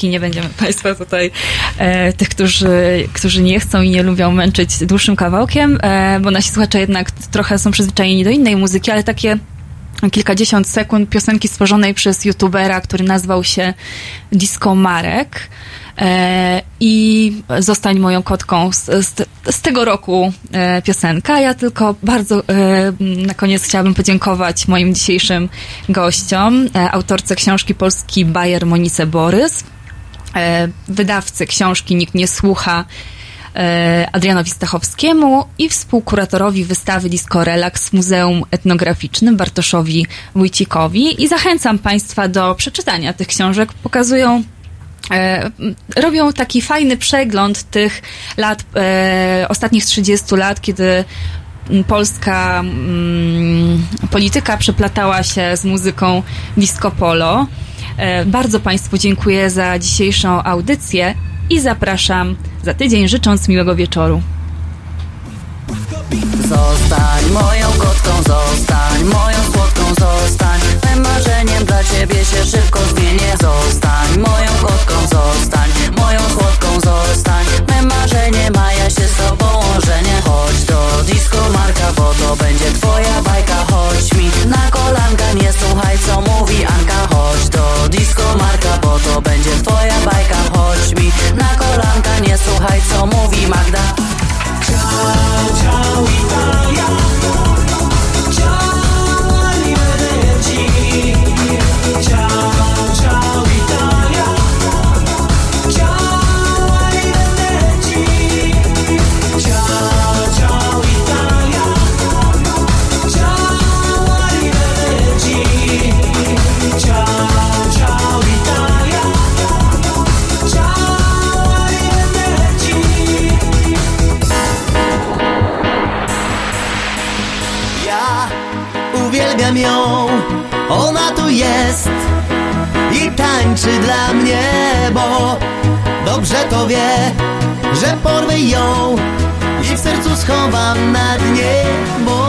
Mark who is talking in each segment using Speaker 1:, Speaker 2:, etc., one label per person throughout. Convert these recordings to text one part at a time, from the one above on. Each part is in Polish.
Speaker 1: kawałki. Nie będziemy Państwa tutaj, tych, którzy nie chcą i nie lubią męczyć dłuższym kawałkiem, bo nasi słuchacze jednak trochę są przyzwyczajeni do innej muzyki, ale takie kilkadziesiąt sekund piosenki stworzonej przez youtubera, który nazwał się Disco Marek. I Zostań moją kotką z tego roku piosenka. Ja tylko bardzo na koniec chciałabym podziękować moim dzisiejszym gościom, autorce książki Polski Bajer Monice Borys, wydawcy książki Nikt nie słucha Adrianowi Stachowskiemu i współkuratorowi wystawy Disco Relax w Muzeum Etnograficznym Bartoszowi Wójcikowi. I zachęcam Państwa do przeczytania tych książek. Robią taki fajny przegląd tych lat, ostatnich 30 lat, kiedy polska polityka przeplatała się z muzyką disco polo. Bardzo Państwu dziękuję za dzisiejszą audycję i zapraszam za tydzień, życząc miłego wieczoru.
Speaker 2: Zostań moją kotką, zostań moją słodką, zostań mym marzeniem, dla ciebie się szybko zmienię. Zostań moją kotką, zostań moją słodką, zostań mym marzeniem, a ja się z tobą ożenię. Chodź do Disco Marka, bo to będzie twoja bajka. Chodź mi na kolanka, nie słuchaj co mówi Anka. Chodź do Disco Marka, bo to będzie twoja bajka. Chodź mi na kolanka, nie słuchaj co mówi Magda. Ciao, ciao Italia, ciao arrivederci, ciao, ciao Italia, ciao arrivederci, ciao, ciao Italia, ciao arrivederci, ciao, ciao Italia, ciao arrivederci. Ja uwielbiam ją, ona tu jest i tańczy dla mnie, bo dobrze to wie, że porwę ją i w sercu schowam na dnie, bo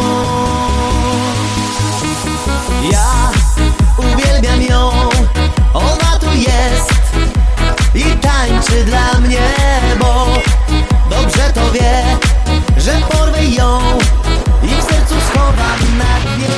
Speaker 2: ja uwielbiam ją, ona tu jest i tańczy dla mnie, bo dobrze to wie, że porwę ją i w sercu schowam na dnie.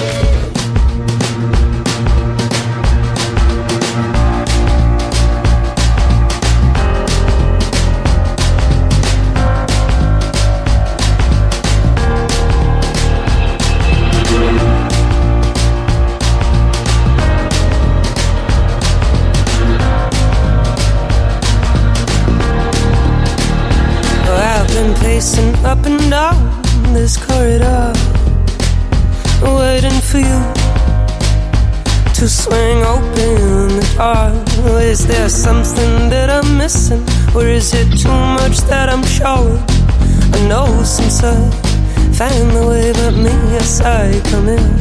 Speaker 2: Pacing up and down this corridor, waiting for you to swing open the door. Is there something that I'm missing, or is it too much that I'm showing? I know some say find the way, but me, I saw you come in.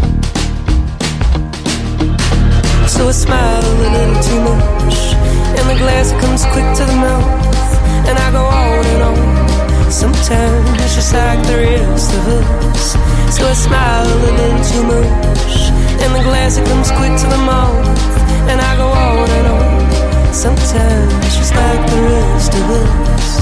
Speaker 2: So I smile a little too much, and the glass comes quick to the mouth, and I go on and on. Sometimes just like the rest of us. So I smile a little too much, and the glass it comes quick to the mouth, and I go on and on. Sometimes just like the rest of us.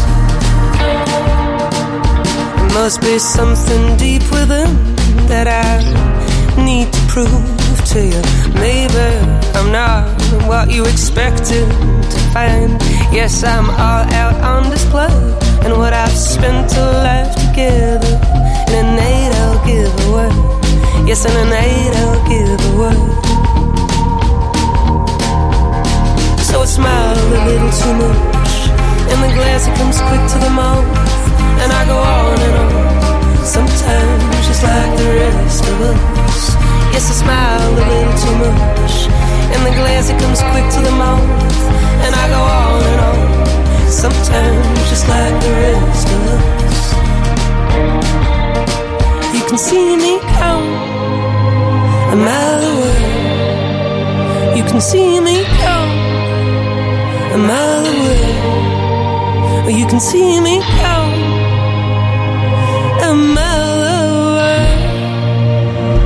Speaker 2: There must be something deep within that I need to prove to you. Maybe I'm not what you expected to find. Yes, I'm all out on display, and what I've spent a life together, in a night I'll give away. Yes, in a night I'll give away. So I smile a little too much, and the glass it comes quick to the mouth, and I go on and on. Sometimes just like the rest of us. Yes, I smile a little too much, and the glass it comes quick to the mouth, and I go on and on. Sometimes just like the rest of us. You can see me come a mile away. You can see me come a mile away. Or you can see me come a mile away.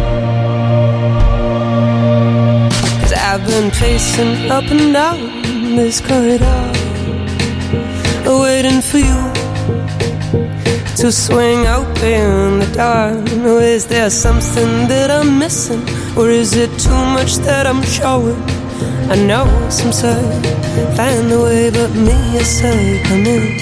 Speaker 2: 'Cause I've been pacing up and down
Speaker 3: in this corridor, waiting for you to swing open the door. Is there something that I'm missing, or is it too much that I'm showing? I know some say find the way, but me I say come in.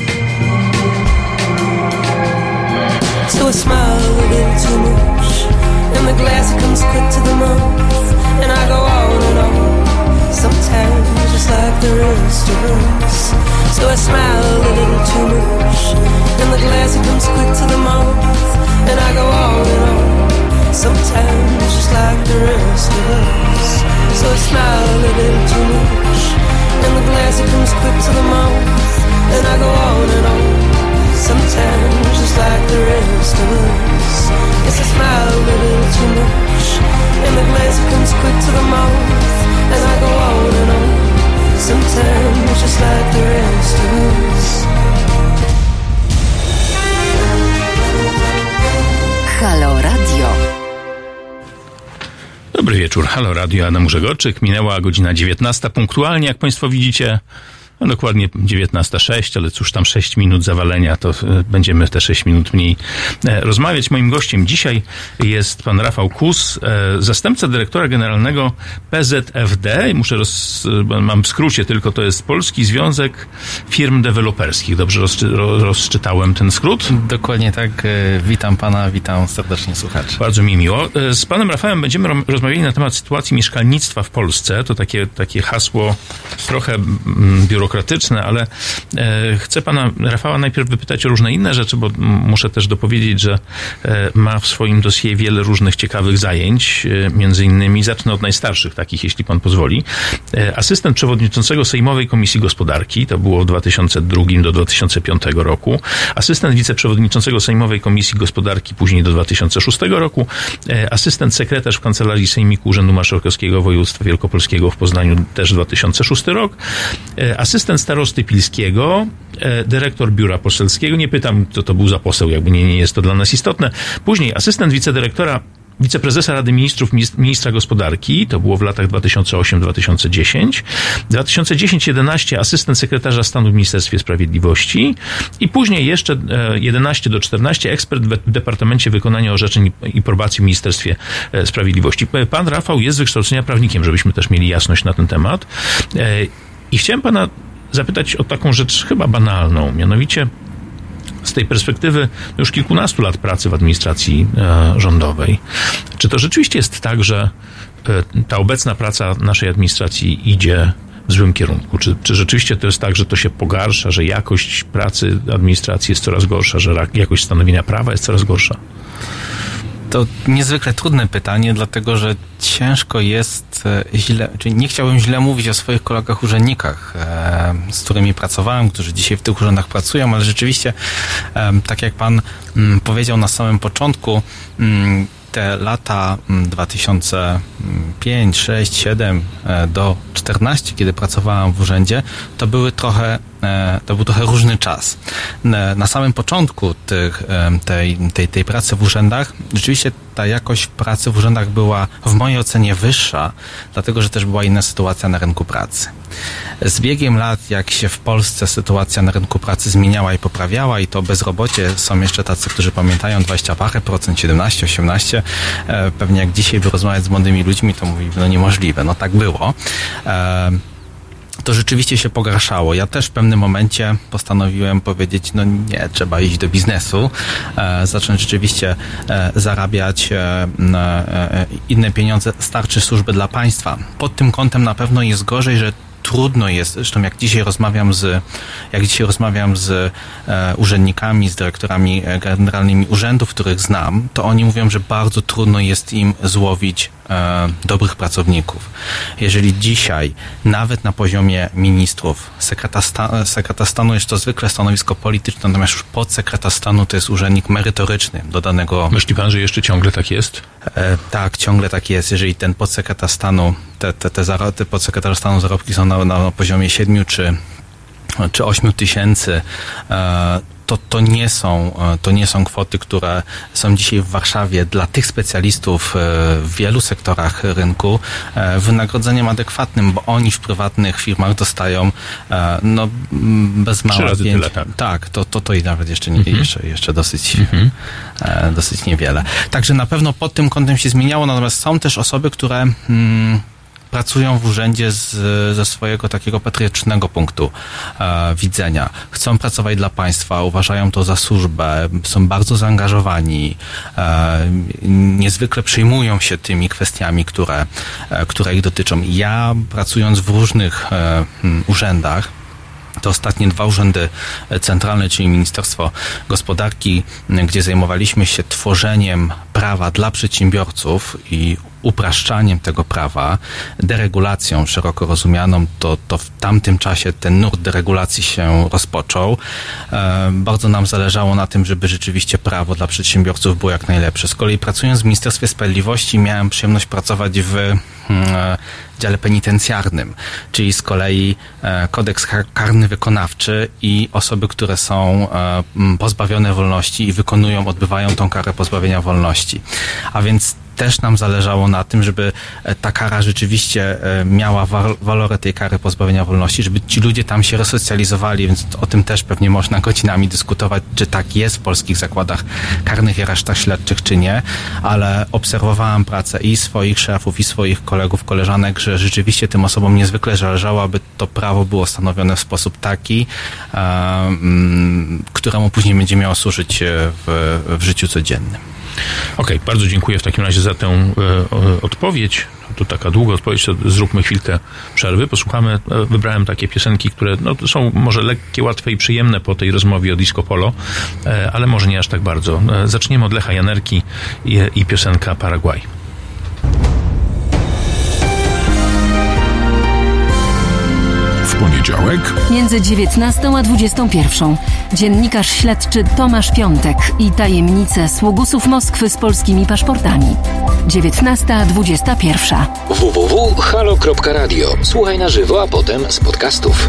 Speaker 3: So I smile a little too much, and the glass it comes quick to the mouth, and I go on and on, sometimes just like the rest of us. So I smile a little too much, and the glass it comes quick to the mouth, and I go on and on, sometimes just like the rest of us. So I smile a little too much, and the glass it comes quick to the mouth, and I go on and on, sometimes just like the rest of us. Yes, I smile a little too much, and the glass it comes quick to the mouth, and I go on and on, sometimes just like the rest of us.
Speaker 2: Halo Radio.
Speaker 4: Dobry wieczór, Halo Radio, Adam Grzegorczyk. Minęła godzina 19 punktualnie, jak Państwo widzicie. No dokładnie 19:06, ale cóż tam 6 minut zawalenia, to będziemy te 6 minut mniej rozmawiać. Moim gościem dzisiaj jest pan Rafał Kus, zastępca dyrektora generalnego PZFD. Mam w skrócie tylko, to jest Polski Związek Firm Deweloperskich. Dobrze rozczytałem ten skrót?
Speaker 5: Dokładnie tak. Witam pana, witam serdecznie słuchaczy.
Speaker 4: Bardzo mi miło. Z panem Rafałem będziemy rozmawiali na temat sytuacji mieszkalnictwa w Polsce. To takie hasło trochę biurokratyczne, ale chcę pana Rafała najpierw wypytać o różne inne rzeczy, bo muszę też dopowiedzieć, że ma w swoim dossier wiele różnych ciekawych zajęć. Między innymi zacznę od najstarszych takich, jeśli pan pozwoli. Asystent przewodniczącego Sejmowej Komisji Gospodarki, to było w 2002 do 2005 roku. Asystent wiceprzewodniczącego Sejmowej Komisji Gospodarki, później do 2006 roku. Asystent sekretarz w Kancelarii Sejmiku Urzędu Marszałkowskiego Województwa Wielkopolskiego w Poznaniu, też 2006 rok. Asystent starosty pilskiego, dyrektor biura poselskiego. Nie pytam, co to był za poseł, jakby nie jest to dla nas istotne. Później asystent wiceprezesa Rady Ministrów, ministra gospodarki, to było w latach 2008-2010. 2010-11 asystent sekretarza stanu w Ministerstwie Sprawiedliwości i później jeszcze 11 do 14 ekspert w Departamencie Wykonania Orzeczeń i Probacji w Ministerstwie Sprawiedliwości. Pan Rafał jest z wykształcenia prawnikiem, żebyśmy też mieli jasność na ten temat. I chciałem pana zapytać o taką rzecz chyba banalną, mianowicie z tej perspektywy już kilkunastu lat pracy w administracji rządowej. Czy to rzeczywiście jest tak, że ta obecna praca naszej administracji idzie w złym kierunku? Czy rzeczywiście to jest tak, że to się pogarsza, że jakość pracy administracji jest coraz gorsza, że jakość stanowienia prawa jest coraz gorsza?
Speaker 5: To niezwykle trudne pytanie, dlatego że ciężko jest czyli nie chciałbym źle mówić o swoich kolegach urzędnikach, z którymi pracowałem, którzy dzisiaj w tych urzędach pracują, ale rzeczywiście, tak jak pan powiedział na samym początku, te lata 2005, 6, 7 do 14, kiedy pracowałem w urzędzie, to był trochę różny czas. Na samym początku tej pracy w urzędach rzeczywiście ta jakość pracy w urzędach była w mojej ocenie wyższa, dlatego że też była inna sytuacja na rynku pracy. Z biegiem lat, jak się w Polsce sytuacja na rynku pracy zmieniała i poprawiała, i to bezrobocie, są jeszcze tacy, którzy pamiętają 20 parę procent, 17, 18, pewnie jak dzisiaj by rozmawiać z młodymi ludźmi, to mówili, no niemożliwe, no tak było. To rzeczywiście się pogarszało. Ja też w pewnym momencie postanowiłem powiedzieć, no nie, trzeba iść do biznesu, zacząć rzeczywiście zarabiać inne pieniądze, starczy służby dla państwa. Pod tym kątem na pewno jest gorzej, że trudno jest, zresztą jak dzisiaj rozmawiam z urzędnikami, z dyrektorami generalnymi urzędów, których znam, to oni mówią, że bardzo trudno jest im złowić dobrych pracowników. Jeżeli dzisiaj, nawet na poziomie ministrów, sekretarz stanu jest to zwykle stanowisko polityczne, natomiast już podsekretarz stanu to jest urzędnik merytoryczny do danego...
Speaker 4: Myśli pan, że jeszcze ciągle tak jest?
Speaker 5: Tak, ciągle tak jest. Jeżeli ten podsekretarz stanu, te podsekretarze stanu zarobki są na poziomie 7 czy 8 tysięcy, to nie są kwoty, które są dzisiaj w Warszawie dla tych specjalistów w wielu sektorach rynku wynagrodzeniem adekwatnym, bo oni w prywatnych firmach dostają bez mała
Speaker 4: 3 razy tyle,
Speaker 5: tak, to i nawet jeszcze dosyć niewiele. Także na pewno pod tym kątem się zmieniało, natomiast są też osoby, które pracują w urzędzie ze swojego takiego patriotycznego punktu widzenia. Chcą pracować dla państwa, uważają to za służbę, są bardzo zaangażowani, niezwykle przejmują się tymi kwestiami, które ich dotyczą. Ja pracując w różnych urzędach, to ostatnie 2 urzędy centralne, czyli Ministerstwo Gospodarki, gdzie zajmowaliśmy się tworzeniem prawa dla przedsiębiorców i upraszczaniem tego prawa, deregulacją szeroko rozumianą, to w tamtym czasie ten nurt deregulacji się rozpoczął. Bardzo nam zależało na tym, żeby rzeczywiście prawo dla przedsiębiorców było jak najlepsze. Z kolei pracując w Ministerstwie Sprawiedliwości miałem przyjemność pracować w dziale penitencjarnym, czyli z kolei kodeks karny wykonawczy i osoby, które są pozbawione wolności i odbywają tą karę pozbawienia wolności. A więc też nam zależało na tym, żeby ta kara rzeczywiście miała walorę tej kary pozbawienia wolności, żeby ci ludzie tam się resocjalizowali, więc o tym też pewnie można godzinami dyskutować, czy tak jest w polskich zakładach karnych i aresztach śledczych, czy nie, ale obserwowałem pracę i swoich szefów, i swoich kolegów, koleżanek, że rzeczywiście tym osobom niezwykle zależało, aby to prawo było stanowione w sposób taki, któremu później będzie miało służyć w życiu codziennym.
Speaker 4: Okej, bardzo dziękuję w takim razie za tę odpowiedź. To taka długa odpowiedź, to zróbmy chwilkę przerwy. Posłuchamy, wybrałem takie piosenki, które są może lekkie, łatwe i przyjemne po tej rozmowie o disco polo, ale może nie aż tak bardzo. Zaczniemy od Lecha Janerki i piosenka Paragwaj.
Speaker 6: W poniedziałek
Speaker 7: między 19 a 21 dziennikarz śledczy Tomasz Piątek i tajemnice sługusów Moskwy z polskimi paszportami. 19:21.
Speaker 8: www.halo.radio. Słuchaj na żywo, a potem z podcastów.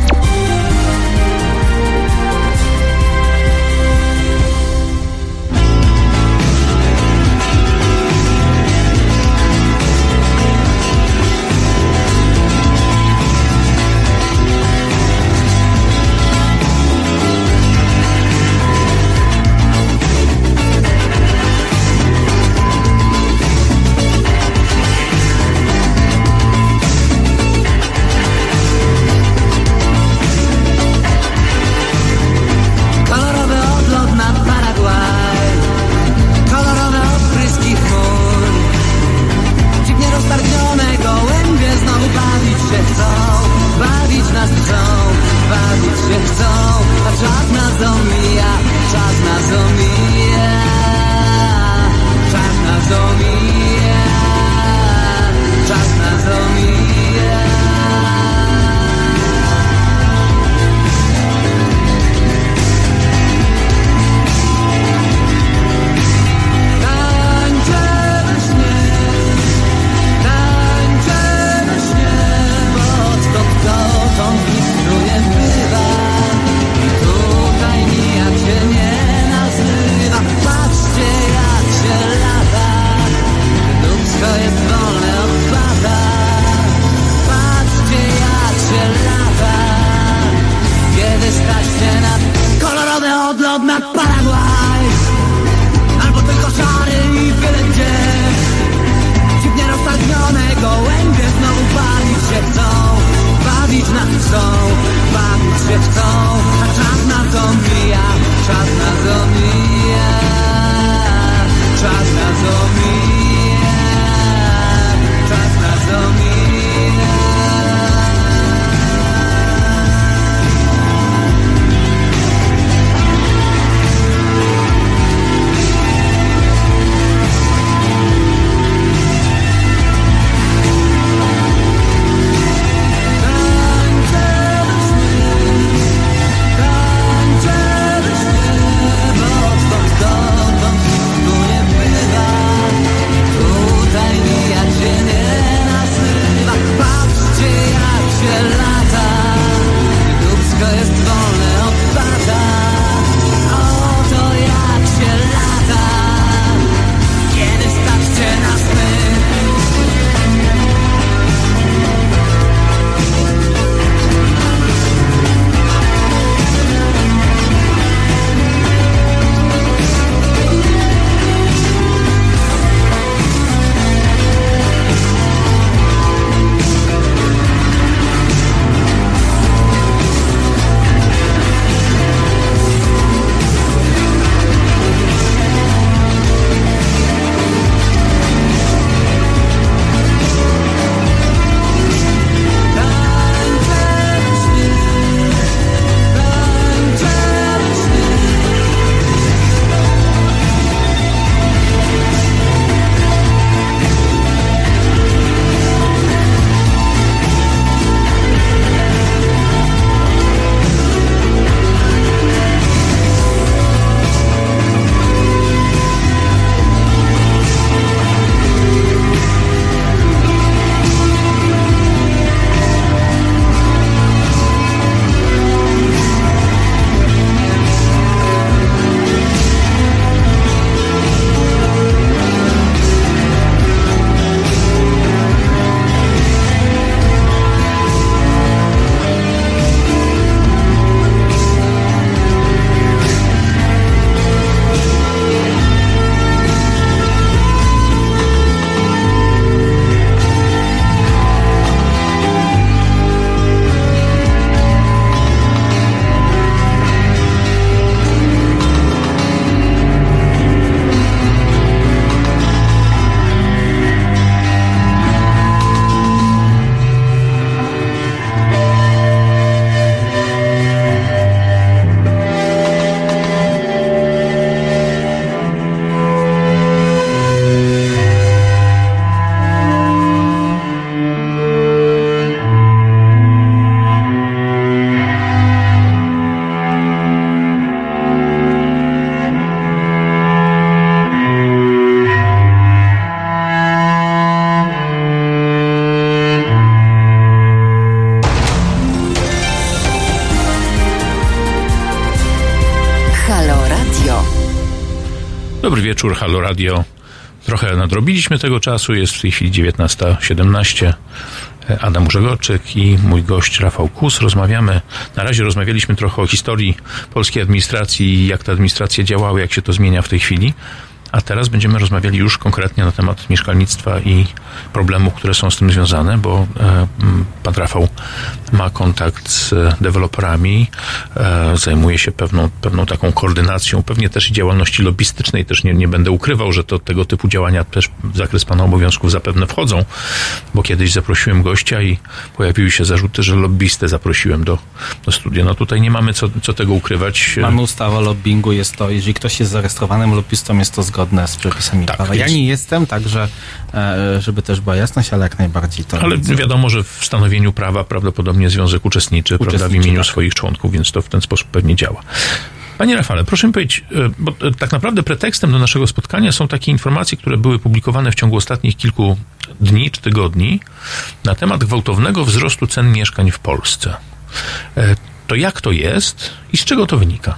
Speaker 4: Dobry wieczór, Halo Radio. Trochę nadrobiliśmy tego czasu, jest w tej chwili 19:17. Adam Grzegorczyk i mój gość Rafał Kus. Na razie rozmawialiśmy trochę o historii polskiej administracji, jak ta administracja działała, jak się to zmienia w tej chwili. A teraz będziemy rozmawiali już konkretnie na temat mieszkalnictwa i problemów, które są z tym związane, bo pan Rafał ma kontakt z deweloperami, zajmuje się pewną taką koordynacją, pewnie też i działalności lobbystycznej. Też nie będę ukrywał, że tego typu działania też w zakres pana obowiązków zapewne wchodzą, bo kiedyś zaprosiłem gościa i pojawiły się zarzuty, że lobbystę zaprosiłem do studia. No tutaj nie mamy co tego ukrywać.
Speaker 5: Mamy ustawę o lobbingu, jest to, jeżeli ktoś jest zarejestrowanym lobbystą, jest to zgodne z przepisami prawa. Ja nie jestem, także żeby też była jasność, ale jak najbardziej to...
Speaker 4: Ale wiadomo, że w stanowieniu prawa prawdopodobnie związek uczestniczy prawda, w imieniu swoich członków, więc to w ten sposób pewnie działa. Panie Rafale, proszę mi powiedzieć, bo tak naprawdę pretekstem do naszego spotkania są takie informacje, które były publikowane w ciągu ostatnich kilku dni czy tygodni na temat gwałtownego wzrostu cen mieszkań w Polsce. To jak to jest i z czego to wynika?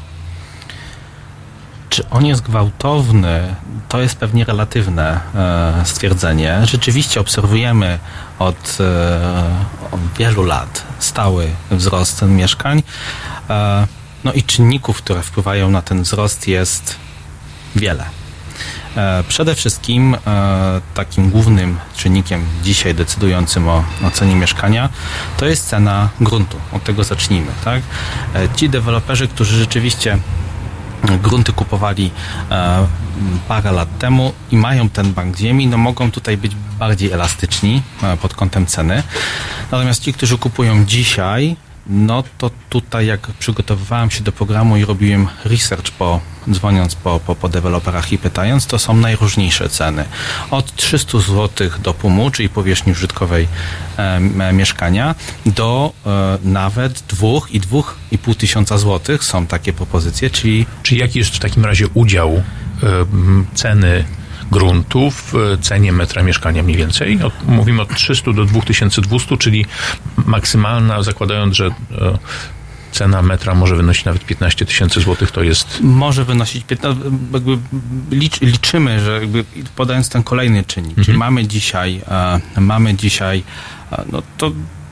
Speaker 5: Czy on jest gwałtowny, to jest pewnie relatywne stwierdzenie. Rzeczywiście obserwujemy od wielu lat stały wzrost cen mieszkań. No i czynników, które wpływają na ten wzrost jest wiele. Przede wszystkim takim głównym czynnikiem dzisiaj decydującym o cenie mieszkania to jest cena gruntu. Od tego zacznijmy, tak? Ci deweloperzy, którzy rzeczywiście grunty kupowali parę lat temu i mają ten bank ziemi, no mogą tutaj być bardziej elastyczni pod kątem ceny. Natomiast ci, którzy kupują dzisiaj, no to tutaj jak przygotowywałem się do programu i robiłem research dzwoniąc po deweloperach i pytając, to są najróżniejsze ceny. Od 300 zł do PUM-u, czyli powierzchni użytkowej mieszkania, do nawet 2,5 tysiąca złotych są takie propozycje, czyli...
Speaker 4: Czyli jaki jest w takim razie udział ceny gruntu w cenie metra mieszkania mniej więcej? Mówimy od 300 do 2200, czyli maksymalna, zakładając, że cena metra może wynosić nawet 15 tysięcy złotych, to jest...
Speaker 5: Może wynosić 15, jakby liczymy, że jakby podając ten kolejny czynnik, czyli mamy dzisiaj no to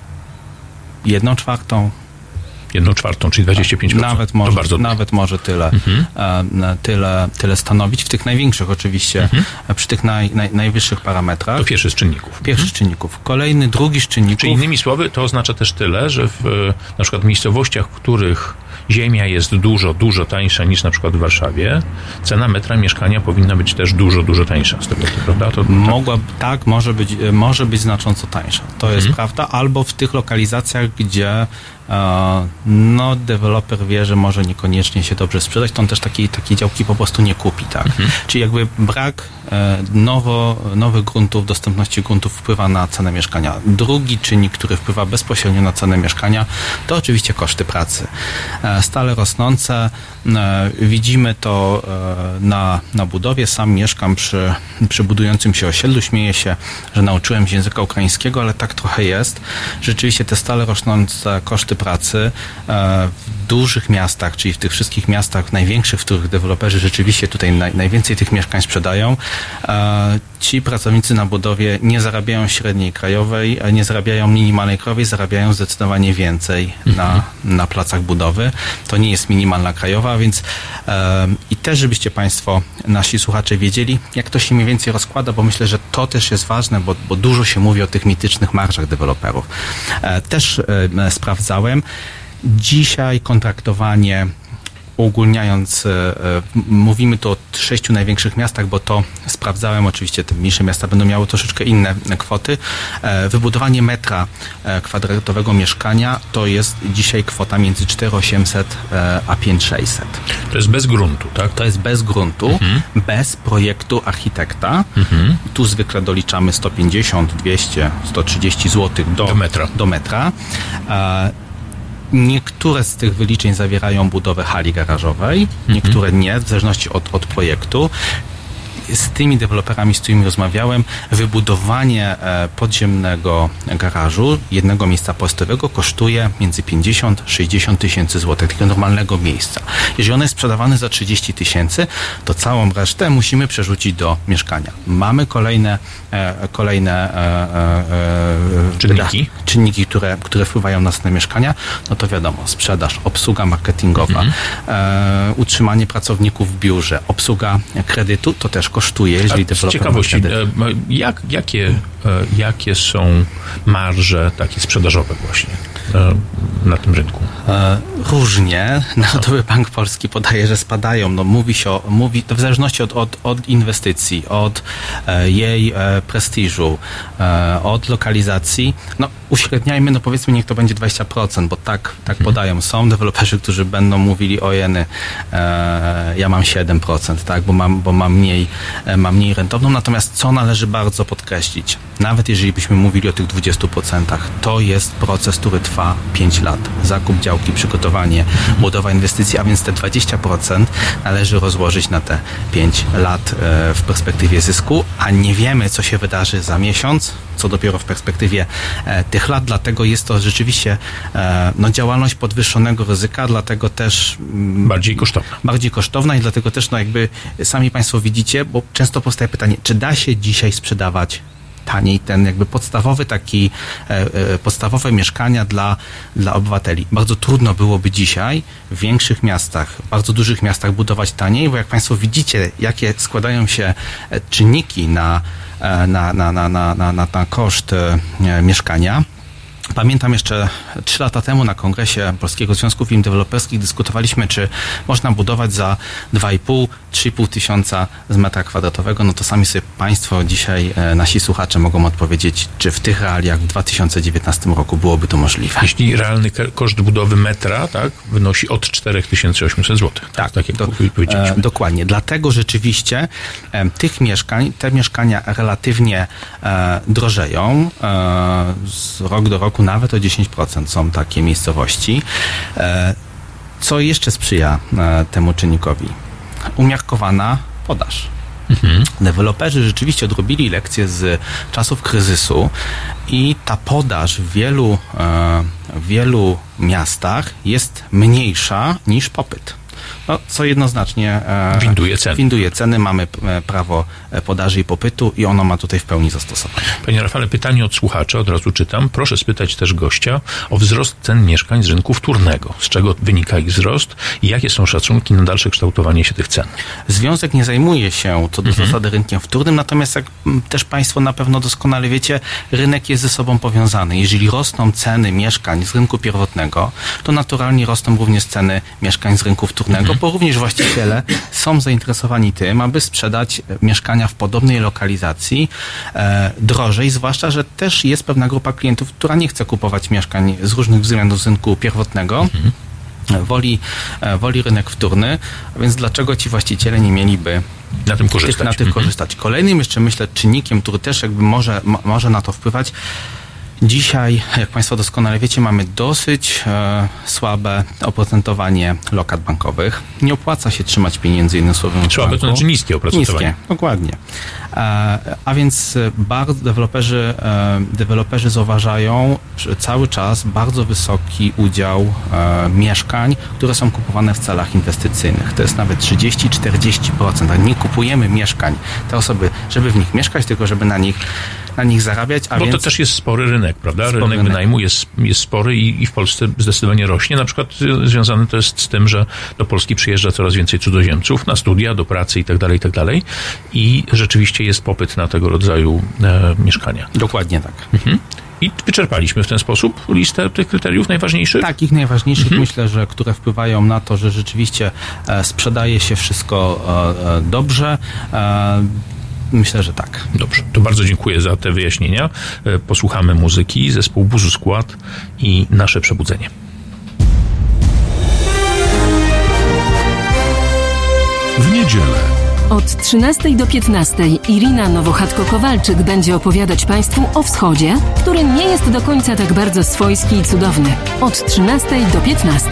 Speaker 5: 1/4,
Speaker 4: czyli 25%.
Speaker 5: Nawet może tyle, tyle stanowić w tych największych oczywiście, przy tych najwyższych parametrach.
Speaker 4: To pierwszy z czynników.
Speaker 5: Kolejny, drugi z czynników.
Speaker 4: Czyli innymi słowy, to oznacza też tyle, że na przykład w miejscowościach, w których ziemia jest dużo tańsza niż na przykład w Warszawie, cena metra mieszkania powinna być też dużo tańsza z tego, prawda?
Speaker 5: Może być znacząco tańsza. To jest prawda. Albo w tych lokalizacjach, gdzie no deweloper wie, że może niekoniecznie się dobrze sprzedać, to on też takiej działki po prostu nie kupi, tak? Czyli jakby brak nowych gruntów, dostępności gruntów wpływa na cenę mieszkania. Drugi czynnik, który wpływa bezpośrednio na cenę mieszkania, to oczywiście koszty pracy. Stale rosnące. Widzimy to na budowie. Sam mieszkam przy budującym się osiedlu. Śmieję się, że nauczyłem się języka ukraińskiego, ale tak trochę jest. Rzeczywiście te stale rosnące koszty pracy w dużych miastach, czyli w tych wszystkich miastach największych, w których deweloperzy rzeczywiście tutaj najwięcej tych mieszkań sprzedają, ci pracownicy na budowie nie zarabiają średniej krajowej, nie zarabiają minimalnej krajowej, zarabiają zdecydowanie więcej na placach budowy. To nie jest minimalna krajowa, więc i też, żebyście Państwo, nasi słuchacze wiedzieli, jak to się mniej więcej rozkłada, bo myślę, że to też jest ważne, bo dużo się mówi o tych mitycznych marżach deweloperów. Też sprawdzałem. Dzisiaj kontraktowanie, uogólniając, mówimy tu o 6 największych miastach, bo to sprawdzałem, oczywiście te mniejsze miasta będą miały troszeczkę inne kwoty. Wybudowanie metra kwadratowego mieszkania to jest dzisiaj kwota między 4800 a 5600.
Speaker 4: To jest bez gruntu, tak?
Speaker 5: To jest bez gruntu, bez projektu architekta. Tu zwykle doliczamy 150, 200, 130 zł do metra. Niektóre z tych wyliczeń zawierają budowę hali garażowej, niektóre nie, w zależności od projektu. z tymi deweloperami, z którymi rozmawiałem, wybudowanie podziemnego garażu, jednego miejsca pojazdowego kosztuje między 50-60 tysięcy złotych, takiego normalnego miejsca. Jeżeli on jest sprzedawany za 30 tysięcy, to całą resztę musimy przerzucić do mieszkania. Mamy kolejne czynniki, które wpływają na ceny mieszkania, no to wiadomo, sprzedaż, obsługa marketingowa, utrzymanie pracowników w biurze, obsługa kredytu, to też kosztuje, jeżeli deweloper...
Speaker 4: Z ciekawości, jakie są marże takie sprzedażowe właśnie na tym rynku?
Speaker 5: Różnie. Narodowy Bank Polski podaje, że spadają. No, mówi to w zależności od inwestycji, od jej prestiżu, od lokalizacji. No, uśredniajmy, no powiedzmy, niech to będzie 20%, bo tak podają. Są deweloperzy, którzy będą mówili, ja mam 7%, tak, bo mam mniej rentowną. Natomiast co należy bardzo podkreślić, nawet jeżeli byśmy mówili o tych 20%, to jest proces, który trwa 5 lat. Zakup działki, przygotowanie, budowa inwestycji, a więc te 20% należy rozłożyć na te 5 lat w perspektywie zysku, a nie wiemy, co się wydarzy za miesiąc, co dopiero w perspektywie tych lat, dlatego jest to rzeczywiście działalność podwyższonego ryzyka, dlatego też bardziej kosztowna i dlatego też jakby sami Państwo widzicie, bo często powstaje pytanie, czy da się dzisiaj sprzedawać taniej ten jakby podstawowe mieszkania dla obywateli. Bardzo trudno byłoby dzisiaj w większych miastach, bardzo dużych miastach budować taniej, bo jak Państwo widzicie, jakie składają się czynniki na koszt mieszkania. Pamiętam jeszcze 3 lata temu na kongresie Polskiego Związku Firm Deweloperskich dyskutowaliśmy, czy można budować za 2,5-3,5 tysiąca z metra kwadratowego. No to sami sobie Państwo dzisiaj, nasi słuchacze mogą odpowiedzieć, czy w tych realiach w 2019 roku byłoby to możliwe.
Speaker 4: Jeśli realny koszt budowy metra, tak, wynosi od 4800 zł. Tak jak powiedzieliśmy.
Speaker 5: Dokładnie. Dlatego rzeczywiście te mieszkania relatywnie drożeją. Z rok do roku nawet o 10% są takie miejscowości. Co jeszcze sprzyja temu czynnikowi? Umiarkowana podaż. Deweloperzy rzeczywiście odrobili lekcje z czasów kryzysu i ta podaż w wielu miastach jest mniejsza niż popyt. No, co jednoznacznie winduje ceny. Mamy prawo podaży i popytu i ono ma tutaj w pełni zastosowanie.
Speaker 4: Panie Rafale, pytanie od słuchacza, od razu czytam. Proszę spytać też gościa o wzrost cen mieszkań z rynku wtórnego. Z czego wynika ich wzrost i jakie są szacunki na dalsze kształtowanie się tych cen?
Speaker 5: Związek nie zajmuje się co do zasady rynkiem wtórnym, natomiast jak też Państwo na pewno doskonale wiecie, rynek jest ze sobą powiązany. Jeżeli rosną ceny mieszkań z rynku pierwotnego, to naturalnie rosną również ceny mieszkań z rynku wtórnego, bo również właściciele są zainteresowani tym, aby sprzedać mieszkania w podobnej lokalizacji drożej, zwłaszcza, że też jest pewna grupa klientów, która nie chce kupować mieszkań z różnych względów z rynku pierwotnego. Woli rynek wtórny, a więc dlaczego ci właściciele nie mieliby
Speaker 4: na tym
Speaker 5: korzystać? Kolejnym jeszcze, myślę, czynnikiem, który też jakby może na to wpływać, dzisiaj, jak Państwo doskonale wiecie, mamy dosyć słabe oprocentowanie lokat bankowych. Nie opłaca się trzymać pieniędzy, jednym słowem.
Speaker 4: Słabe to znaczy niskie oprocentowanie.
Speaker 5: Niskie, dokładnie. A więc bardzo deweloperzy zauważają cały czas bardzo wysoki udział mieszkań, które są kupowane w celach inwestycyjnych. To jest nawet 30-40%. A nie kupujemy mieszkań te osoby, żeby w nich mieszkać, tylko żeby na nich zarabiać.
Speaker 4: Bo to też jest spory rynek, prawda? Rynek wynajmu jest spory i w Polsce zdecydowanie rośnie. Na przykład związane to jest z tym, że do Polski przyjeżdża coraz więcej cudzoziemców na studia, do pracy i tak dalej. I rzeczywiście jest popyt na tego rodzaju mieszkania.
Speaker 5: Dokładnie tak.
Speaker 4: I wyczerpaliśmy w ten sposób listę tych kryteriów najważniejszych?
Speaker 5: Takich najważniejszych, myślę, że które wpływają na to, że rzeczywiście sprzedaje się wszystko dobrze. Myślę, że tak.
Speaker 4: Dobrze, to bardzo dziękuję za te wyjaśnienia. Posłuchamy muzyki, zespół Buzu Skład i Nasze Przebudzenie.
Speaker 6: W niedzielę
Speaker 7: od 13 do 15 Irina Nowochatko-Kowalczyk będzie opowiadać Państwu o wschodzie, który nie jest do końca tak bardzo swojski i cudowny. Od 13 do 15.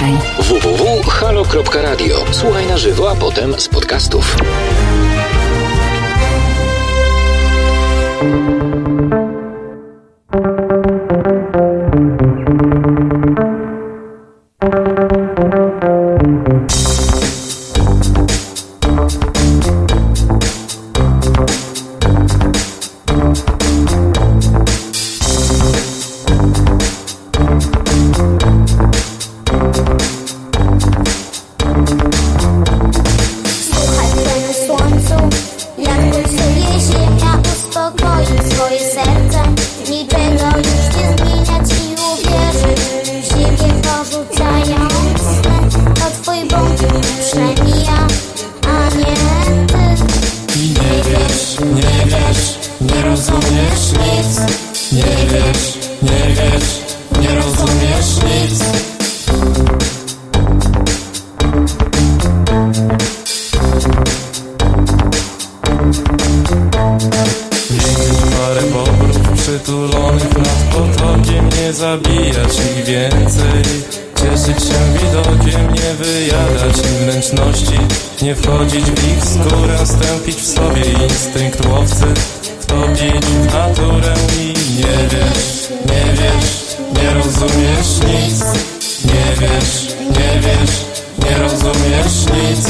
Speaker 8: www.halo.radio. Słuchaj na żywo, a potem z podcastów.
Speaker 9: Nie wchodzić w ich skórę, stępić w sobie instynkt łowcy, wtopić w naturę i nie wiesz, nie rozumiesz nic. Nie wiesz, nie rozumiesz nic.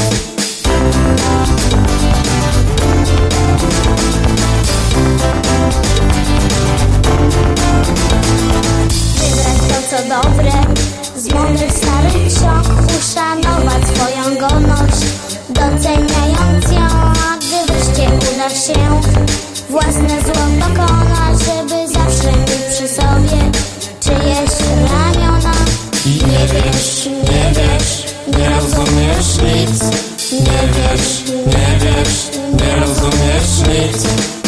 Speaker 10: Wybrać to, co dobre z mądrych starych ksiąg, uszanować swoją godność, doceniając ją, a gdy wreszcie uda się własne zło pokonać, żeby zawsze mieć przy sobie czyjeś ramiona.
Speaker 9: I nie wiesz, nie rozumiesz nic. Nie wiesz, nie rozumiesz nic.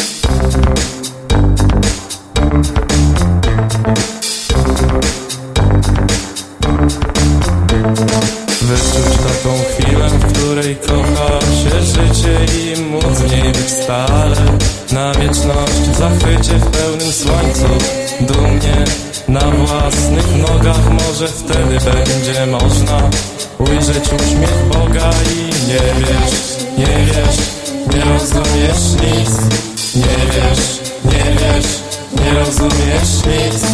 Speaker 9: Wyczuć taką chwilę, w której kocha się życie i móc w niej być stale. Na wieczność w zachwycie, w pełnym słońcu, dumnie na własnych nogach. Może wtedy będzie można ujrzeć uśmiech Boga. I nie wiesz, nie rozumiesz nic. Nie wiesz, nie rozumiesz nic.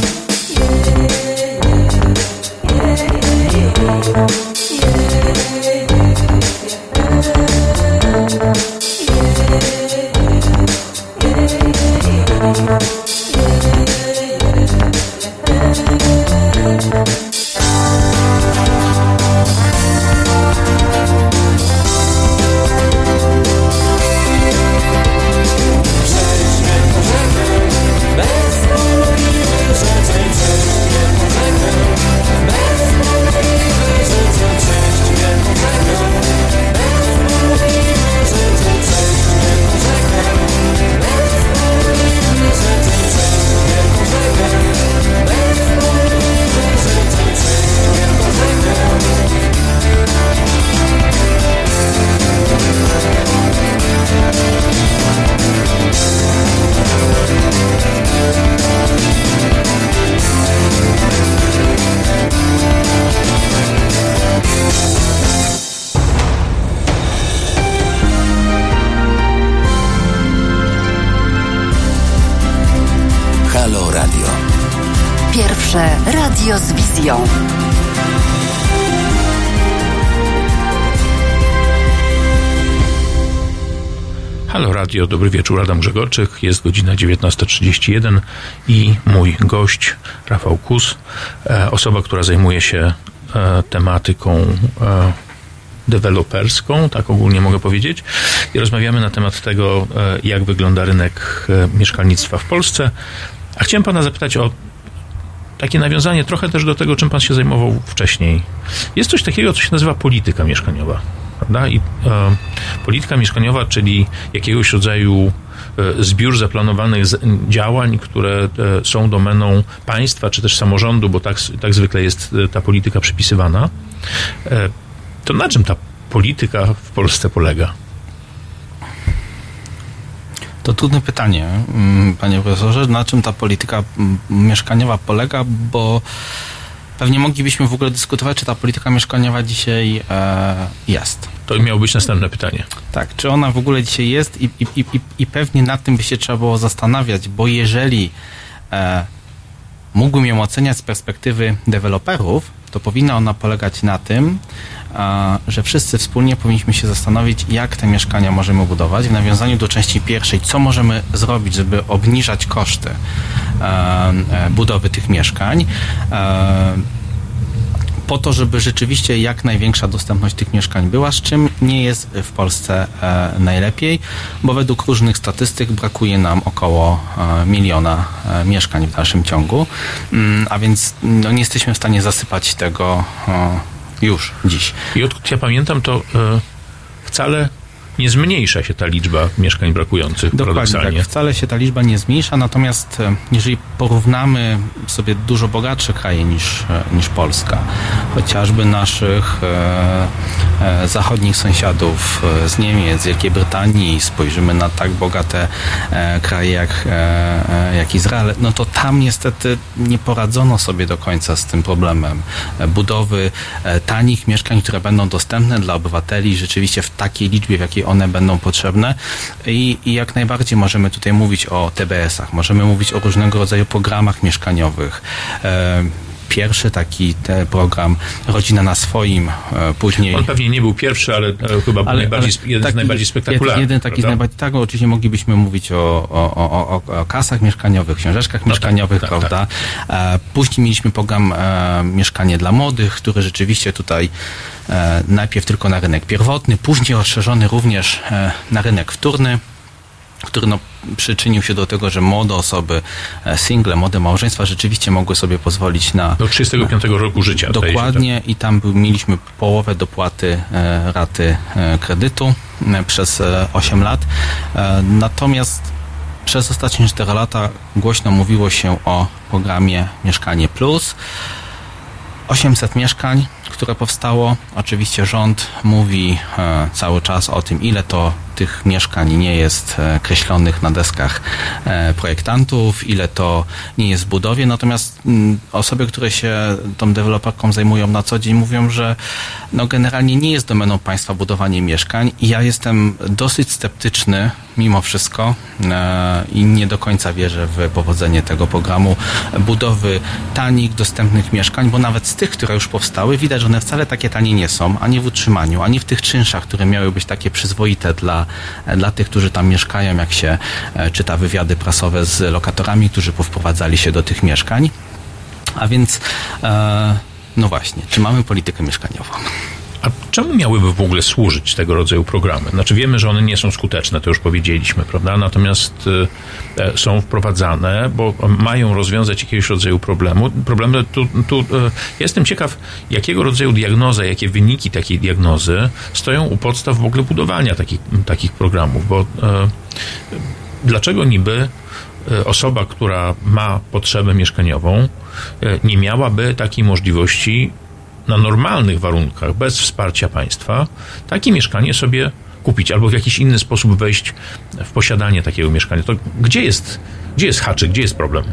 Speaker 8: Halo Radio.
Speaker 11: Pierwsze radio z wizją.
Speaker 4: Halo Radio, dobry wieczór, Adam Grzegorczyk, jest godzina 19:31 i mój gość Rafał Kus, osoba, która zajmuje się tematyką deweloperską, tak ogólnie mogę powiedzieć, i rozmawiamy na temat tego, jak wygląda rynek mieszkalnictwa w Polsce. A chciałem pana zapytać o takie nawiązanie trochę też do tego, czym pan się zajmował wcześniej. Jest coś takiego, co się nazywa polityka mieszkaniowa, prawda? I polityka mieszkaniowa, czyli jakiegoś rodzaju zbiór zaplanowanych działań, które są domeną państwa, czy też samorządu, bo tak zwykle jest ta polityka przypisywana. To na czym ta polityka w Polsce polega?
Speaker 5: To trudne pytanie, panie profesorze, na czym ta polityka mieszkaniowa polega, bo pewnie moglibyśmy w ogóle dyskutować, czy ta polityka mieszkaniowa dzisiaj jest.
Speaker 4: To miało być następne pytanie.
Speaker 5: Tak, czy ona w ogóle dzisiaj jest i pewnie nad tym by się trzeba było zastanawiać, bo jeżeli mógłbym ją oceniać z perspektywy deweloperów, to powinna ona polegać na tym, że wszyscy wspólnie powinniśmy się zastanowić, jak te mieszkania możemy budować. W nawiązaniu do części pierwszej, co możemy zrobić, żeby obniżać koszty budowy tych mieszkań, po to, żeby rzeczywiście jak największa dostępność tych mieszkań była, z czym nie jest w Polsce najlepiej, bo według różnych statystyk brakuje nam około 1 miliona mieszkań w dalszym ciągu, a więc nie jesteśmy w stanie zasypać tego już dziś.
Speaker 4: I odkąd ja pamiętam, to wcale nie zmniejsza się ta liczba mieszkań brakujących.
Speaker 5: Dokładnie tak, wcale się ta liczba nie zmniejsza, natomiast jeżeli porównamy sobie dużo bogatsze kraje niż Polska, chociażby naszych zachodnich sąsiadów z Niemiec, Wielkiej Brytanii, spojrzymy na tak bogate kraje jak Izrael, no to tam niestety nie poradzono sobie do końca z tym problemem budowy tanich mieszkań, które będą dostępne dla obywateli rzeczywiście w takiej liczbie, w jakiej one będą potrzebne i jak najbardziej możemy tutaj mówić o TBS-ach, możemy mówić o różnego rodzaju programach mieszkaniowych. Pierwszy taki program Rodzina na swoim, później...
Speaker 4: On pewnie nie był pierwszy, ale chyba jeden z najbardziej spektakularnych.
Speaker 5: Jeden taki z najbardziej, tak, oczywiście moglibyśmy mówić o kasach mieszkaniowych, książeczkach mieszkaniowych, prawda? Później mieliśmy program Mieszkanie dla Młodych, który rzeczywiście tutaj najpierw tylko na rynek pierwotny, później rozszerzony również na rynek wtórny, który przyczynił się do tego, że młode osoby, single, młode małżeństwa rzeczywiście mogły sobie pozwolić na...
Speaker 4: Do 35 roku życia.
Speaker 5: Dokładnie i tam mieliśmy połowę dopłaty raty kredytu przez 8 lat. Natomiast przez ostatnie 4 lata głośno mówiło się o programie Mieszkanie Plus. 800 mieszkań, które powstało. Oczywiście rząd mówi cały czas o tym, ile to tych mieszkań nie jest kreślonych na deskach projektantów, ile to nie jest w budowie. Natomiast osoby, które się tą deweloperką zajmują na co dzień, mówią, że generalnie nie jest domeną państwa budowanie mieszkań i ja jestem dosyć sceptyczny mimo wszystko i nie do końca wierzę w powodzenie tego programu budowy tanich, dostępnych mieszkań, bo nawet z tych, które już powstały, widać, że one wcale takie tanie nie są, ani w utrzymaniu, ani w tych czynszach, które miały być takie przyzwoite dla tych, którzy tam mieszkają, jak się czyta wywiady prasowe z lokatorami, którzy powprowadzali się do tych mieszkań. A więc, no właśnie, czy mamy politykę mieszkaniową?
Speaker 4: A czemu miałyby w ogóle służyć tego rodzaju programy? Znaczy wiemy, że one nie są skuteczne, to już powiedzieliśmy, prawda? Natomiast są wprowadzane, bo mają rozwiązać jakiegoś rodzaju problemy. Jestem ciekaw, jakiego rodzaju diagnoza, jakie wyniki takiej diagnozy stoją u podstaw w ogóle budowania takich programów, bo dlaczego niby osoba, która ma potrzebę mieszkaniową, nie miałaby takiej możliwości na normalnych warunkach, bez wsparcia państwa, takie mieszkanie sobie kupić albo w jakiś inny sposób wejść w posiadanie takiego mieszkania. To gdzie jest haczyk, gdzie jest problem?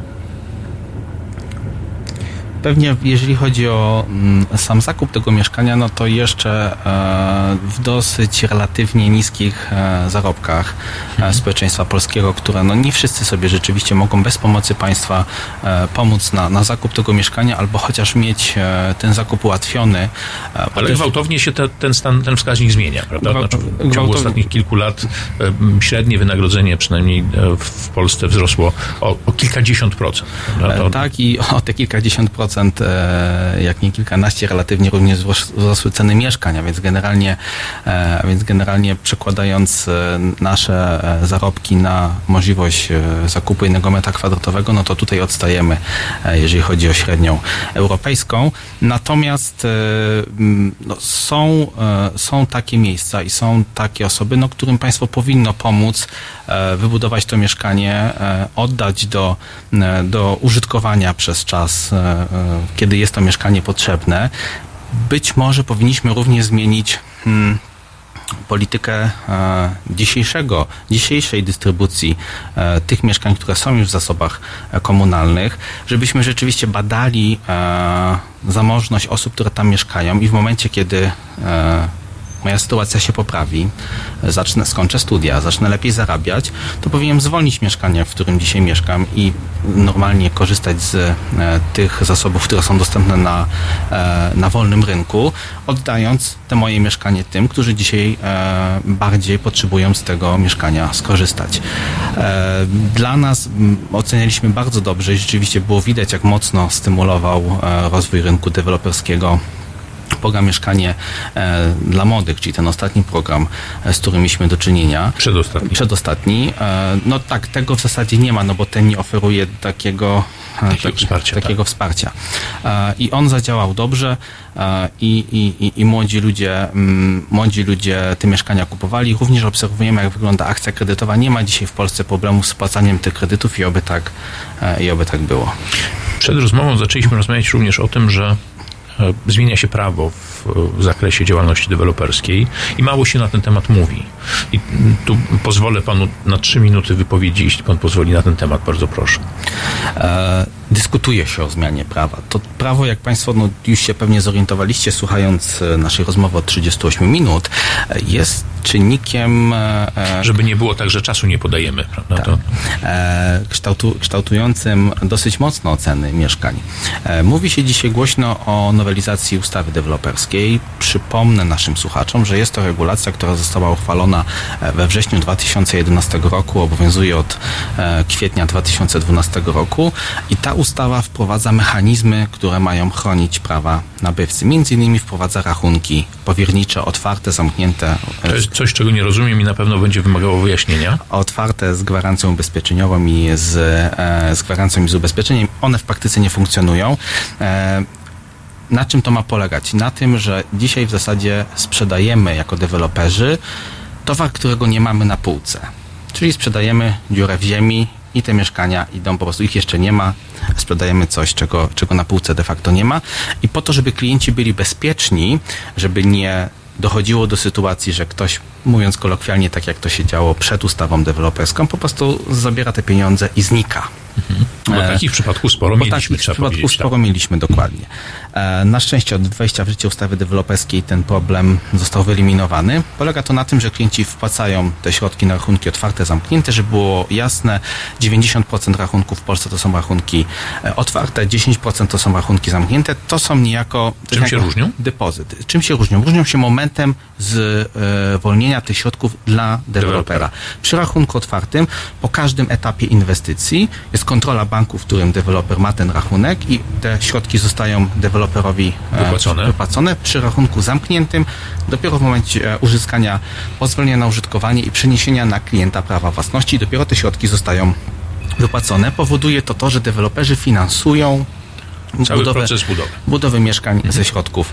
Speaker 5: Pewnie jeżeli chodzi o sam zakup tego mieszkania, no to jeszcze w dosyć relatywnie niskich zarobkach społeczeństwa polskiego, które nie wszyscy sobie rzeczywiście mogą bez pomocy państwa pomóc na zakup tego mieszkania, albo chociaż mieć ten zakup ułatwiony.
Speaker 4: Ale gwałtownie się ten wskaźnik zmienia, prawda? W ciągu ostatnich kilku lat średnie wynagrodzenie przynajmniej w Polsce wzrosło o kilkadziesiąt procent.
Speaker 5: Tak, i o te kilkadziesiąt procent, jak nie kilkanaście, relatywnie również wzrosły ceny mieszkań, a więc generalnie przekładając nasze zarobki na możliwość zakupu 1 metra kwadratowego, no to tutaj odstajemy, jeżeli chodzi o średnią europejską. Natomiast są takie miejsca i są takie osoby, którym państwo powinno pomóc wybudować to mieszkanie, oddać do użytkowania przez czas, kiedy jest to mieszkanie potrzebne. Być może powinniśmy również zmienić politykę dzisiejszej dystrybucji tych mieszkań, które są już w zasobach komunalnych, żebyśmy rzeczywiście badali zamożność osób, które tam mieszkają i w momencie, kiedy moja sytuacja się poprawi, skończę studia, zacznę lepiej zarabiać, to powinienem zwolnić mieszkanie, w którym dzisiaj mieszkam i normalnie korzystać z tych zasobów, które są dostępne na wolnym rynku, oddając te moje mieszkanie tym, którzy dzisiaj bardziej potrzebują z tego mieszkania skorzystać. Dla nas ocenialiśmy bardzo dobrze i rzeczywiście było widać, jak mocno stymulował rozwój rynku deweloperskiego program Mieszkanie dla Młodych, czyli ten ostatni program, z którym mieliśmy do czynienia. Przedostatni. No tak, tego w zasadzie nie ma, no bo ten nie oferuje takiego wsparcia. I on zadziałał dobrze i młodzi ludzie te mieszkania kupowali. Również obserwujemy, jak wygląda akcja kredytowa. Nie ma dzisiaj w Polsce problemu z spłacaniem tych kredytów i oby tak było.
Speaker 4: Przed rozmową zaczęliśmy rozmawiać również o tym, że zmienia się prawo w zakresie działalności deweloperskiej i mało się na ten temat mówi. I tu pozwolę panu na 3 minuty wypowiedzi, jeśli pan pozwoli na ten temat, bardzo proszę.
Speaker 5: Dyskutuje się o zmianie prawa. To prawo, jak państwo już się pewnie zorientowaliście, słuchając naszej rozmowy od 38 minut, jest czynnikiem...
Speaker 4: Żeby nie było tak, że czasu nie podajemy, prawda?
Speaker 5: Tak. Kształtującym dosyć mocno oceny mieszkań. Mówi się dzisiaj głośno o nowelizacji ustawy deweloperskiej. Przypomnę naszym słuchaczom, że jest to regulacja, która została uchwalona we wrześniu 2011 roku, obowiązuje od kwietnia 2012 roku i ta ustawa wprowadza mechanizmy, które mają chronić prawa nabywcy. Między innymi wprowadza rachunki powiernicze, otwarte, zamknięte.
Speaker 4: To jest coś, czego nie rozumiem i na pewno będzie wymagało wyjaśnienia.
Speaker 5: Otwarte z gwarancją ubezpieczeniową i z gwarancją i z ubezpieczeniem. One w praktyce nie funkcjonują. Na czym to ma polegać? Na tym, że dzisiaj w zasadzie sprzedajemy jako deweloperzy towar, którego nie mamy na półce. Czyli sprzedajemy dziurę w ziemi i te mieszkania idą, po prostu ich jeszcze nie ma, sprzedajemy coś, czego na półce de facto nie ma i po to, żeby klienci byli bezpieczni, żeby nie dochodziło do sytuacji, że ktoś, mówiąc kolokwialnie, tak jak to się działo przed ustawą deweloperską, po prostu zabiera te pieniądze i znika.
Speaker 4: Bo takich przypadków sporo mieliśmy.
Speaker 5: Dokładnie. Na szczęście od wejścia w życie ustawy deweloperskiej ten problem został wyeliminowany. Polega to na tym, że klienci wpłacają te środki na rachunki otwarte, zamknięte, żeby było jasne. 90% rachunków w Polsce to są rachunki otwarte, 10% to są rachunki zamknięte. To są niejako...
Speaker 4: Czym się różnią?
Speaker 5: Depozyty. Czym się różnią? Różnią się momentem zwolnienia tych środków dla dewelopera. Przy rachunku otwartym po każdym etapie inwestycji jest kontrola banku, w którym deweloper ma ten rachunek i te środki zostają deweloperowi wypłacone. Przy rachunku zamkniętym dopiero w momencie uzyskania pozwolenia na użytkowanie i przeniesienia na klienta prawa własności dopiero te środki zostają wypłacone. Powoduje to, że deweloperzy finansują
Speaker 4: cały proces
Speaker 5: budowy mieszkań ze środków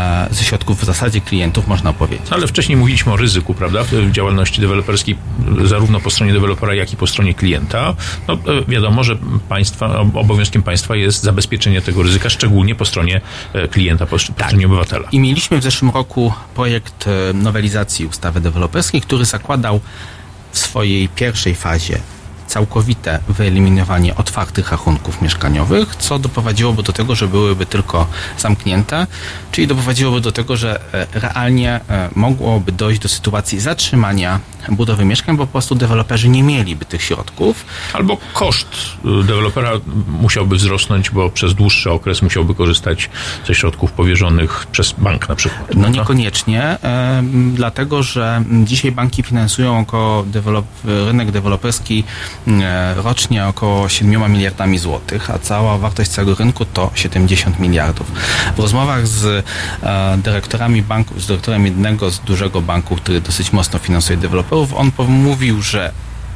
Speaker 5: w zasadzie klientów, można powiedzieć.
Speaker 4: Ale wcześniej mówiliśmy o ryzyku, prawda, w działalności deweloperskiej, zarówno po stronie dewelopera, jak i po stronie klienta. No, wiadomo, że obowiązkiem państwa jest zabezpieczenie tego ryzyka, szczególnie po stronie klienta, po stronie obywatela.
Speaker 5: I mieliśmy w zeszłym roku projekt nowelizacji ustawy deweloperskiej, który zakładał w swojej pierwszej fazie całkowite wyeliminowanie otwartych rachunków mieszkaniowych, co doprowadziłoby do tego, że byłyby tylko zamknięte, czyli doprowadziłoby do tego, że realnie mogłoby dojść do sytuacji zatrzymania budowy mieszkań, bo po prostu deweloperzy nie mieliby tych środków.
Speaker 4: Albo koszt dewelopera musiałby wzrosnąć, bo przez dłuższy okres musiałby korzystać ze środków powierzonych przez bank na przykład.
Speaker 5: No niekoniecznie, dlatego że dzisiaj banki finansują rynek deweloperski rocznie około 7 miliardami złotych, a cała wartość całego rynku to 70 miliardów. W rozmowach z dyrektorami banków, z dyrektorem jednego z dużego banku, który dosyć mocno finansuje deweloperów, on mówił, że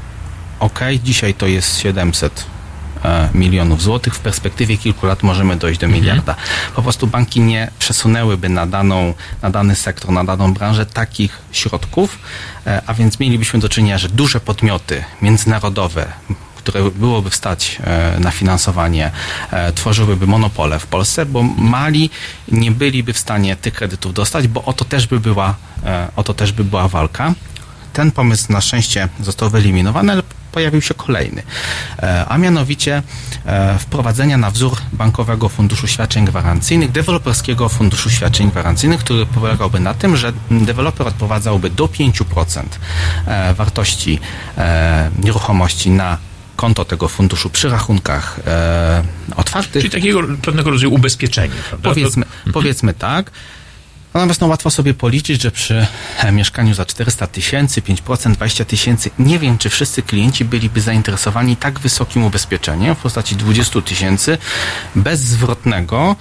Speaker 5: dzisiaj to jest 700 milionów złotych, w perspektywie kilku lat możemy dojść do miliarda. Po prostu banki nie przesunęłyby na dany sektor, na daną branżę takich środków, a więc mielibyśmy do czynienia, że duże podmioty międzynarodowe, które byłoby stać na finansowanie, tworzyłyby monopole w Polsce, bo mali nie byliby w stanie tych kredytów dostać, bo oto też by była walka. ten pomysł na szczęście został wyeliminowany, ale pojawił się kolejny, a mianowicie wprowadzenia na wzór Bankowego Funduszu Świadczeń Gwarancyjnych, deweloperskiego funduszu świadczeń gwarancyjnych, który polegałby na tym, że deweloper odprowadzałby do 5% wartości nieruchomości na konto tego funduszu przy rachunkach otwartych.
Speaker 4: Czyli takiego pewnego rodzaju ubezpieczenie, prawda?
Speaker 5: Powiedzmy tak. Natomiast łatwo sobie policzyć, że przy mieszkaniu za 400 tysięcy, 5%, 20 tysięcy, nie wiem, czy wszyscy klienci byliby zainteresowani tak wysokim ubezpieczeniem w postaci 20 tysięcy bezzwrotnego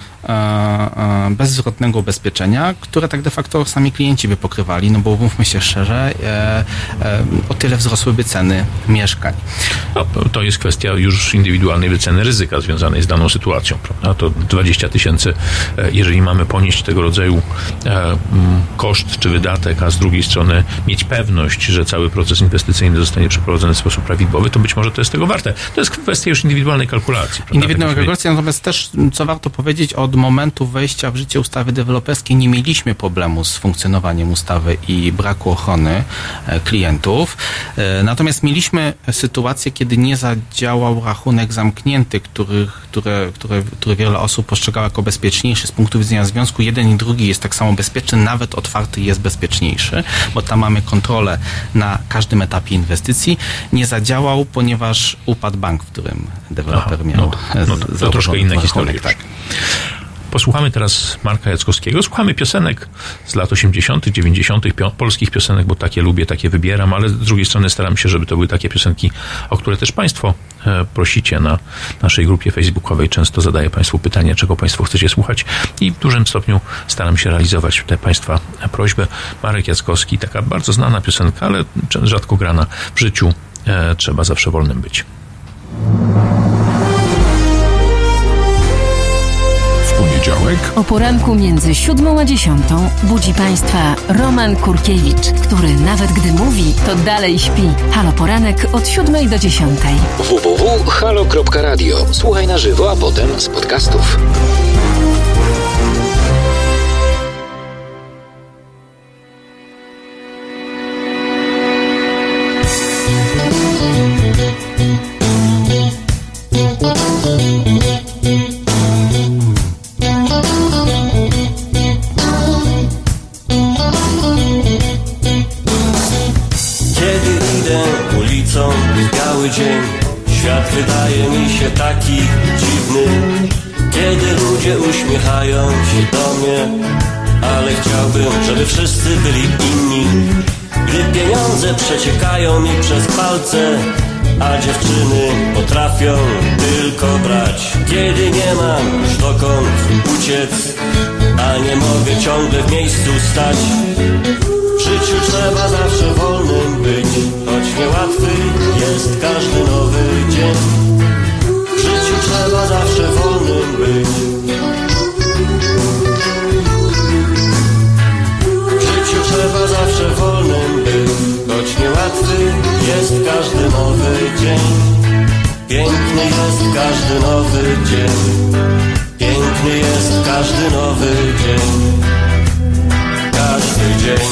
Speaker 5: ubezpieczenia, które tak de facto sami klienci by pokrywali, no bo umówmy się szczerze, o tyle wzrosłyby ceny mieszkań.
Speaker 4: No, to jest kwestia już indywidualnej wyceny ryzyka związanej z daną sytuacją, prawda? To 20 tysięcy, jeżeli mamy ponieść tego rodzaju koszt czy wydatek, a z drugiej strony mieć pewność, że cały proces inwestycyjny zostanie przeprowadzony w sposób prawidłowy, to być może to jest tego warte. To jest kwestia już indywidualnej kalkulacji.
Speaker 5: Indywidualnej kalkulacji, natomiast też, co warto powiedzieć, od momentu wejścia w życie ustawy deweloperskiej nie mieliśmy problemu z funkcjonowaniem ustawy i braku ochrony klientów. Natomiast mieliśmy sytuację, kiedy nie zadziałał rachunek zamknięty, który wiele osób postrzegało jako bezpieczniejszy z punktu widzenia związku. Jeden i drugi jest tak samo bezpieczny, nawet otwarty jest bezpieczniejszy, bo tam mamy kontrolę na każdym etapie inwestycji. Nie zadziałał, ponieważ upadł bank, w którym deweloper miał
Speaker 4: to troszkę inna historia.
Speaker 5: Tak.
Speaker 4: Posłuchamy teraz Marka Jackowskiego. Słuchamy piosenek z lat 80., 90., polskich piosenek, bo takie lubię, takie wybieram, ale z drugiej strony staram się, żeby to były takie piosenki, o które też Państwo prosicie na naszej grupie facebookowej. Często zadaję Państwu pytanie, czego Państwo chcecie słuchać i w dużym stopniu staram się realizować tę Państwa prośbę. Marek Jackowski, taka bardzo znana piosenka, ale rzadko grana w życiu. Trzeba zawsze wolnym być.
Speaker 7: O poranku między 7 a 10 budzi Państwa Roman Kurkiewicz, który nawet gdy mówi, to dalej śpi. Halo Poranek od 7 do 10.
Speaker 12: www.halo.radio. Słuchaj na żywo, a potem z podcastów.
Speaker 13: Dzień, świat wydaje mi się taki dziwny, kiedy ludzie uśmiechają się do mnie, ale chciałbym, żeby wszyscy byli inni. Gdy pieniądze przeciekają mi przez palce, a dziewczyny potrafią tylko brać. Kiedy nie mam już dokąd uciec, a nie mogę ciągle w miejscu stać. W życiu trzeba zawsze wolnym być, choć niełatwy jest każdy nowy dzień. W życiu trzeba zawsze wolnym być. W życiu trzeba zawsze wolnym być, choć niełatwy jest każdy nowy dzień. Piękny jest każdy nowy dzień. Piękny jest każdy nowy dzień. Każdy dzień.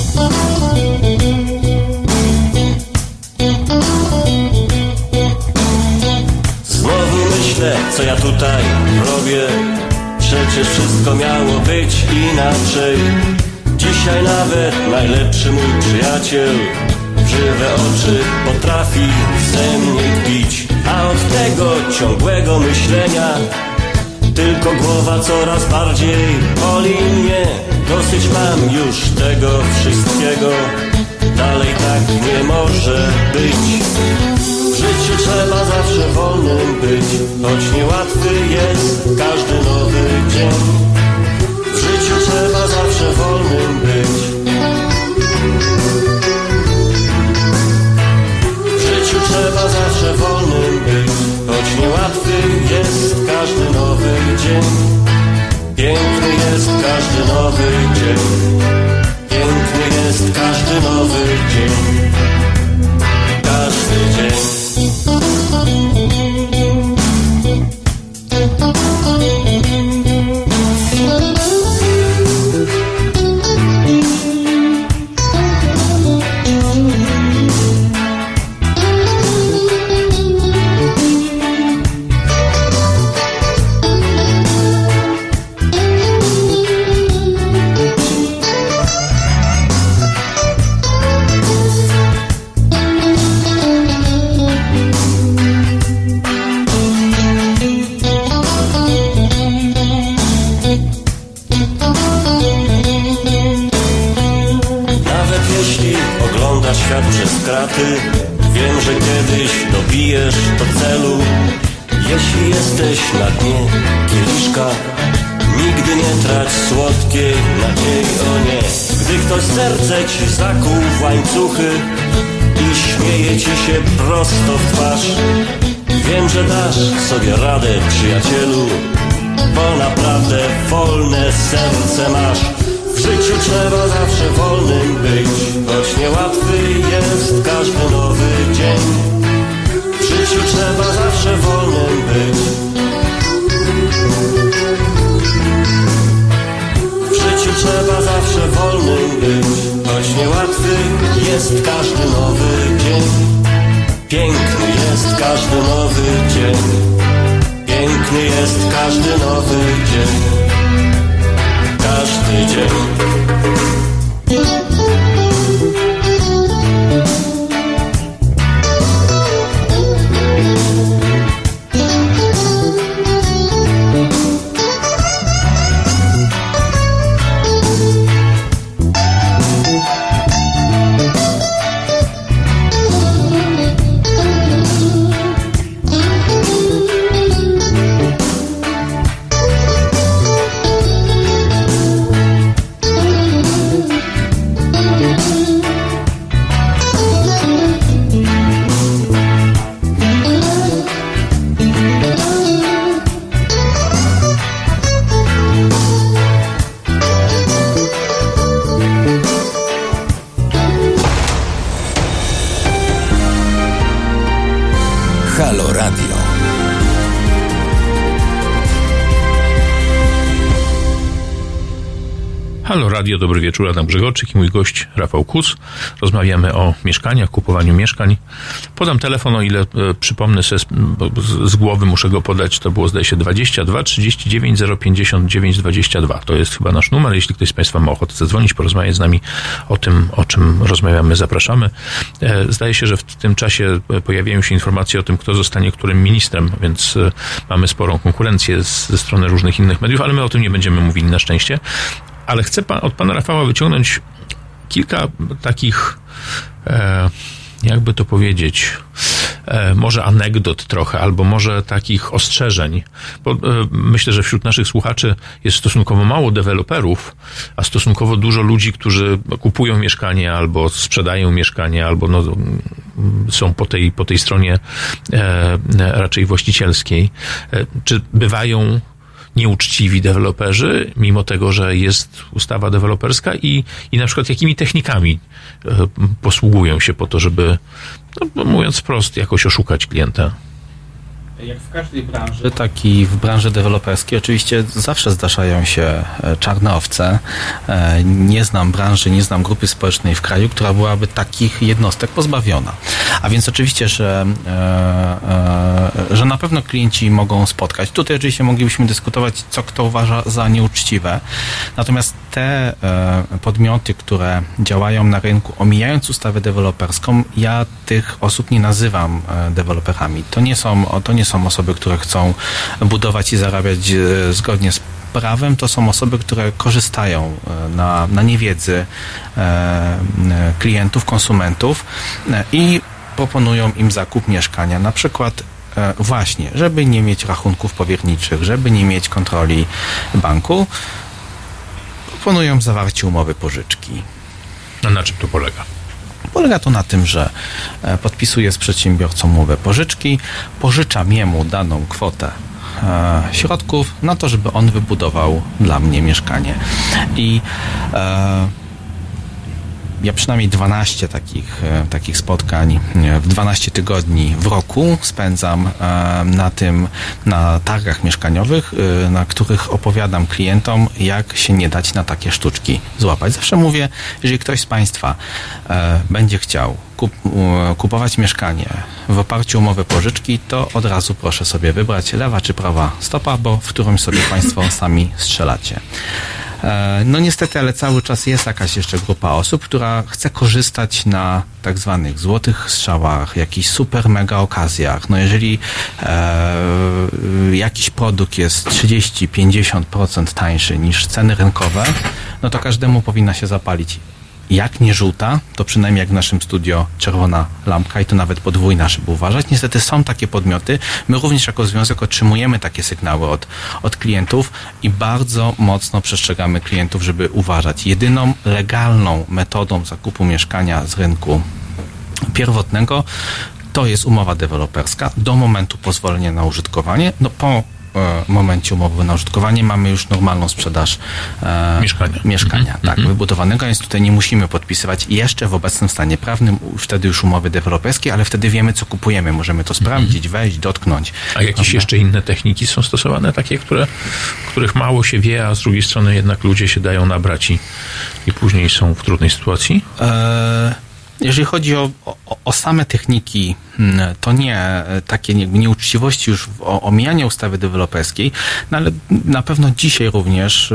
Speaker 13: Znowu myślę, co ja tutaj robię. Przecież wszystko miało być inaczej. Dzisiaj nawet najlepszy mój przyjaciel w żywe oczy potrafi ze mnie pić. A od tego ciągłego myślenia tylko głowa coraz bardziej boli mnie. Dosyć mam już tego wszystkiego, dalej tak nie może być. W życiu trzeba zawsze wolnym być, choć niełatwy jest każdy nowy dzień. W życiu trzeba zawsze wolnym być. W życiu trzeba zawsze wolnym być, choć niełatwy jest każdy nowy dzień. Piękny jest każdy nowy dzień. Piękny jest każdy nowy dzień. Każdy dzień. przepada świat przez kraty. Wiem, że kiedyś dobijesz do celu. Jeśli jesteś na dnie kieliszka, nigdy nie trać słodkiej nadziei, o nie. Gdy ktoś serce ci zakuł w łańcuchy i śmieje ci się prosto w twarz, wiem, że dasz sobie radę, przyjacielu, bo naprawdę wolne serce masz. W życiu trzeba zawsze wolnym być, choć niełatwy jest każdy nowy dzień. W życiu trzeba zawsze wolnym być. W życiu trzeba zawsze wolnym być, choć niełatwy jest każdy nowy dzień. Piękny jest każdy nowy dzień. Piękny jest każdy nowy dzień. Każdy dzień.
Speaker 8: Halo Radio.
Speaker 4: Halo Radio, dobry wieczór, Adam Grzegorczyk i mój gość Rafał Kus. Rozmawiamy o mieszkaniach, kupowaniu mieszkań. Podam telefon, o ile przypomnę sobie, z głowy muszę go podać, to było zdaje się 22 39 059 22. To jest chyba nasz numer, jeśli ktoś z Państwa ma ochotę zadzwonić, porozmawiać z nami o tym, o czym rozmawiamy, zapraszamy. Zdaje się, że w tym czasie pojawiają się informacje o tym, kto zostanie którym ministrem, więc mamy sporą konkurencję ze strony różnych innych mediów, ale my o tym nie będziemy mówili na szczęście. Ale chcę od pana Rafała wyciągnąć kilka takich, jakby to powiedzieć, może anegdot trochę, albo może takich ostrzeżeń, bo myślę, że wśród naszych słuchaczy jest stosunkowo mało deweloperów, a stosunkowo dużo ludzi, którzy kupują mieszkanie, albo sprzedają mieszkanie, albo są po tej stronie raczej właścicielskiej. Czy bywają nieuczciwi deweloperzy, mimo tego, że jest ustawa deweloperska i na przykład jakimi technikami posługują się po to, żeby, mówiąc wprost, jakoś oszukać klienta?
Speaker 5: Jak w każdej branży, tak i w branży deweloperskiej oczywiście zawsze zdarzają się czarne owce. Nie znam branży, nie znam grupy społecznej w kraju, która byłaby takich jednostek pozbawiona. A więc oczywiście, że na pewno klienci mogą spotkać. Tutaj oczywiście moglibyśmy dyskutować, co kto uważa za nieuczciwe. Natomiast te podmioty, które działają na rynku, omijając ustawę deweloperską, ja tych osób nie nazywam deweloperami. To nie są osoby, które chcą budować i zarabiać zgodnie z prawem. To są osoby, które korzystają na niewiedzy klientów, konsumentów i proponują im zakup mieszkania. Na przykład właśnie, żeby nie mieć rachunków powierniczych, żeby nie mieć kontroli banku, proponują zawarcie umowy pożyczki.
Speaker 4: A na czym to polega?
Speaker 5: Polega to na tym, że podpisuję z przedsiębiorcą umowę pożyczki, pożyczam jemu daną kwotę środków na to, żeby on wybudował dla mnie mieszkanie. I ja przynajmniej 12 takich spotkań w 12 tygodni w roku spędzam na targach mieszkaniowych, na których opowiadam klientom, jak się nie dać na takie sztuczki złapać. Zawsze mówię, jeżeli ktoś z Państwa będzie chciał kupować mieszkanie w oparciu o umowę pożyczki, to od razu proszę sobie wybrać lewa czy prawa stopa, bo w którymś sobie Państwo sami strzelacie. No niestety, ale cały czas jest jakaś jeszcze grupa osób, która chce korzystać na tak zwanych złotych strzałach, jakichś super mega okazjach. No jeżeli jakiś produkt jest 30-50% tańszy niż ceny rynkowe, no to każdemu powinna się zapalić jak nie żółta, to przynajmniej jak w naszym studio czerwona lampka i to nawet podwójna, żeby uważać. Niestety są takie podmioty. My również jako związek otrzymujemy takie sygnały od klientów i bardzo mocno przestrzegamy klientów, żeby uważać. Jedyną legalną metodą zakupu mieszkania z rynku pierwotnego to jest umowa deweloperska do momentu pozwolenia na użytkowanie. No po momencie umowy na użytkowanie mamy już normalną sprzedaż mieszkania tak, wybudowanego, więc tutaj nie musimy podpisywać jeszcze w obecnym stanie prawnym wtedy już umowy deweloperskiej, ale wtedy wiemy, co kupujemy. Możemy to sprawdzić, wejść, dotknąć.
Speaker 4: A jakieś jeszcze inne techniki są stosowane, takie, których mało się wie, a z drugiej strony jednak ludzie się dają nabrać i później są w trudnej sytuacji?
Speaker 5: Jeżeli chodzi o same techniki, to nie takie nieuczciwości już o omijanie ustawy deweloperskiej, no ale na pewno dzisiaj również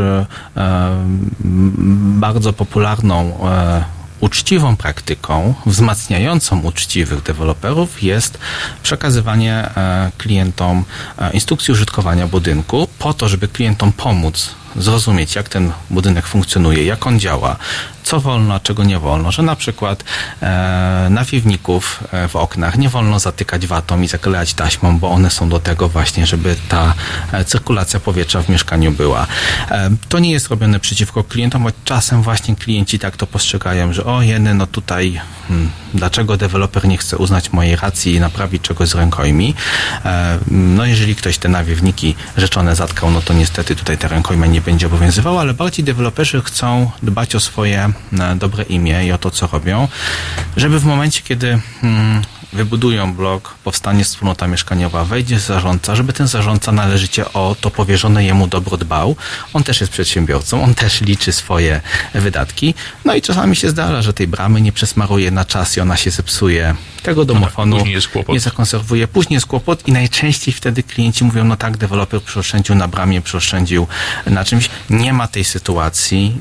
Speaker 5: bardzo popularną uczciwą praktyką, wzmacniającą uczciwych deweloperów jest przekazywanie klientom instrukcji użytkowania budynku po to, żeby klientom pomóc zrozumieć, jak ten budynek funkcjonuje, jak on działa, co wolno, a czego nie wolno, że na przykład nawiewników w oknach nie wolno zatykać watą i zaklejać taśmą, bo one są do tego właśnie, żeby ta cyrkulacja powietrza w mieszkaniu była. To nie jest robione przeciwko klientom, bo czasem właśnie klienci tak to postrzegają, że no tutaj dlaczego deweloper nie chce uznać mojej racji i naprawić czegoś z rękojmi. No jeżeli ktoś te nawiewniki rzeczone zatkał, no to niestety tutaj te rękojmie nie będzie obowiązywało, ale bardziej deweloperzy chcą dbać o swoje dobre imię i o to, co robią, żeby w momencie, kiedy wybudują blok, powstanie wspólnota mieszkaniowa, wejdzie zarządca, żeby ten zarządca należycie o to powierzone jemu dobro dbał. On też jest przedsiębiorcą, on też liczy swoje wydatki. No i czasami się zdarza, że tej bramy nie przesmaruje na czas i ona się zepsuje. Tego domofonu nie zakonserwuje. Później jest kłopot i najczęściej wtedy klienci mówią, no tak, deweloper przeoszczędził na bramie, przeoszczędził na czymś. Nie ma tej sytuacji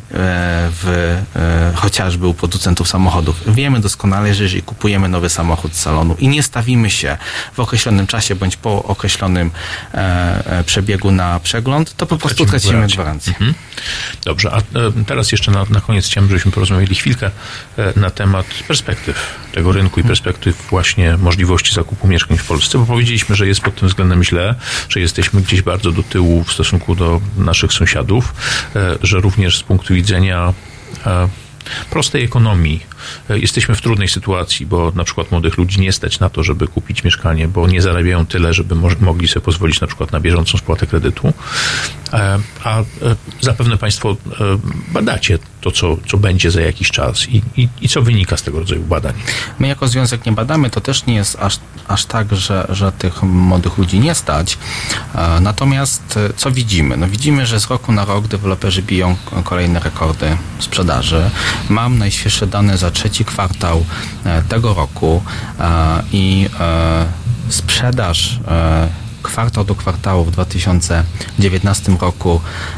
Speaker 5: chociażby u producentów samochodów. Wiemy doskonale, że jeżeli kupujemy nowy samochód z salonu i nie stawimy się w określonym czasie bądź po określonym przebiegu na przegląd, to po prostu tracimy gwarancję.
Speaker 4: Dobrze, a teraz jeszcze na koniec chciałem, żebyśmy porozmawiali chwilkę na temat perspektyw tego rynku i perspektyw właśnie możliwości zakupu mieszkań w Polsce, bo powiedzieliśmy, że jest pod tym względem źle, że jesteśmy gdzieś bardzo do tyłu w stosunku do naszych sąsiadów, że również z punktu widzenia prostej ekonomii jesteśmy w trudnej sytuacji, bo na przykład młodych ludzi nie stać na to, żeby kupić mieszkanie, bo nie zarabiają tyle, żeby mogli sobie pozwolić na przykład na bieżącą spłatę kredytu. A zapewne Państwo badacie to, co będzie za jakiś czas i co wynika z tego rodzaju badań.
Speaker 5: My jako związek nie badamy, to też nie jest aż tak, że tych młodych ludzi nie stać. Natomiast co widzimy? No widzimy, że z roku na rok deweloperzy biją kolejne rekordy sprzedaży. Mam najświeższe dane za trzeci kwartał tego roku i sprzedaż kwartał do kwartału w 2019 roku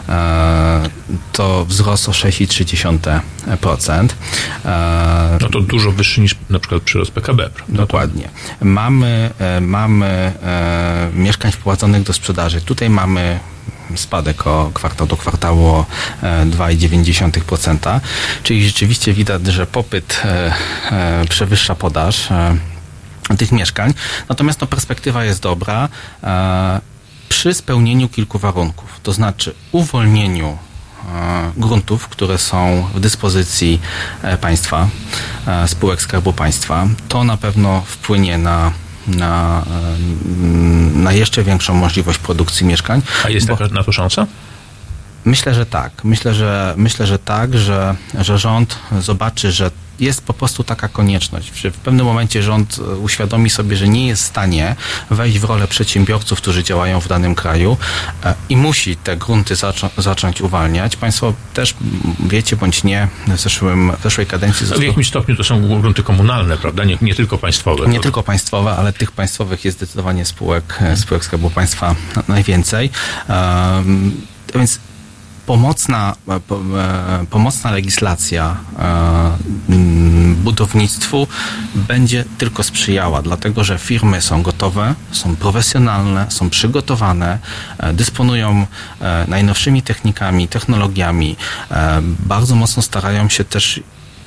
Speaker 5: to wzrost o 6,3%.
Speaker 4: No to dużo wyższy niż na przykład przyrost PKB. Prawda?
Speaker 5: Dokładnie. Mamy mieszkań wprowadzonych do sprzedaży. Tutaj mamy spadek o kwartał do kwartału o 2,9%, czyli rzeczywiście widać, że popyt przewyższa podaż tych mieszkań. Natomiast perspektywa jest dobra przy spełnieniu kilku warunków, to znaczy uwolnieniu gruntów, które są w dyspozycji państwa, spółek Skarbu Państwa. To na pewno wpłynie na jeszcze większą możliwość produkcji mieszkań. A
Speaker 4: jest taka na to szansa?
Speaker 5: Myślę, że tak. Myślę, że tak, że rząd zobaczy, że jest po prostu taka konieczność. W pewnym momencie rząd uświadomi sobie, że nie jest w stanie wejść w rolę przedsiębiorców, którzy działają w danym kraju i musi te grunty zacząć uwalniać. Państwo też wiecie, bądź nie, w zeszłej kadencji...
Speaker 4: W jakimś stopniu to są grunty komunalne, prawda? Nie tylko państwowe.
Speaker 5: Nie tylko państwowe, ale tych państwowych jest zdecydowanie spółek Skarbu Państwa najwięcej. Więc pomocna legislacja budownictwu będzie tylko sprzyjała, dlatego że firmy są gotowe, są profesjonalne, są przygotowane, dysponują najnowszymi technikami, technologiami, bardzo mocno starają się też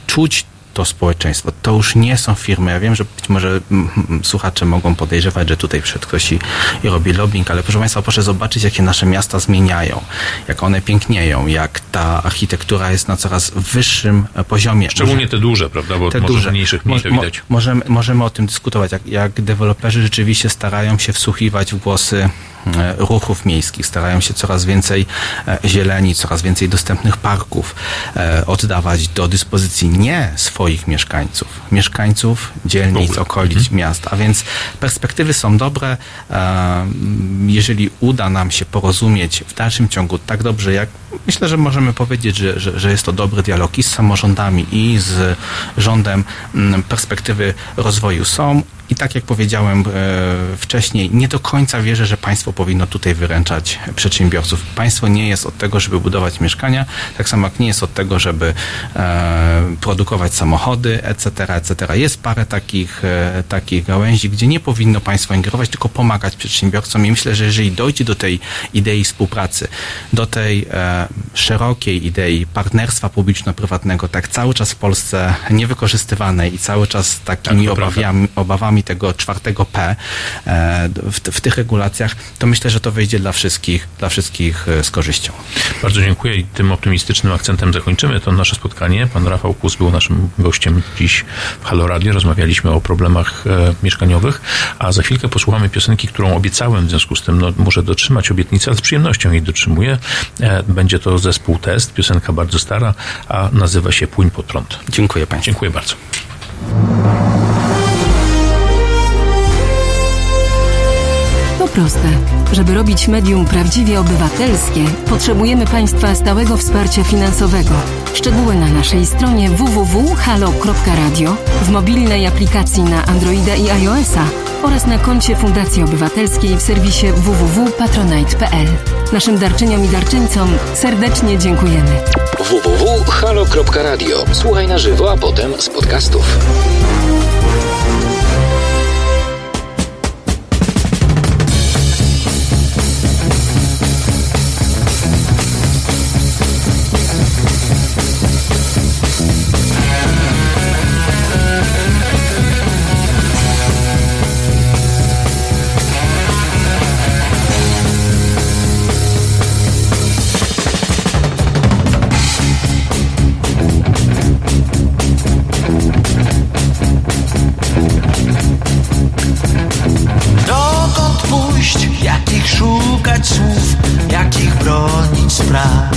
Speaker 5: czuć to społeczeństwo. To już nie są firmy. Ja wiem, że być może słuchacze mogą podejrzewać, że tutaj przyszedł ktoś i robi lobbying, ale proszę Państwa, proszę zobaczyć, jakie nasze miasta zmieniają, jak one pięknieją, jak ta architektura jest na coraz wyższym poziomie.
Speaker 4: Szczególnie te duże, prawda? Bo
Speaker 5: te
Speaker 4: może
Speaker 5: duże.
Speaker 4: mniejszych mniej to widać.
Speaker 5: Możemy o tym dyskutować, jak deweloperzy rzeczywiście starają się wsłuchiwać w głosy ruchów miejskich, starają się coraz więcej zieleni, coraz więcej dostępnych parków oddawać do dyspozycji nie swoich mieszkańców dzielnic, okolic, miast. A więc perspektywy są dobre. Jeżeli uda nam się porozumieć w dalszym ciągu tak dobrze, jak myślę, że możemy powiedzieć, że jest to dobry dialog i z samorządami, i z rządem, perspektywy rozwoju są. I tak jak powiedziałem wcześniej, nie do końca wierzę, że państwo powinno tutaj wyręczać przedsiębiorców. Państwo nie jest od tego, żeby budować mieszkania, tak samo jak nie jest od tego, żeby produkować samochody, etc. Jest parę takich gałęzi, gdzie nie powinno państwo ingerować, tylko pomagać przedsiębiorcom. I myślę, że jeżeli dojdzie do tej idei współpracy, do tej szerokiej idei partnerstwa publiczno-prywatnego, tak cały czas w Polsce niewykorzystywanej i cały czas takimi obawami tego 4P w tych regulacjach, to myślę, że to wyjdzie dla wszystkich z korzyścią.
Speaker 4: Bardzo dziękuję i tym optymistycznym akcentem zakończymy to nasze spotkanie. Pan Rafał Kus był naszym gościem dziś w Halo Radio. Rozmawialiśmy o problemach mieszkaniowych, a za chwilkę posłuchamy piosenki, którą obiecałem, w związku z tym muszę dotrzymać obietnicy, ale z przyjemnością jej dotrzymuję. Będzie to zespół Test, piosenka bardzo stara, a nazywa się Płyń pod prąd.
Speaker 5: Dziękuję Państwu.
Speaker 4: Dziękuję bardzo.
Speaker 7: To proste. Żeby robić medium prawdziwie obywatelskie, potrzebujemy Państwa stałego wsparcia finansowego. Szczegóły na naszej stronie www.halo.radio, w mobilnej aplikacji na Androida i iOS-a oraz na koncie Fundacji Obywatelskiej w serwisie www.patronite.pl. Naszym darczyniom i darczyńcom serdecznie dziękujemy.
Speaker 12: www.halo.radio. Słuchaj na żywo, a potem z podcastów.
Speaker 14: Słów, jakich bronić spraw.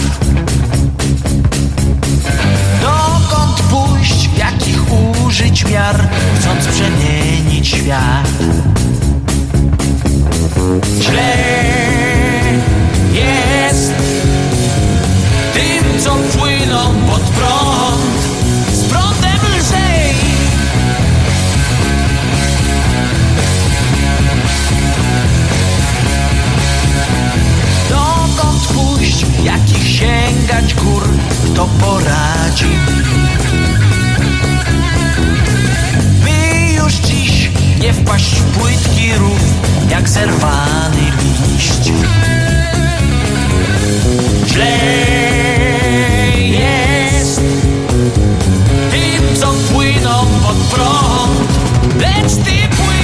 Speaker 14: Dokąd pójść, jakich użyć miar, chcąc przemienić świat. Źle jest tym, co płyną pod prąd, z prądem lżej. Dokąd pójść, jakich sięgać gór, kto poradzi mi? By już dziś nie wpaść w płytki rów, jak zerwany liść. Źle jest tym, co płyną pod prąd, lecz ty płyń.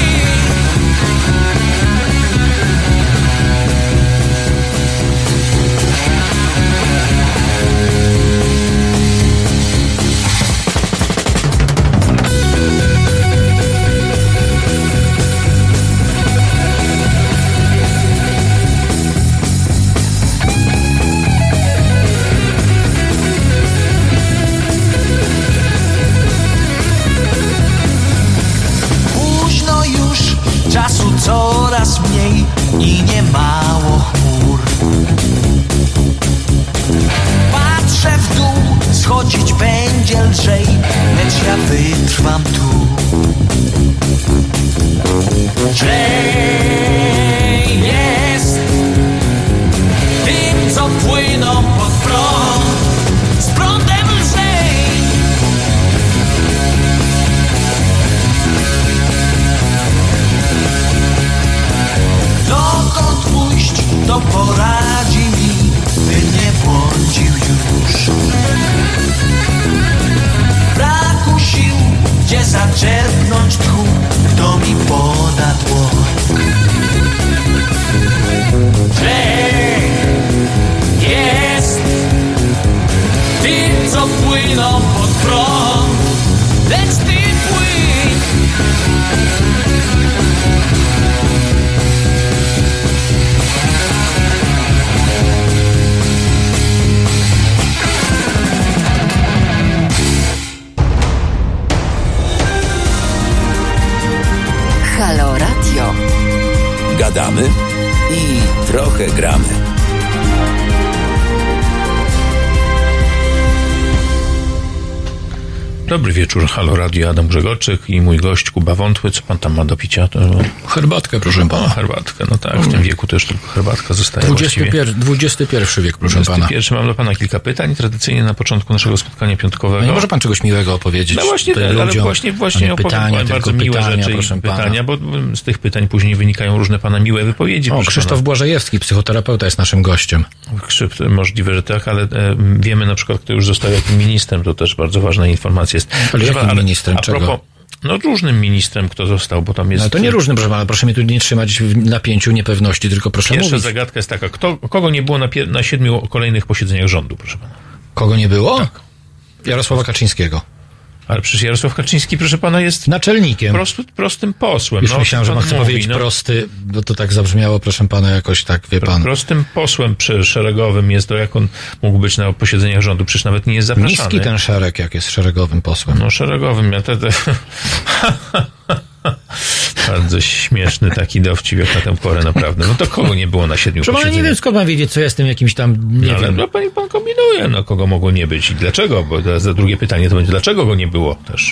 Speaker 14: Czasu coraz mniej i nie mało chmur. Patrzę w dół, schodzić będzie lżej, lecz ja wytrwam tu. Źle jest tym, co płyną pod prąd, z prądem lżej. Dokąd pójść, to poradzi mi, by nie błądził już. zaczerpnąć tchu, kto mi poda dłoń. Jest tym, co płyną pod prąd, lecz ty płyń.
Speaker 11: Halo Radio.
Speaker 8: Gadamy i trochę gramy.
Speaker 4: Dobry wieczór, Halo Radio, Adam Grzegorczyk i mój gość Kuba Wątły. Co pan tam ma do picia? To...
Speaker 15: Herbatkę, proszę pana.
Speaker 4: Herbatkę, no tak, w tym wieku to już tylko herbatka zostaje
Speaker 15: XXI wiek, proszę pana.
Speaker 4: Mam do pana kilka pytań, tradycyjnie na początku naszego spotkania piątkowego.
Speaker 15: No nie może pan czegoś miłego opowiedzieć?
Speaker 4: No właśnie, ale właśnie opowiem bardzo miłe rzeczy i pytania, bo z tych pytań później wynikają różne pana miłe wypowiedzi.
Speaker 15: O, Krzysztof Błażejewski, psychoterapeuta, jest naszym gościem.
Speaker 4: Możliwe, że tak, ale wiemy na przykład, kto już został jakim ministrem, to też bardzo ważna informacja jest.
Speaker 15: Ale jakim ministrem? Czego?
Speaker 4: No różnym ministrem, kto został, bo tam jest...
Speaker 15: No to nie różnym, proszę pana, proszę mnie tu nie trzymać w napięciu, niepewności, tylko proszę mówić.
Speaker 4: Pierwsza zagadka jest taka, kogo nie było na 7 kolejnych posiedzeniach rządu, proszę pana?
Speaker 15: Kogo nie było?
Speaker 4: Tak.
Speaker 15: Jarosława Kaczyńskiego.
Speaker 4: Ale przecież Jarosław Kaczyński, proszę pana, jest...
Speaker 15: Naczelnikiem.
Speaker 4: Prostym posłem.
Speaker 15: Już myślałem, że pan chce powiedzieć prosty, bo to tak zabrzmiało, proszę pana, jakoś tak, wie pan.
Speaker 4: Prostym posłem szeregowym jest to, jak on mógł być na posiedzeniach rządu, przecież nawet nie jest zapraszany.
Speaker 15: Niski ten szereg, jak jest szeregowym posłem.
Speaker 4: No szeregowym, ja Bardzo śmieszny taki dowcip jak na tę porę, naprawdę. No to kogo nie było na 7 posiedzeniach?
Speaker 15: Nie wiem, skąd pan wiedzieć, co jestem jakimś tam, nie wiem.
Speaker 4: No pan kombinuje, no kogo mogło nie być i dlaczego, bo za drugie pytanie to będzie, dlaczego go nie było też?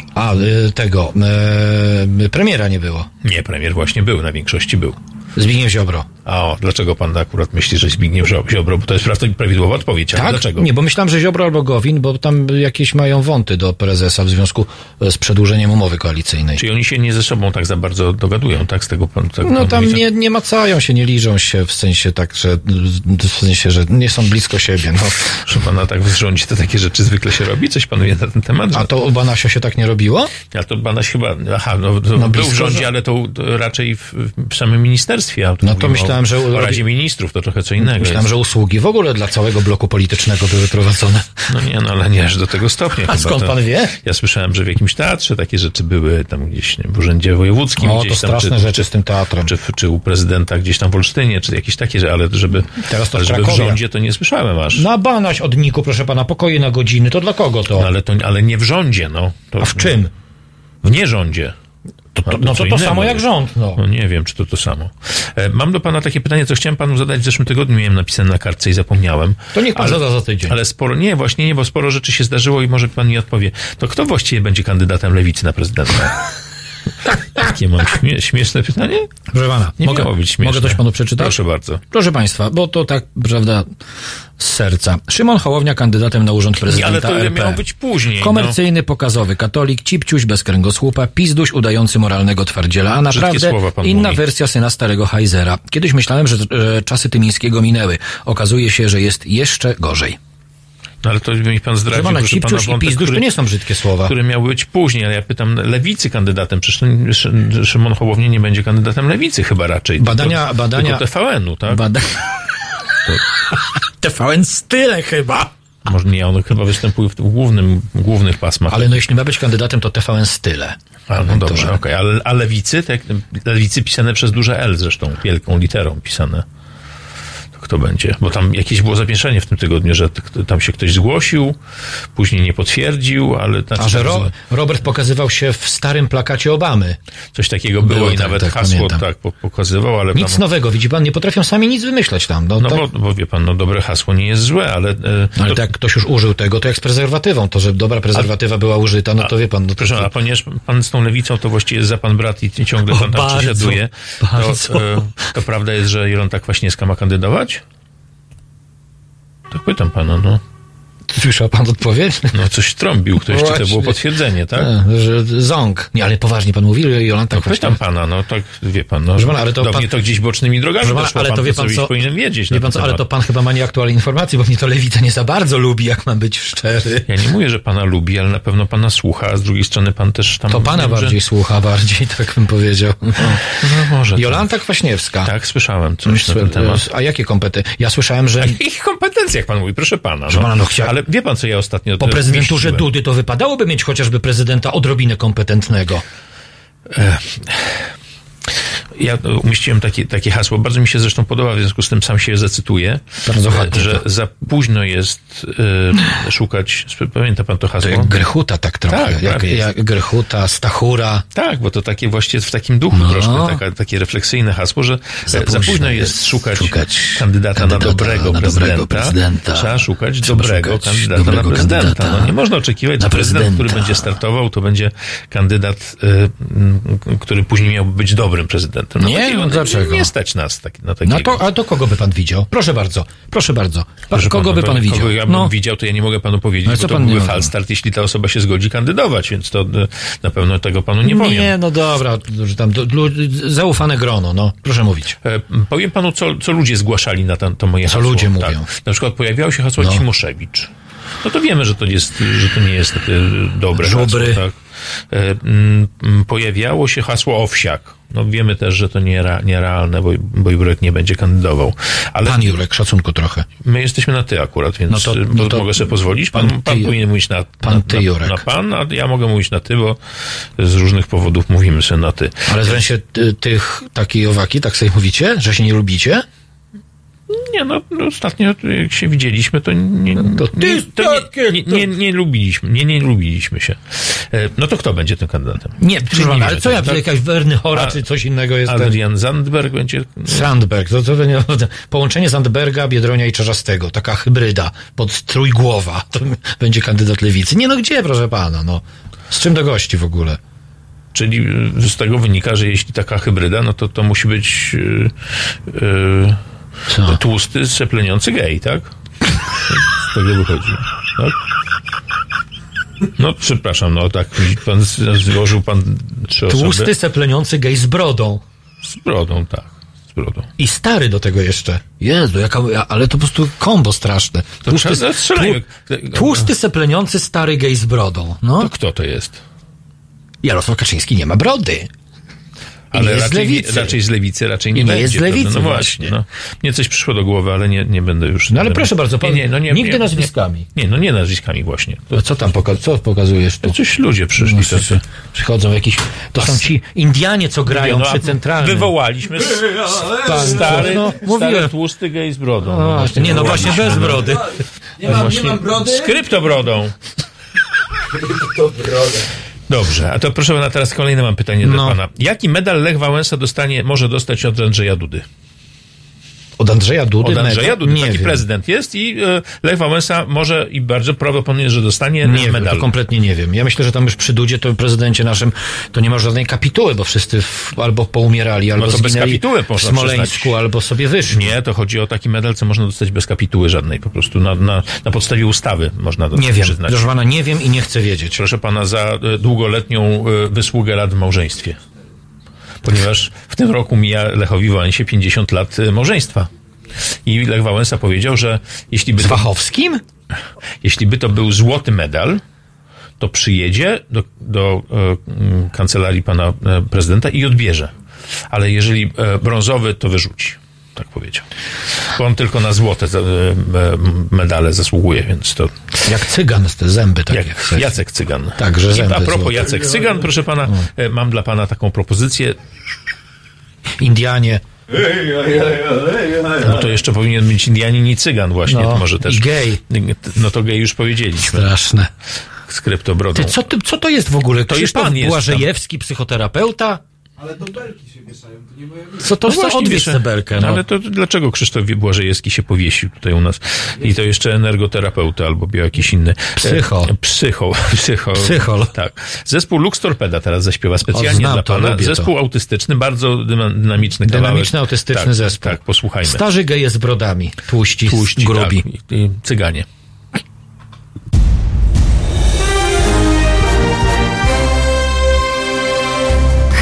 Speaker 15: Premiera nie było.
Speaker 4: Nie, premier właśnie był, na większości był.
Speaker 15: Zbigniew Ziobro.
Speaker 4: A dlaczego pan akurat myśli, że Zbigniew Ziobro, bo to jest prawidłowa odpowiedź, ale
Speaker 15: tak?
Speaker 4: Dlaczego?
Speaker 15: Nie, bo myślałem, że Ziobro albo Gowin, bo tam jakieś mają wąty do prezesa w związku z przedłużeniem umowy koalicyjnej.
Speaker 4: Czyli oni się nie ze sobą tak za bardzo dogadują, tak? Z tego pan...
Speaker 15: No tam nie macają się, nie liżą się, w sensie, że nie są blisko siebie, no.
Speaker 4: Że pana tak w rządzie to takie rzeczy zwykle się robi? Coś pan wie na ten temat? Że...
Speaker 15: A to u Banasia się tak nie robiło?
Speaker 4: A to Banaś chyba... był w rządzie, ale to raczej w samym ministerstwie.
Speaker 15: No to myślałem, że...
Speaker 4: O Radzie Ministrów to trochę co innego.
Speaker 15: Myślałem, że usługi w ogóle dla całego bloku politycznego były prowadzone.
Speaker 4: No nie, ale nie aż do tego stopnia.
Speaker 15: A skąd pan wie?
Speaker 4: Ja słyszałem, że w jakimś teatrze takie rzeczy były tam gdzieś w urzędzie wojewódzkim.
Speaker 15: O,
Speaker 4: gdzieś
Speaker 15: to
Speaker 4: tam,
Speaker 15: straszne rzeczy z tym teatrem.
Speaker 4: Czy u prezydenta gdzieś tam w Olsztynie, czy jakieś takie, ale żeby w rządzie to nie słyszałem aż.
Speaker 15: Na Banaś od NIK-u, proszę pana, pokoje na godziny, to dla kogo to?
Speaker 4: No, ale nie w rządzie, no.
Speaker 15: A w czym?
Speaker 4: W nierządzie.
Speaker 15: To samo jak rząd, no.
Speaker 4: No nie wiem, czy to samo. Mam do pana takie pytanie, co chciałem panu zadać w zeszłym tygodniu, miałem napisane na kartce i zapomniałem.
Speaker 15: To niech pan zada za tydzień.
Speaker 4: Ale bo sporo rzeczy się zdarzyło i może pan mi odpowie. To kto właściwie będzie kandydatem lewicy na prezydenta? Takie mam śmieszne pytanie?
Speaker 15: Proszę pana, mogę coś panu przeczytać?
Speaker 4: Proszę bardzo.
Speaker 15: Proszę państwa, bo to tak, prawda, z serca. Szymon Hołownia kandydatem na urząd prezydenta
Speaker 4: ale to
Speaker 15: RP.
Speaker 4: miało być później.
Speaker 15: Komercyjny, pokazowy katolik, cipciuś bez kręgosłupa, pizduś udający moralnego twardziela, a naprawdę inna wersja syna starego Heisera. Kiedyś myślałem, że czasy Tymińskiego minęły. Okazuje się, że jest jeszcze gorzej.
Speaker 4: No ale to mi pan zdradził,
Speaker 15: proszę pana, wątek, i pizdusz to nie są brzydkie słowa.
Speaker 4: Które miały być później, ale ja pytam lewicy kandydatem. Przecież Szymon Hołownia nie będzie kandydatem lewicy chyba raczej.
Speaker 15: Badania
Speaker 4: tylko TVN-u, tak?
Speaker 15: TVN Style chyba.
Speaker 4: Może nie, on chyba występuje w głównych pasmach.
Speaker 15: Ale no jeśli ma być kandydatem, to TVN Style.
Speaker 4: No dobrze, okej. A lewicy? Lewicy pisane przez duże L zresztą, wielką literą pisane. Kto będzie? Bo tam jakieś było zamieszanie w tym tygodniu, że tam się ktoś zgłosił, później nie potwierdził, ale...
Speaker 15: Robert pokazywał się w starym plakacie Obamy.
Speaker 4: Coś takiego było i nawet hasło pokazywał, ale...
Speaker 15: Nic nowego, widzi pan, nie potrafią sami nic wymyślać tam.
Speaker 4: Bo wie pan, dobre hasło nie jest złe, ale...
Speaker 15: ale jak ktoś już użył tego, to jak z prezerwatywą, to że dobra prezerwatywa była użyta, no to wie pan...
Speaker 4: Proszę, a ponieważ pan z tą lewicą to właściwie jest za pan brat i ciągle pan tam przesiaduje, to prawda jest, że Jolanta Kwaśniewska ma kandydować? Tak pytam pana, no.
Speaker 15: Słyszał pan odpowiedź?
Speaker 4: No coś trąbił ktoś, czy to było potwierdzenie, tak?
Speaker 15: Że ząg. Nie, ale poważnie pan mówił, Jolanta
Speaker 4: Pytam pana, no tak wie pan, no.
Speaker 15: Ale to
Speaker 4: do mnie to gdzieś bocznymi drogami doszło,
Speaker 15: ale to wie pan co,
Speaker 4: powinien wiedzieć.
Speaker 15: Wie pan co, ale to pan chyba ma nieaktualne informacje, bo mnie to Lewica nie za bardzo lubi, jak mam być szczery.
Speaker 4: Ja nie mówię, że pana lubi, ale na pewno pana słucha, a z drugiej strony pan też tam...
Speaker 15: To pana bardziej słucha, tak bym powiedział.
Speaker 4: No może.
Speaker 15: Jolanta Kwaśniewska.
Speaker 4: Tak, słyszałem coś na ten temat.
Speaker 15: A jakie kompetencje? Ja słyszałem, że...
Speaker 4: O jakich kompetencjach pan mówi? Proszę pana. Ale wie pan, co ja ostatnio...
Speaker 15: Po prezydenturze Dudy to wypadałoby mieć chociażby prezydenta odrobinę kompetentnego.
Speaker 4: Ja umieściłem takie hasło, bardzo mi się zresztą podoba, w związku z tym sam się zacytuję, że za późno jest szukać, pamięta pan to hasło?
Speaker 15: To jak Grechuta tak trochę,
Speaker 4: tak,
Speaker 15: jak Grechuta, Stachura.
Speaker 4: Tak, bo to takie właśnie w takim duchu troszkę, takie refleksyjne hasło, że za późno jest szukać kandydata na dobrego prezydenta. Trzeba szukać dobrego kandydata na prezydenta. No, nie można oczekiwać, że prezydent, który będzie startował, to będzie kandydat, który później miałby być dobrym prezydentem. No
Speaker 15: dlaczego?
Speaker 4: Nie stać nas na takiego.
Speaker 15: A to kogo by pan widział? Proszę bardzo. Kogo by pan widział?
Speaker 4: Kogo ja bym widział, to ja nie mogę panu powiedzieć, bo to byłby falstart, jeśli ta osoba się zgodzi kandydować, więc to na pewno tego panu nie powiem.
Speaker 15: Nie, no dobra, że tam zaufane grono, no. Proszę mówić.
Speaker 4: Powiem panu, co ludzie zgłaszali na to moje hasło.
Speaker 15: Co ludzie mówią?
Speaker 4: Na przykład pojawiało się hasło Cimoszewicz. No to wiemy, że to nie jest takie dobre hasło, tak? Pojawiało się hasło Owsiak. No wiemy też, że to nierealne, bo Jurek nie będzie kandydował. Ale
Speaker 15: pan Jurek, szacunku trochę.
Speaker 4: My jesteśmy na ty akurat, więc to mogę sobie pozwolić. Pan powinien mówić na
Speaker 15: Jurek.
Speaker 4: Na pan, a ja mogę mówić na ty, bo z różnych powodów mówimy sobie na ty.
Speaker 15: Ale wreszcie tych takiej owaki, tak sobie mówicie, że się nie lubicie?
Speaker 4: Nie, no ostatnio jak się widzieliśmy, to nie lubiliśmy. Nie lubiliśmy się. No to kto będzie tym kandydatem?
Speaker 15: Nie, ale co jakaś Werny Chora, czy coś innego jest?
Speaker 4: Adrian Zandberg będzie...
Speaker 15: Sandberg, to połączenie Sandberga, Biedronia i Czarzastego, taka hybryda pod Trójgłowa, to będzie kandydat Lewicy. Nie, no gdzie, proszę pana, no. Z czym do gości w ogóle?
Speaker 4: Czyli z tego wynika, że jeśli taka hybryda, no to musi być... tłusty, szepleniący gej, tak? Z tego wychodzi, tak? No, przepraszam, no tak, złożył pan 3 osoby.
Speaker 15: Tłusty, sepleniący gej z brodą.
Speaker 4: Z brodą, tak. Z brodą.
Speaker 15: I stary do tego jeszcze. Jezu, ale to po prostu kombo straszne. Tłusty, sepleniący, stary gej z brodą. No.
Speaker 4: To kto to jest?
Speaker 15: Jarosław Kaczyński nie ma brody.
Speaker 4: Ale raczej z lewicy raczej nie będzie.
Speaker 15: Jest z lewicy,
Speaker 4: no właśnie. No. Mnie coś przyszło do głowy, ale nie będę już...
Speaker 15: No ale proszę bardzo, pan, nigdy nazwiskami.
Speaker 4: Nie nazwiskami właśnie.
Speaker 15: A co tam pokazujesz tu?
Speaker 4: Coś ludzie przyszli.
Speaker 15: Przychodzą jakieś... To są ci Indianie, co grają przy centralnym.
Speaker 4: Wywołaliśmy stary tłusty gej z brodą.
Speaker 15: No właśnie bez brody.
Speaker 16: Nie mam brody?
Speaker 4: Z kryptobrodą. Dobrze, a to proszę pana, teraz kolejne mam pytanie do pana. Jaki medal Lech Wałęsa może dostać od Andrzeja Dudy?
Speaker 15: Od Andrzeja Dudy?
Speaker 4: Od Andrzeja Dudy, taki prezydent jest i Lech Wałęsa może i bardzo prawdopodobnie, że dostanie medal.
Speaker 15: To kompletnie nie wiem. Ja myślę, że tam już przy Dudzie, to prezydencie naszym, to nie ma żadnej kapituły, bo wszyscy albo poumierali, albo
Speaker 4: to bez kapituły
Speaker 15: w Smoleńsku, albo sobie wyszli.
Speaker 4: Nie, to chodzi o taki medal, co można dostać bez kapituły żadnej, po prostu na podstawie ustawy można dostać.
Speaker 15: Nie wiem, proszę pana, nie wiem i nie chcę wiedzieć.
Speaker 4: Proszę pana, za długoletnią wysługę lat w małżeństwie. Ponieważ w tym roku mija Lechowi Wałęsie 50 lat małżeństwa. I Lech Wałęsa powiedział, że jeśli by...
Speaker 15: Z Wachowskim?
Speaker 4: Jeśli by to był złoty medal, to przyjedzie do kancelarii pana prezydenta i odbierze. Ale jeżeli brązowy, to wyrzuci. Tak powiedział. Bo on tylko na złote medale zasługuje, więc to...
Speaker 15: Jak Cygan, te zęby takie.
Speaker 4: Jak Jacek Cygan.
Speaker 15: Także zęby
Speaker 4: a propos
Speaker 15: złote.
Speaker 4: Jacek Cygan, proszę pana, mam dla pana taką propozycję.
Speaker 15: Indianie.
Speaker 4: No to jeszcze powinien być Indianin i Cygan właśnie.
Speaker 15: No,
Speaker 4: może też.
Speaker 15: I gej.
Speaker 4: No to gej już powiedzieliśmy.
Speaker 15: Straszne.
Speaker 4: Z kryptobrodą.
Speaker 15: Co to jest w ogóle?
Speaker 4: To Krzysztof
Speaker 15: Błażejewski, psychoterapeuta?
Speaker 16: Ale do belki się wieszają, to nie moja wina.
Speaker 15: Co to odwiesz tę belkę?
Speaker 4: No. Ale to dlaczego Krzysztof Błażejewski się powiesił tutaj u nas? I to jeszcze energoterapeuta albo jakiś inny. Psychol. Tak. Zespół Lux Torpeda teraz zaśpiewa specjalnie dla pana. Zespół autystyczny, bardzo dynamiczny kawałek.
Speaker 15: Dynamiczny, autystyczny zespół.
Speaker 4: Tak, posłuchajmy.
Speaker 15: Starzy geje z brodami. Tłuści grubi.
Speaker 4: Tak, Cyganie.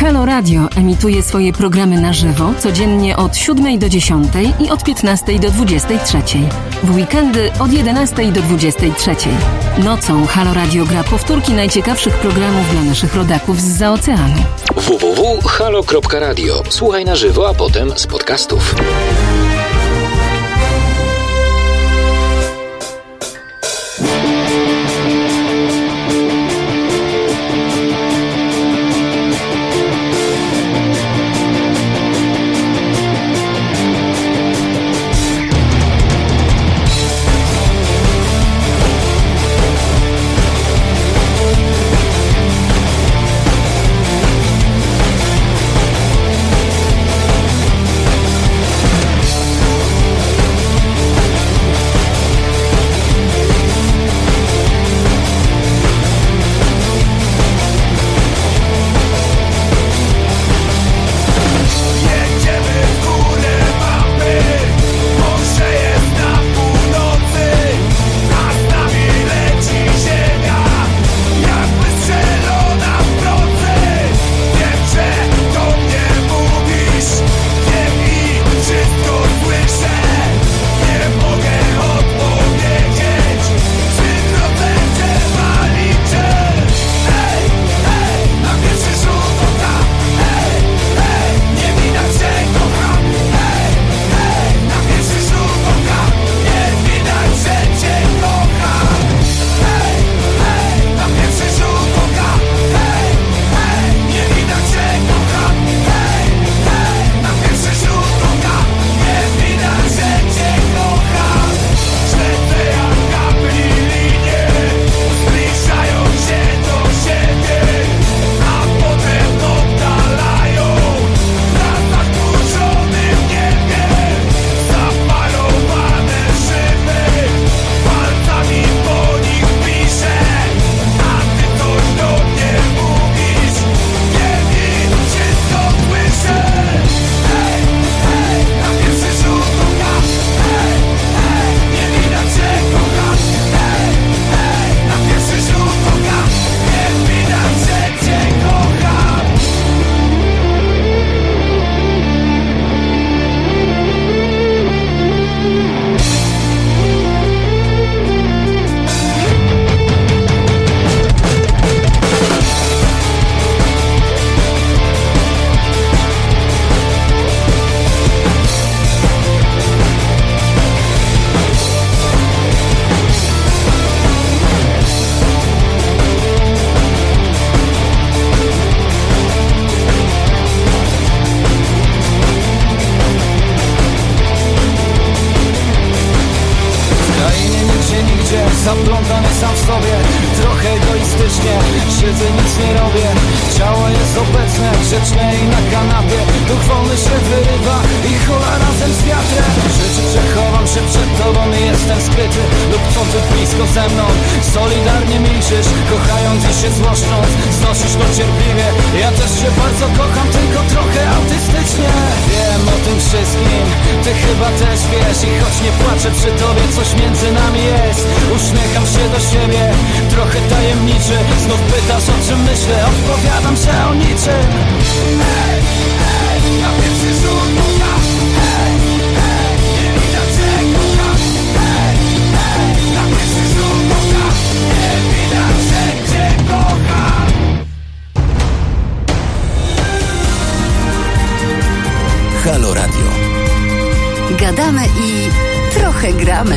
Speaker 7: Halo Radio emituje swoje programy na żywo codziennie od 7 do 10 i od 15 do 23. W weekendy od 11 do 23. Nocą Halo Radio gra powtórki najciekawszych programów dla naszych rodaków zza oceanu.
Speaker 12: www.halo.radio. Słuchaj na żywo, a potem z podcastów.
Speaker 14: Zaplątany sam w sobie, trochę egoistycznie siedzę, nic nie robię. Ciało jest obecne, grzeczne i na kanapie. Duch wolny się wyrywa i hula razem z wiatrem. Rzeczy, że chowam się przed tobą i jestem skryty, lub co ty blisko ze mną solidarnie milczysz, kochając i się złoszcząc, znosisz to cierpliwie. Ja też cię bardzo kocham, tylko trochę autystycznie. Wiem o tym wszystkim, ty chyba też wiesz. I choć nie płaczę przy tobie, coś między nami jest. Uśmiecham się do siebie, trochę tajemniczy. Znów pytasz, o czym myślę, odpowiadam, że o niczym. Hej, hej, na pierwszy rzut oka. Hej, hej, nie widać, że kocham. Hej, hej, na pierwszy rzut oka. Nie widać, że cię kocham.
Speaker 8: Halo Radio.
Speaker 11: Gadamy i trochę gramy.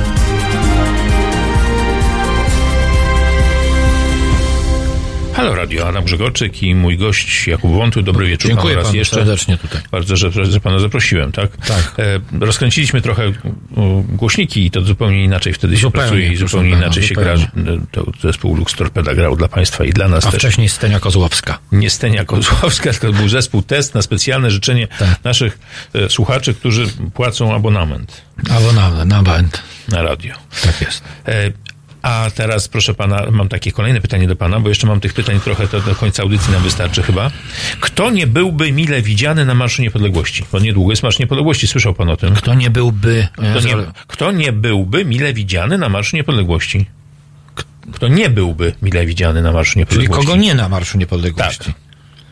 Speaker 4: Halo Radio, Adam Grzegorczyk i mój gość Jakub Wątły. Dobry wieczór.
Speaker 15: Dziękuję
Speaker 4: panu
Speaker 15: panu
Speaker 4: jeszcze
Speaker 15: serdecznie tutaj.
Speaker 4: Bardzo, że pana zaprosiłem, tak?
Speaker 15: Tak.
Speaker 4: Rozkręciliśmy trochę głośniki i to zupełnie inaczej wtedy się pracuje i zupełnie inaczej się gra. To zespół Lux Torpeda grał dla państwa i dla nas też.
Speaker 15: A wcześniej Stenia Kozłowska.
Speaker 4: Nie Stenia Kozłowska, to był zespół Test na specjalne życzenie naszych słuchaczy, którzy płacą abonament.
Speaker 15: Abonament.
Speaker 4: Na radio.
Speaker 15: Tak jest.
Speaker 4: A teraz, proszę pana, mam takie kolejne pytanie do pana, bo jeszcze mam tych pytań trochę, to do końca audycji nam wystarczy chyba. Kto nie byłby mile widziany na Marszu Niepodległości? Bo niedługo jest Marsz Niepodległości, słyszał pan o tym?
Speaker 15: Kto nie byłby...
Speaker 4: Kto nie byłby mile widziany na Marszu Niepodległości? Kto nie byłby mile widziany na Marszu Niepodległości?
Speaker 15: Czyli kogo nie na Marszu Niepodległości?
Speaker 4: Tak.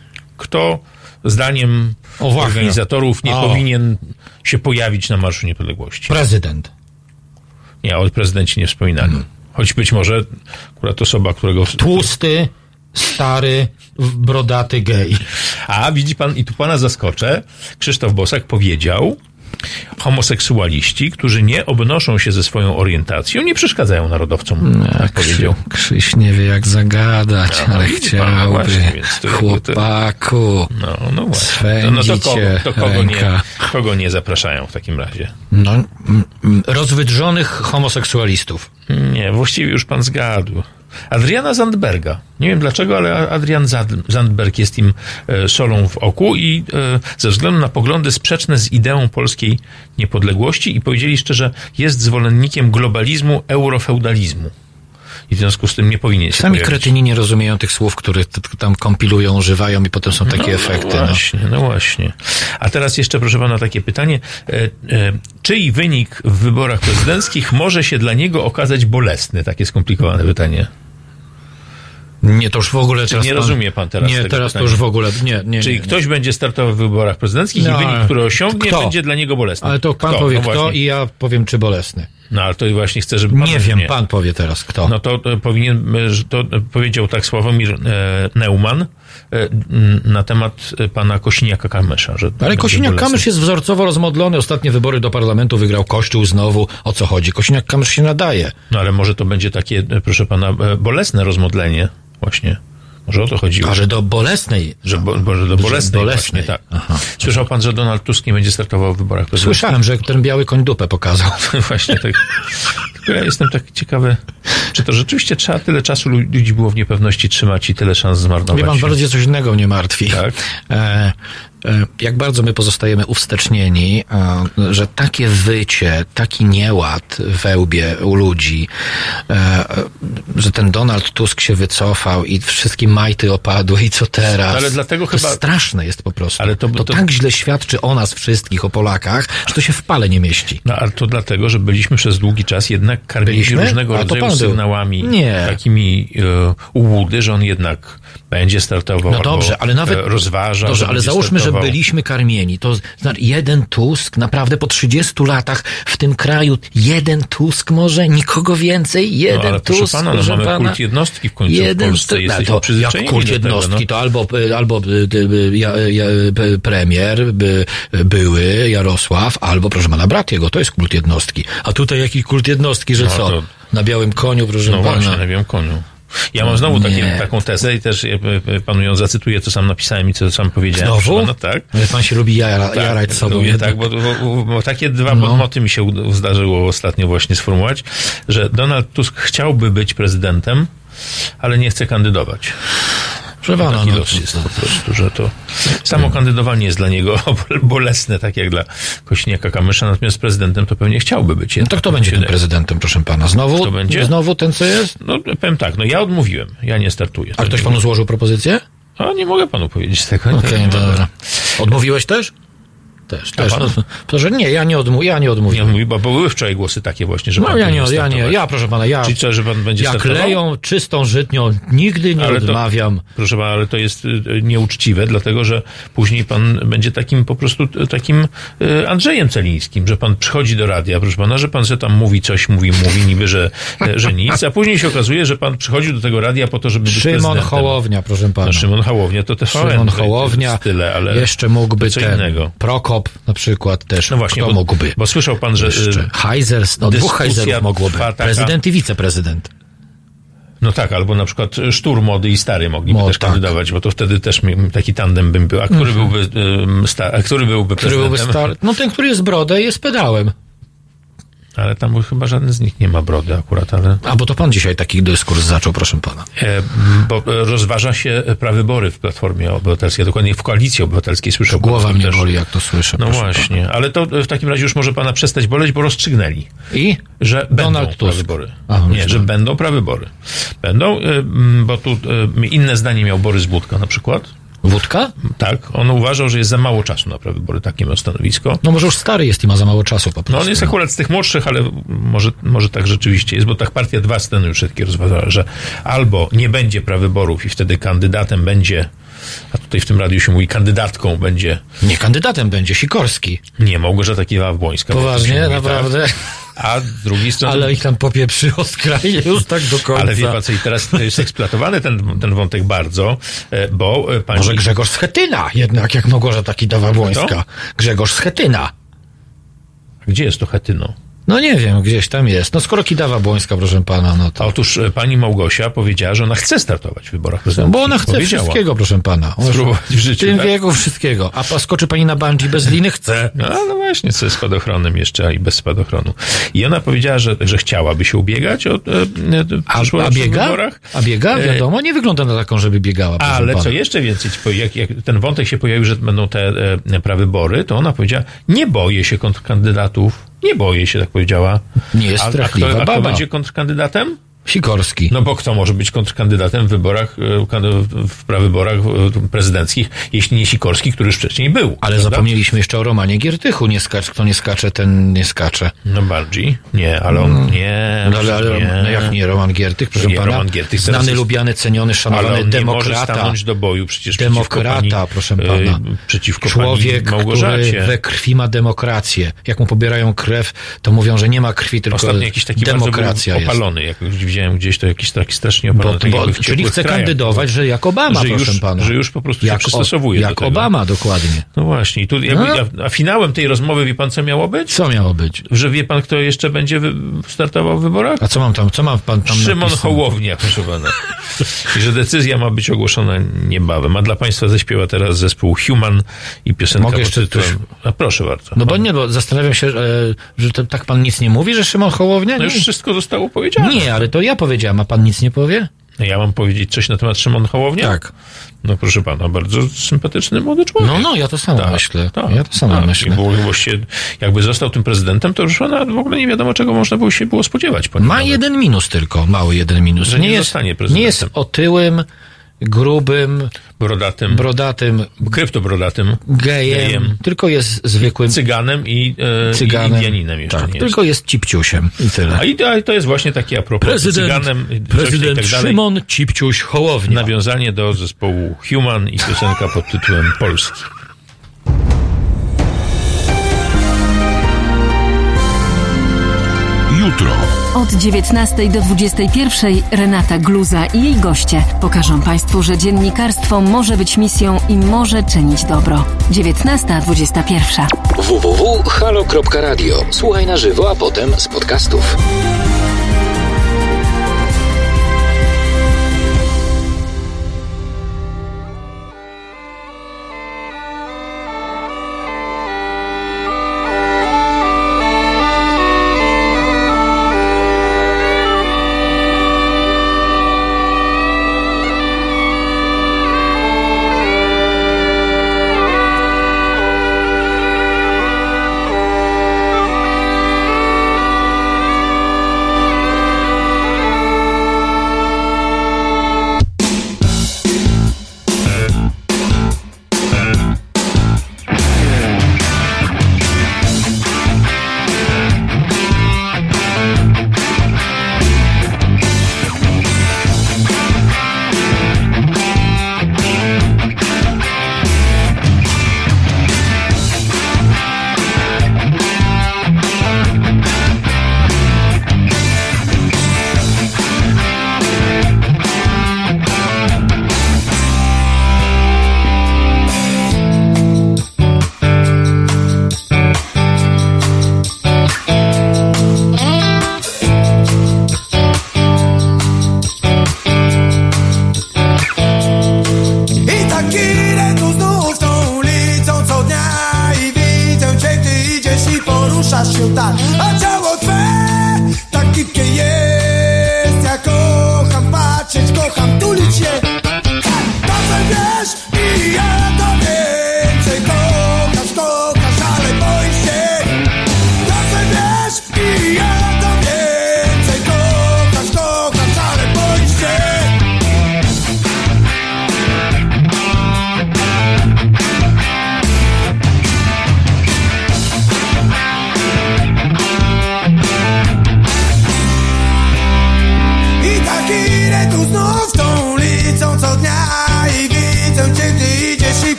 Speaker 4: kto zdaniem organizatorów nie powinien się pojawić na Marszu Niepodległości?
Speaker 15: Prezydent.
Speaker 4: Nie, o prezydencie nie wspominano. Choć być może akurat osoba, którego...
Speaker 15: Tłusty, stary, brodaty gej.
Speaker 4: A widzi pan, i tu pana zaskoczę, Krzysztof Bosak powiedział, homoseksualiści, którzy nie obnoszą się ze swoją orientacją, nie przeszkadzają narodowcom. Tak powiedział.
Speaker 15: Krzyś nie wie jak zagadać, ale chciałby. Chłopaku.
Speaker 4: No właśnie. To kogo nie zapraszają w takim razie?
Speaker 15: No, rozwydrzonych homoseksualistów.
Speaker 4: Nie, właściwie już pan zgadł. Adriana Zandberga. Nie wiem dlaczego, ale Adrian Zandberg jest im solą w oku i ze względu na poglądy sprzeczne z ideą polskiej niepodległości i powiedzieli szczerze, jest zwolennikiem globalizmu, eurofeudalizmu. I w związku z tym nie powinien się
Speaker 15: Sami
Speaker 4: pojawić.
Speaker 15: kretyni nie rozumieją tych słów, które tam kompilują, używają i potem są takie efekty.
Speaker 4: No właśnie. A teraz jeszcze, proszę pana, takie pytanie. Czyj wynik w wyborach prezydenckich może się dla niego okazać bolesny? Takie skomplikowane pytanie.
Speaker 15: Nie, to już w ogóle...
Speaker 4: Czy nie rozumie pan teraz
Speaker 15: Nie,
Speaker 4: tego
Speaker 15: teraz
Speaker 4: pytania?
Speaker 15: to już w ogóle... Nie.
Speaker 4: Czyli ktoś będzie startował w wyborach prezydenckich i wynik, który osiągnie, będzie dla niego bolesny.
Speaker 15: Ale to pan powie kto i ja powiem, czy bolesny.
Speaker 4: No, ale to właśnie chcę, żeby pan...
Speaker 15: Nie wiem, pan powie teraz kto.
Speaker 4: No to powiedział tak Sławomir Neumann na temat pana Kosiniaka-Kamysza.
Speaker 15: Ale Kosiniak-Kamysz jest wzorcowo rozmodlony. Ostatnie wybory do parlamentu wygrał Kościół znowu. O co chodzi? Kosiniak-Kamysz się nadaje.
Speaker 4: No ale może to będzie takie, proszę pana, bolesne rozmodlenie właśnie. Może o to chodziło.
Speaker 15: A że do bolesnej.
Speaker 4: Że do bolesnej. Właśnie, tak. Aha. Słyszał pan, że Donald Tusk nie będzie startował w wyborach prezydenckich?
Speaker 15: Słyszałem, że ten biały koń dupę pokazał.
Speaker 4: Właśnie tak. Tylko ja jestem tak ciekawy, czy to rzeczywiście trzeba tyle czasu ludzi było w niepewności trzymać i tyle szans zmarnować.
Speaker 15: Wie pan, bardziej coś innego mnie martwi.
Speaker 4: Tak?
Speaker 15: Jak bardzo my pozostajemy uwstecznieni, że takie wycie, taki nieład we łbie u ludzi, że ten Donald Tusk się wycofał i wszystkie majty opadły i co teraz?
Speaker 4: Ale dlatego
Speaker 15: to
Speaker 4: chyba...
Speaker 15: straszne jest po prostu.
Speaker 4: Ale
Speaker 15: to tak źle świadczy o nas wszystkich, o Polakach, że to się w pale nie mieści.
Speaker 4: No ale to dlatego, że byliśmy przez długi czas jednak karmieni różnego rodzaju sygnałami, takimi ułudy, że on jednak będzie startował,
Speaker 15: no dobrze, ale nawet
Speaker 4: rozważa.
Speaker 15: Dobrze, ale załóżmy, że byliśmy karmieni. To znaczy jeden Tusk, naprawdę po 30 latach w tym kraju, jeden Tusk może, nikogo więcej, jeden
Speaker 4: ale
Speaker 15: Tusk.
Speaker 4: Proszę pana, no mamy kult jednostki w końcu w Polsce. Jesteśmy przyzwyczajeni
Speaker 15: jak kult jednostki, to albo premier, były Jarosław, albo proszę pana, brat jego, to jest kult jednostki. A tutaj jaki kult jednostki, że co? To... Na białym koniu, proszę pana.
Speaker 4: No właśnie, na białym koniu. Ja mam znowu taką tezę i też panu ją zacytuję, co sam napisałem i co sam powiedziałem.
Speaker 15: Znowu?
Speaker 4: No tak.
Speaker 15: Ale pan się lubi jarać sobą.
Speaker 4: Lubię, tak, bo takie dwa podmoty mi się zdarzyło ostatnio właśnie sformułować, że Donald Tusk chciałby być prezydentem, ale nie chce kandydować.
Speaker 15: Proszę pana,
Speaker 4: taki los jest po prostu, że to samo kandydowanie jest dla niego bolesne, tak jak dla Kosiniaka-Kamysza, natomiast prezydentem to pewnie chciałby być.
Speaker 15: No to kto będzie tym prezydentem, proszę pana? Znowu?
Speaker 4: Kto będzie?
Speaker 15: Znowu ten, co jest?
Speaker 4: No powiem tak, ja odmówiłem, ja nie startuję.
Speaker 15: A ktoś panu złożył propozycję?
Speaker 4: A nie mogę panu powiedzieć tego.
Speaker 15: Okej, dobra. Odmówiłeś też? Też. No, to, że nie, ja nie odmówiłem.
Speaker 4: Nie odmówił, bo były wczoraj głosy takie właśnie, że pan
Speaker 15: ja, proszę pana,
Speaker 4: Czyli co, że pan będzie startował?
Speaker 15: Jak leją czystą żytnią, nigdy nie odmawiam.
Speaker 4: Proszę pana, ale to jest nieuczciwe, dlatego, że później pan będzie takim po prostu takim Andrzejem Celińskim, że pan przychodzi do radia, proszę pana, że pan sobie tam mówi coś, mówi niby, że nic, a później się okazuje, że pan przychodził do tego radia po to, żeby być
Speaker 15: Szymon Hołownia, proszę pana.
Speaker 4: No, Szymon Hołownia, to TVN.
Speaker 15: Szymon Hołownia,
Speaker 4: tyle, ale
Speaker 15: jeszcze mógłby
Speaker 4: co innego.
Speaker 15: Prokop na przykład też.
Speaker 4: No właśnie,
Speaker 15: kto mógłby?
Speaker 4: Bo słyszał pan, że
Speaker 15: Heiser, dwóch Heiserów mogłoby. Prezydent i wiceprezydent.
Speaker 4: No tak, albo na przykład Sztur młody i stary mogliby też kandydować, bo to wtedy też taki tandem bym był. A który byłby prezydentem?
Speaker 15: No ten, który jest brodę, jest pedałem.
Speaker 4: Ale tam chyba żaden z nich nie ma brody akurat, ale...
Speaker 15: A bo to pan dzisiaj taki dyskurs zaczął, proszę pana.
Speaker 4: Bo rozważa się prawybory w Platformie Obywatelskiej, dokładnie w Koalicji Obywatelskiej słyszę.
Speaker 15: Głowa mnie boli, jak to słyszę.
Speaker 4: No właśnie, pana. Ale to w takim razie już może pana przestać boleć, bo rozstrzygnęli.
Speaker 15: I?
Speaker 4: Że
Speaker 15: Donald
Speaker 4: będą prawybory. Nie, że będą prawybory. Będą, bo tu inne zdanie miał Borys Budka na przykład.
Speaker 15: Wódka?
Speaker 4: Tak, on uważał, że jest za mało czasu na prawybory, takie miał stanowisko.
Speaker 15: No może już stary jest i ma za mało czasu po prostu.
Speaker 4: No on jest akurat z tych młodszych, ale może tak rzeczywiście jest, bo tak partia dwa scenariusze takie rozważała, że albo nie będzie prawyborów i wtedy kandydatem będzie, a tutaj w tym radiu się mówi, kandydatką będzie...
Speaker 15: Nie, kandydatem będzie Sikorski.
Speaker 4: Nie, Małgorzata Kidawa-Błońska.
Speaker 15: Poważnie, naprawdę?
Speaker 4: Tak. A z drugiej strony...
Speaker 15: Ale ich tam popieprzy skrajnie już tak do końca.
Speaker 4: Ale wie pan co, i teraz to jest eksploatowany ten wątek bardzo, bo pani...
Speaker 15: Może Grzegorz Schetyna jednak, jak Małgorzata Kidawa-Błońska. Grzegorz Schetyna.
Speaker 4: Gdzie jest to Chetyno?
Speaker 15: No nie wiem, gdzieś tam jest. No skoro Kidawa-Błońska, proszę pana, no to...
Speaker 4: Otóż pani Małgosia powiedziała, że ona chce startować w wyborach prezydenckich.
Speaker 15: Bo ona chce wszystkiego, proszę pana.
Speaker 4: Spróbować w życiu,
Speaker 15: w tym wieku wszystkiego. A skoczy pani na bungee bez liny? Chce.
Speaker 4: No właśnie, co z spadochronem jeszcze, i bez spadochronu. I ona powiedziała, że chciałaby się ubiegać o przyszłorocznych wyborach.
Speaker 15: A biega? Wiadomo, nie wygląda na taką, żeby biegała.
Speaker 4: Ale co jeszcze więcej, jak ten wątek się pojawił, że będą te prawybory, to ona powiedziała, nie boję się kontrkandydatów. Nie boję się, tak powiedziała.
Speaker 15: Nie jest strachliwa baba.
Speaker 4: A kto będzie kontrkandydatem?
Speaker 15: Sikorski.
Speaker 4: No bo kto może być kontrkandydatem w wyborach, w prawyborach prezydenckich, jeśli nie Sikorski, który już wcześniej był.
Speaker 15: Ale prawda? Zapomnieliśmy jeszcze o Romanie Giertychu. Kto nie skacze, ten nie skacze.
Speaker 4: No bardziej. Nie, ale on nie.
Speaker 15: No, ale
Speaker 4: nie.
Speaker 15: No jak nie Roman Giertych, proszę pana. Roman Giertych znany, jest, lubiany, ceniony, szanowany
Speaker 4: ale on
Speaker 15: demokrata.
Speaker 4: Nie może stanąć do boju przecież
Speaker 15: demokrata, proszę pana.
Speaker 4: Przeciwko
Speaker 15: człowiek,
Speaker 4: pani Małgorzacie.
Speaker 15: Który we krwi ma demokrację. Jak mu pobierają krew, to mówią, że nie ma krwi, tylko
Speaker 4: ostatnio jakiś taki
Speaker 15: demokracja
Speaker 4: bardzo opalony, jak już widziałem gdzieś, to jakiś taki strasznie opalony.
Speaker 15: Czyli chce kandydować, że jak Obama, proszę pana.
Speaker 4: Że już po prostu się przystosowuje do tego.
Speaker 15: Jak Obama, dokładnie.
Speaker 4: No właśnie. I tu a finałem tej rozmowy, wie pan, co miało być?
Speaker 15: Co miało być?
Speaker 4: Że wie pan, kto jeszcze będzie startował w wyborach?
Speaker 15: A co ma pan tam
Speaker 4: Szymon
Speaker 15: napisane?
Speaker 4: Hołownia, proszę pana. I że decyzja ma być ogłoszona niebawem. A dla państwa zaśpiewa teraz zespół Human i piosenka
Speaker 15: Mogę jeszcze
Speaker 4: tytułem... A proszę bardzo.
Speaker 15: No bo zastanawiam się, że tak pan nic nie mówi, że Szymon Hołownia?
Speaker 4: No już wszystko zostało powiedziane.
Speaker 15: Nie, ale to ja powiedziałem, a pan nic nie powie?
Speaker 4: Ja mam powiedzieć coś na temat Szymon Hołownia?
Speaker 15: Tak.
Speaker 4: No proszę pana, bardzo sympatyczny młody człowiek.
Speaker 15: No, ja to samo myślę.
Speaker 4: Tak.
Speaker 15: Ja to samo myślę.
Speaker 4: Jakby został tym prezydentem, to już w ogóle nie wiadomo, czego można było spodziewać.
Speaker 15: Ma jeden minus tylko, mały jeden minus.
Speaker 4: Że nie zostanie prezydentem.
Speaker 15: Nie jest otyłym, grubym, brodatym,
Speaker 4: kryptobrodatym,
Speaker 15: gejem, tylko jest zwykłym
Speaker 4: cyganem i Indianinem jeszcze
Speaker 15: tak,
Speaker 4: nie
Speaker 15: tylko jest cipciusiem i tyle.
Speaker 4: A to jest właśnie taki a propos cyganem,
Speaker 15: prezydent tak Szymon Cipciuś Hołownia.
Speaker 4: Nawiązanie do zespołu Human i piosenka pod tytułem Polski.
Speaker 6: Jutro.
Speaker 7: Od 19 do 21 Renata Gluza i jej goście pokażą Państwu, że dziennikarstwo może być misją i może czynić dobro. 19:21.
Speaker 12: www.halo.radio. Słuchaj na żywo, a potem z podcastów.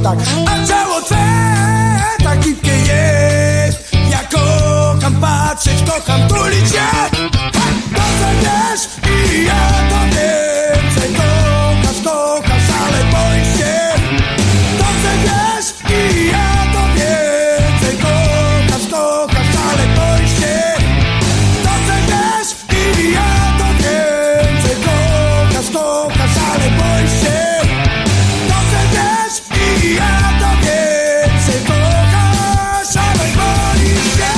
Speaker 17: tak. A ciało twe tak gibkie jest. Ja kocham patrzeć, kocham tulić się. To co wiesz i ja to więcej. Kochasz, ale boisz się. To co wiesz i ja to więcej. Kochasz, ale boisz się. To co wiesz i ja to więcej. Kochasz, ale boisz się. To co wiesz i ja to więcej. Kochasz, ale boisz się.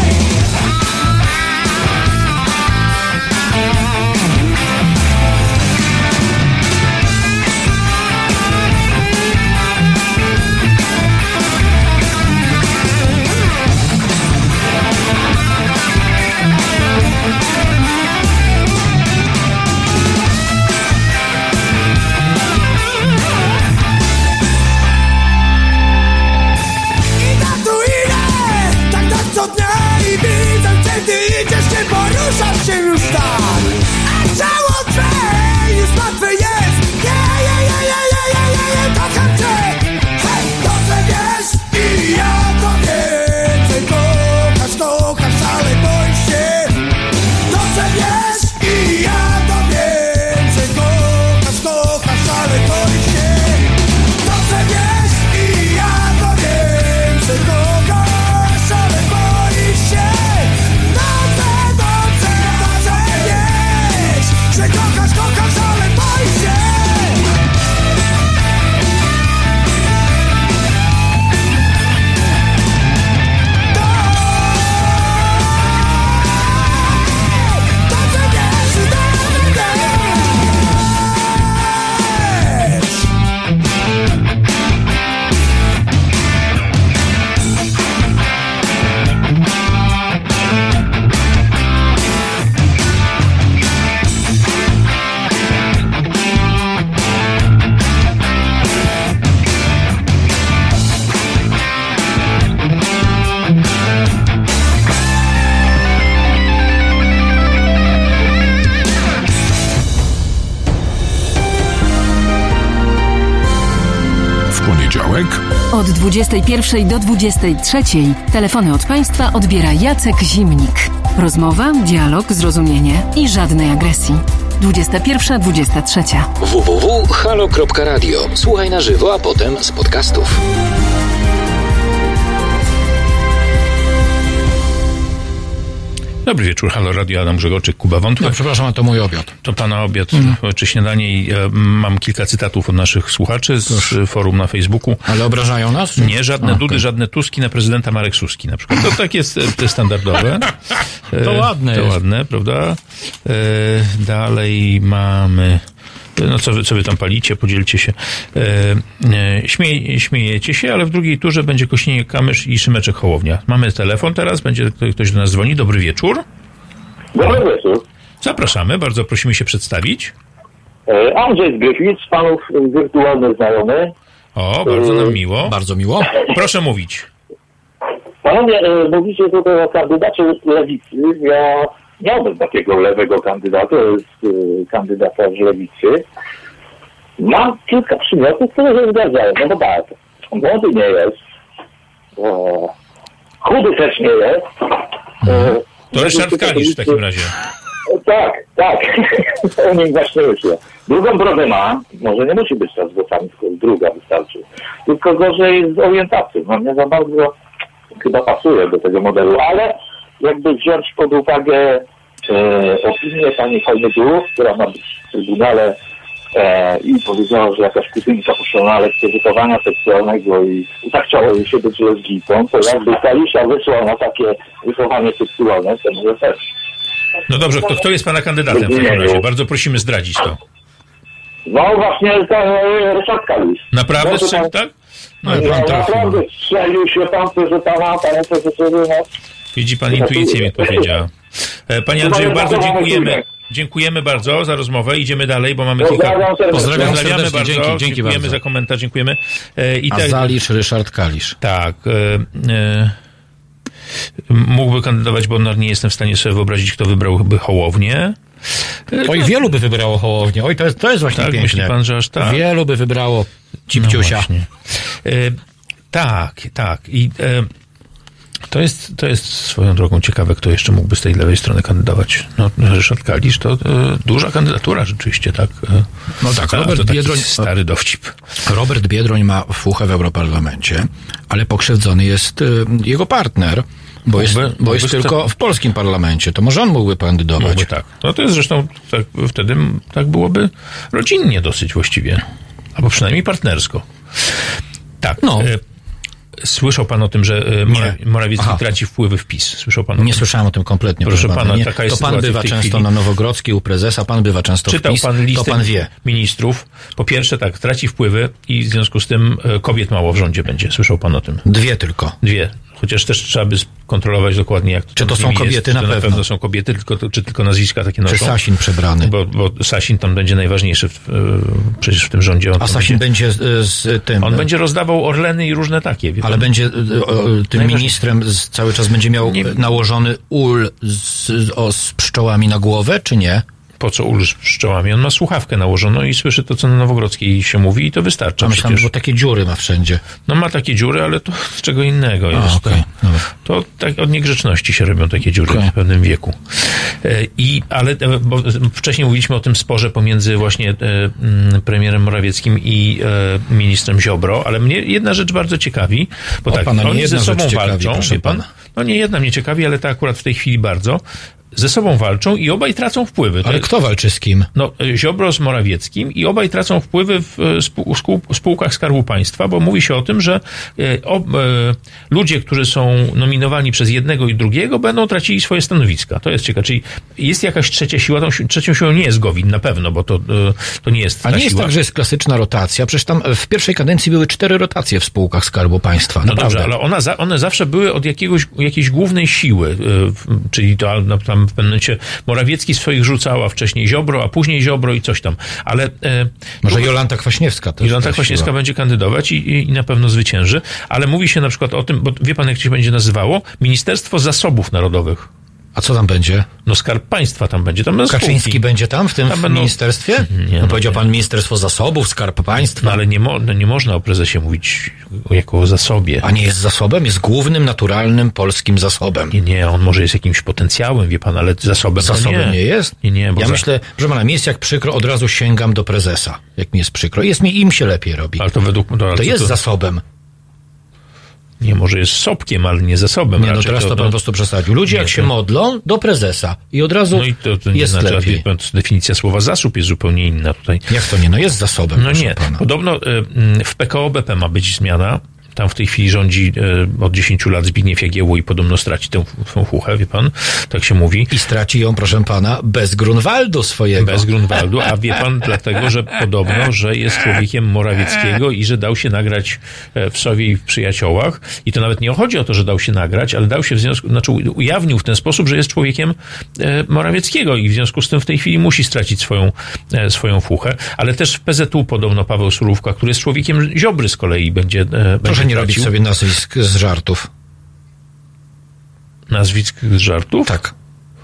Speaker 17: Co dnia i widzę, gdzie ty idziesz, nie poruszasz się już tak. A ciało twe już martwe jest. Nie, kocham cię. Hej, dobrze wiesz i ja to więcej. Kochasz, ale boisz się. Dobrze wiesz i ja to więcej. Kochasz, ale boisz się. Dobrze wiesz i ja to więcej. Kochasz, ale boisz się. Dobrze wiesz, że kochasz, ale boisz się.
Speaker 7: Od 21 do 23 telefony od Państwa odbiera Jacek Zimnik. Rozmowa, dialog, zrozumienie i żadnej agresji. 21:23.
Speaker 12: www.halo.radio. Słuchaj na żywo, a potem z podcastów.
Speaker 4: Dobry wieczór, Halo Radio, Adam Grzegorczyk, Kuba Wątłe.
Speaker 15: No, przepraszam, a to mój obiad.
Speaker 4: To pana obiad, czy śniadanie i mam kilka cytatów od naszych słuchaczy z forum na Facebooku.
Speaker 15: Ale obrażają nas?
Speaker 4: Nie, żadne Dudy, żadne Tuski, na prezydenta Marek Suski na przykład. To tak jest standardowe.
Speaker 15: To ładne
Speaker 4: To ładne, prawda? Dalej mamy... No co wy tam palicie, podzielcie się. Śmiejecie się, ale w drugiej turze będzie Kośnienie Kamysz i Szymeczek Hołownia. Mamy telefon teraz, będzie ktoś do nas dzwoni. Dobry wieczór.
Speaker 18: Dobry wieczór.
Speaker 4: Zapraszamy, bardzo prosimy się przedstawić.
Speaker 18: Andrzej z Gryfic, panów wirtualny znajomy.
Speaker 4: O, bardzo nam miło.
Speaker 15: Bardzo miło.
Speaker 4: Proszę mówić.
Speaker 18: Panowie, mówicie tutaj o kandydacie lewicy. Ja miałbym takiego lewego kandydata, to jest kandydata z lewicy. Mam kilka przymiotów, które się zgadzają. No bo tak, młody nie jest, chudy też nie jest.
Speaker 4: To Ryszard Kalisz w takim razie.
Speaker 18: Tak. O nim właśnie myślę. Drugą brodę ma, może nie musi być ta z włosami, tylko druga wystarczy. Tylko gorzej z orientacją. No nie za bardzo chyba pasuje do tego modelu, ale jakby wziąć pod uwagę opinię pani Hojny-Durów, która ma być w Trybunale i powiedziała, że jakaś kuzynka poszła na lekcję wychowania seksualnego i tak chciało jej się być lesbijką, to jakby Kalisza wysłał na takie wychowanie seksualne, to może też.
Speaker 4: No dobrze, kto jest pana kandydatem w takim razie? Bardzo prosimy zdradzić to.
Speaker 18: No właśnie Ryszard Kalisz.
Speaker 4: Naprawdę strzelił, tak?
Speaker 18: No naprawdę strzelił się pan, że pana, panie profesorze, no.
Speaker 4: Widzi pan, intuicję mi powiedziała. Panie Andrzeju, bardzo dziękujemy. Dziękujemy bardzo za rozmowę. Idziemy dalej, bo mamy kilka... Pozdrawiamy bardzo. Dziękujemy bardzo za komentarz. Dziękujemy.
Speaker 15: Zalisz Ryszard Kalisz.
Speaker 4: Tak. Mógłby kandydować Bodnar, nie jestem w stanie sobie wyobrazić, kto wybrałby Hołownię.
Speaker 15: Oj, wielu by wybrało Hołownię. Oj, to jest właśnie
Speaker 4: tak,
Speaker 15: piękne.
Speaker 4: Myśli pan, że aż tak?
Speaker 15: Wielu by wybrało Cipciusia.
Speaker 4: Tak. I to jest swoją drogą ciekawe, kto jeszcze mógłby z tej lewej strony kandydować. No, Ryszard Kalisz to duża kandydatura rzeczywiście, tak?
Speaker 15: No tak, Robert Biedroń...
Speaker 4: Stary dowcip.
Speaker 15: Robert Biedroń ma fuchę w Europarlamencie, ale pokrzywdzony jest jego partner, bo jest tylko w polskim parlamencie. To może on mógłby kandydować.
Speaker 4: Mógłby, tak. No to jest zresztą, tak, wtedy tak byłoby rodzinnie dosyć właściwie. Albo przynajmniej partnersko. Tak. No. Słyszał pan o tym, że Morawiecki traci wpływy w PiS? Słyszał pan o tym?
Speaker 15: Nie słyszałem o tym kompletnie.
Speaker 4: Proszę pana, taka jest
Speaker 15: to pan bywa często na Nowogrodzkiej u prezesa, pan bywa często w PiS,
Speaker 4: pan listę
Speaker 15: to pan wie.
Speaker 4: Ministrów. Po pierwsze tak, traci wpływy i w związku z tym kobiet mało w rządzie będzie. Słyszał pan o tym?
Speaker 15: 2 tylko.
Speaker 4: 2. Chociaż też trzeba by kontrolować dokładnie, jak to
Speaker 15: czy to są kobiety
Speaker 4: jest,
Speaker 15: na pewno
Speaker 4: są kobiety, czy tylko nazwiska takie noszą.
Speaker 15: Czy Sasin przebrany.
Speaker 4: Bo Sasin tam będzie najważniejszy przecież w tym rządzie.
Speaker 15: A Sasin będzie z tym...
Speaker 4: On będzie rozdawał Orleny i różne takie.
Speaker 15: Ale będzie tym ministrem cały czas będzie miał nałożony ul z pszczołami na głowę, czy nie?
Speaker 4: Po co ul z pszczołami? On ma słuchawkę nałożoną i słyszy to, co na Nowogrodzkiej się mówi i to wystarcza.
Speaker 15: A myślałem, że takie dziury ma wszędzie.
Speaker 4: No ma takie dziury, ale to z czego innego jest. To tak od niegrzeczności się robią takie dziury w pewnym wieku. Ale bo wcześniej mówiliśmy o tym sporze pomiędzy właśnie premierem Morawieckim i ministrem Ziobro, ale mnie jedna rzecz bardzo ciekawi, bo oni ze sobą walczą, wie pan? No nie jedna mnie ciekawi, ale to akurat w tej chwili bardzo. Ze sobą walczą i obaj tracą wpływy.
Speaker 15: Ale kto walczy z kim?
Speaker 4: No, Ziobro z Morawieckim i obaj tracą wpływy w spółkach Skarbu Państwa, bo mówi się o tym, że ludzie, którzy są nominowani przez jednego i drugiego, będą tracili swoje stanowiska. To jest ciekawe. Czyli jest jakaś trzecia siła, tą trzecią siłą nie jest Gowin, na pewno, bo to nie jest ta siła.
Speaker 15: A nie jest tak, że jest klasyczna rotacja? Przecież tam w pierwszej kadencji były 4 rotacje w spółkach Skarbu Państwa.
Speaker 4: No dobrze, ale one zawsze były od jakiejś głównej siły, czyli to tam w pewnym momencie Morawiecki swoich rzucał, a wcześniej Ziobro, a później Ziobro i coś tam. Ale
Speaker 15: może Jolanta Kwaśniewska też.
Speaker 4: Jolanta Kwaśniewska będzie kandydować i na pewno zwycięży, ale mówi się na przykład o tym, bo wie pan, jak się będzie nazywało? Ministerstwo Zasobów Narodowych.
Speaker 15: A co tam będzie?
Speaker 4: No Skarb Państwa tam będzie. Tam
Speaker 15: Kaczyński będzie tam w tym ministerstwie?
Speaker 4: Nie,
Speaker 15: powiedział pan Ministerstwo Zasobów, Skarb Państwa.
Speaker 4: No ale nie można o prezesie mówić jako o zasobie.
Speaker 15: A nie jest zasobem? Jest głównym, naturalnym, polskim zasobem.
Speaker 4: Nie, on może jest jakimś potencjałem, wie pan, ale zasobem
Speaker 15: nie jest?
Speaker 4: Nie,
Speaker 15: ja myślę, proszę pana, mi jest jak przykro, od razu sięgam do prezesa. Jak mi jest przykro. im się lepiej robi.
Speaker 4: Ale to według...
Speaker 15: To jest zasobem.
Speaker 4: Nie, może jest sopkiem, ale nie zasobem.
Speaker 15: Nie, no teraz to pan po prostu przesadził. Ludzie jak się modlą, do prezesa. I od razu jest
Speaker 4: znaczy,
Speaker 15: lepiej.
Speaker 4: Definicja słowa zasób jest zupełnie inna tutaj.
Speaker 15: Jak to nie? No jest zasobem.
Speaker 4: No nie. Pana. Podobno w PKO BP ma być zmiana. Tam w tej chwili rządzi od 10 lat Zbigniew Jagiełło i podobno straci tę fuchę, wie pan? Tak się mówi.
Speaker 15: I straci ją, proszę pana, bez Grunwaldu swojego.
Speaker 4: Bez Grunwaldu, a wie pan dlatego, że podobno, że jest człowiekiem Morawieckiego i że dał się nagrać w Sowie i w Przyjaciołach. I to nawet nie chodzi o to, że dał się nagrać, ale dał się ujawnił w ten sposób, że jest człowiekiem Morawieckiego i w związku z tym w tej chwili musi stracić swoją fuchę. Ale też w PZU podobno Paweł Surówka, który jest człowiekiem Ziobry z kolei będzie
Speaker 15: Proszę nie robić sobie nazwisk z żartów.
Speaker 4: Nazwisk z żartów?
Speaker 15: Tak.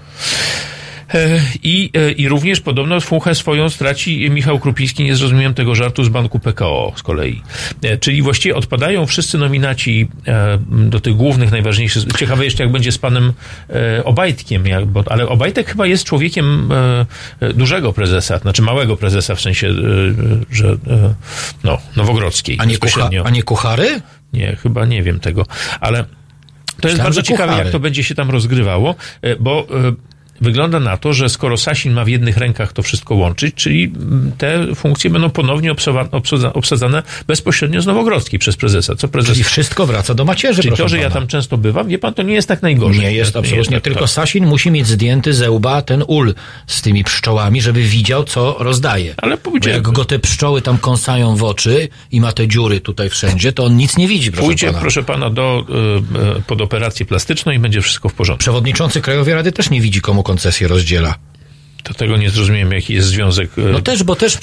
Speaker 4: I również podobno fuchę swoją straci Michał Krupiński, nie zrozumiałem tego żartu, z banku PKO z kolei. Czyli właściwie odpadają wszyscy nominaci do tych głównych, najważniejszych. Ciekawe jeszcze, jak będzie z panem Obajtkiem, ale Obajtek chyba jest człowiekiem dużego prezesa, znaczy małego prezesa, w sensie, że Nowogrodzkiej.
Speaker 15: A nie Kuchary?
Speaker 4: Nie, chyba nie wiem tego, ale to jest bardzo ciekawe, jak to będzie się tam rozgrywało, bo wygląda na to, że skoro Sasin ma w jednych rękach to wszystko łączyć, czyli te funkcje będą ponownie obsadzane bezpośrednio z Nowogrodzkiej przez prezesa.
Speaker 15: Czyli wszystko wraca do macierzy,
Speaker 4: czyli to, że ja tam często bywam, wie pan, to nie jest tak najgorzej.
Speaker 15: Nie jest absolutnie, nie, tylko Sasin musi mieć zdjęty ze łba ten ul z tymi pszczołami, żeby widział, co rozdaje.
Speaker 4: Ale
Speaker 15: bo jak go te pszczoły tam kąsają w oczy i ma te dziury tutaj wszędzie, to on nic nie widzi,
Speaker 4: proszę pana, pod operację plastyczną i będzie wszystko w porządku.
Speaker 15: Przewodniczący Krajowej Rady też nie widzi, komu koncesję rozdziela.
Speaker 4: To tego nie zrozumiałem, jaki jest związek.
Speaker 15: No też, bo też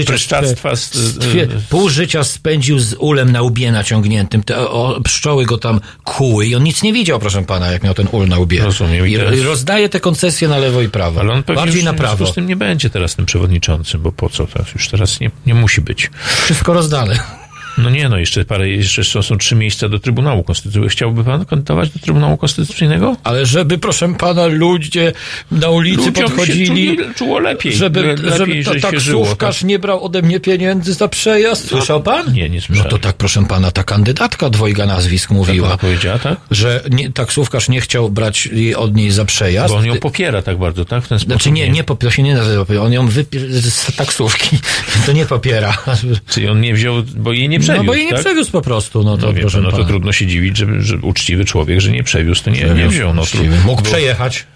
Speaker 15: pół życia spędził z ulem na łbie naciągniętym. Pszczoły go tam kuły i on nic nie widział, proszę pana, jak miał ten ul na łbie.
Speaker 4: Rozumiem.
Speaker 15: I rozdaje te koncesje na lewo i prawo.
Speaker 4: Ale on pewnie bardziej na prawo. Z tym nie będzie teraz tym przewodniczącym, bo po co? Już teraz nie musi być.
Speaker 15: Wszystko rozdane.
Speaker 4: No nie, jeszcze są 3 miejsca do Trybunału Konstytucyjnego. Chciałby pan kandydować do Trybunału Konstytucyjnego?
Speaker 15: Ale żeby, proszę pana, ludzie na ulicy podchodzili,
Speaker 4: czuło lepiej.
Speaker 15: Żeby taksówkarz nie brał ode mnie pieniędzy za przejazd. Słyszał pan?
Speaker 4: Nie słyszałem.
Speaker 15: No to tak, proszę pana, ta kandydatka dwojga nazwisk mówiła,
Speaker 4: tak powiedziała, tak?
Speaker 15: że taksówkarz nie chciał brać od niej za przejazd.
Speaker 4: Bo on ją popiera tak bardzo, tak? W ten sposób.
Speaker 15: Znaczy to się nie nazywa, on ją z taksówki, to nie popiera.
Speaker 4: Czyli on nie wziął, bo jej nie przewiózł,
Speaker 15: bo jej nie przewiózł po prostu, no to proszę pana.
Speaker 4: To trudno się dziwić, że uczciwy człowiek, że nie przewiózł, to nie wziął.
Speaker 15: Mógł przejechać.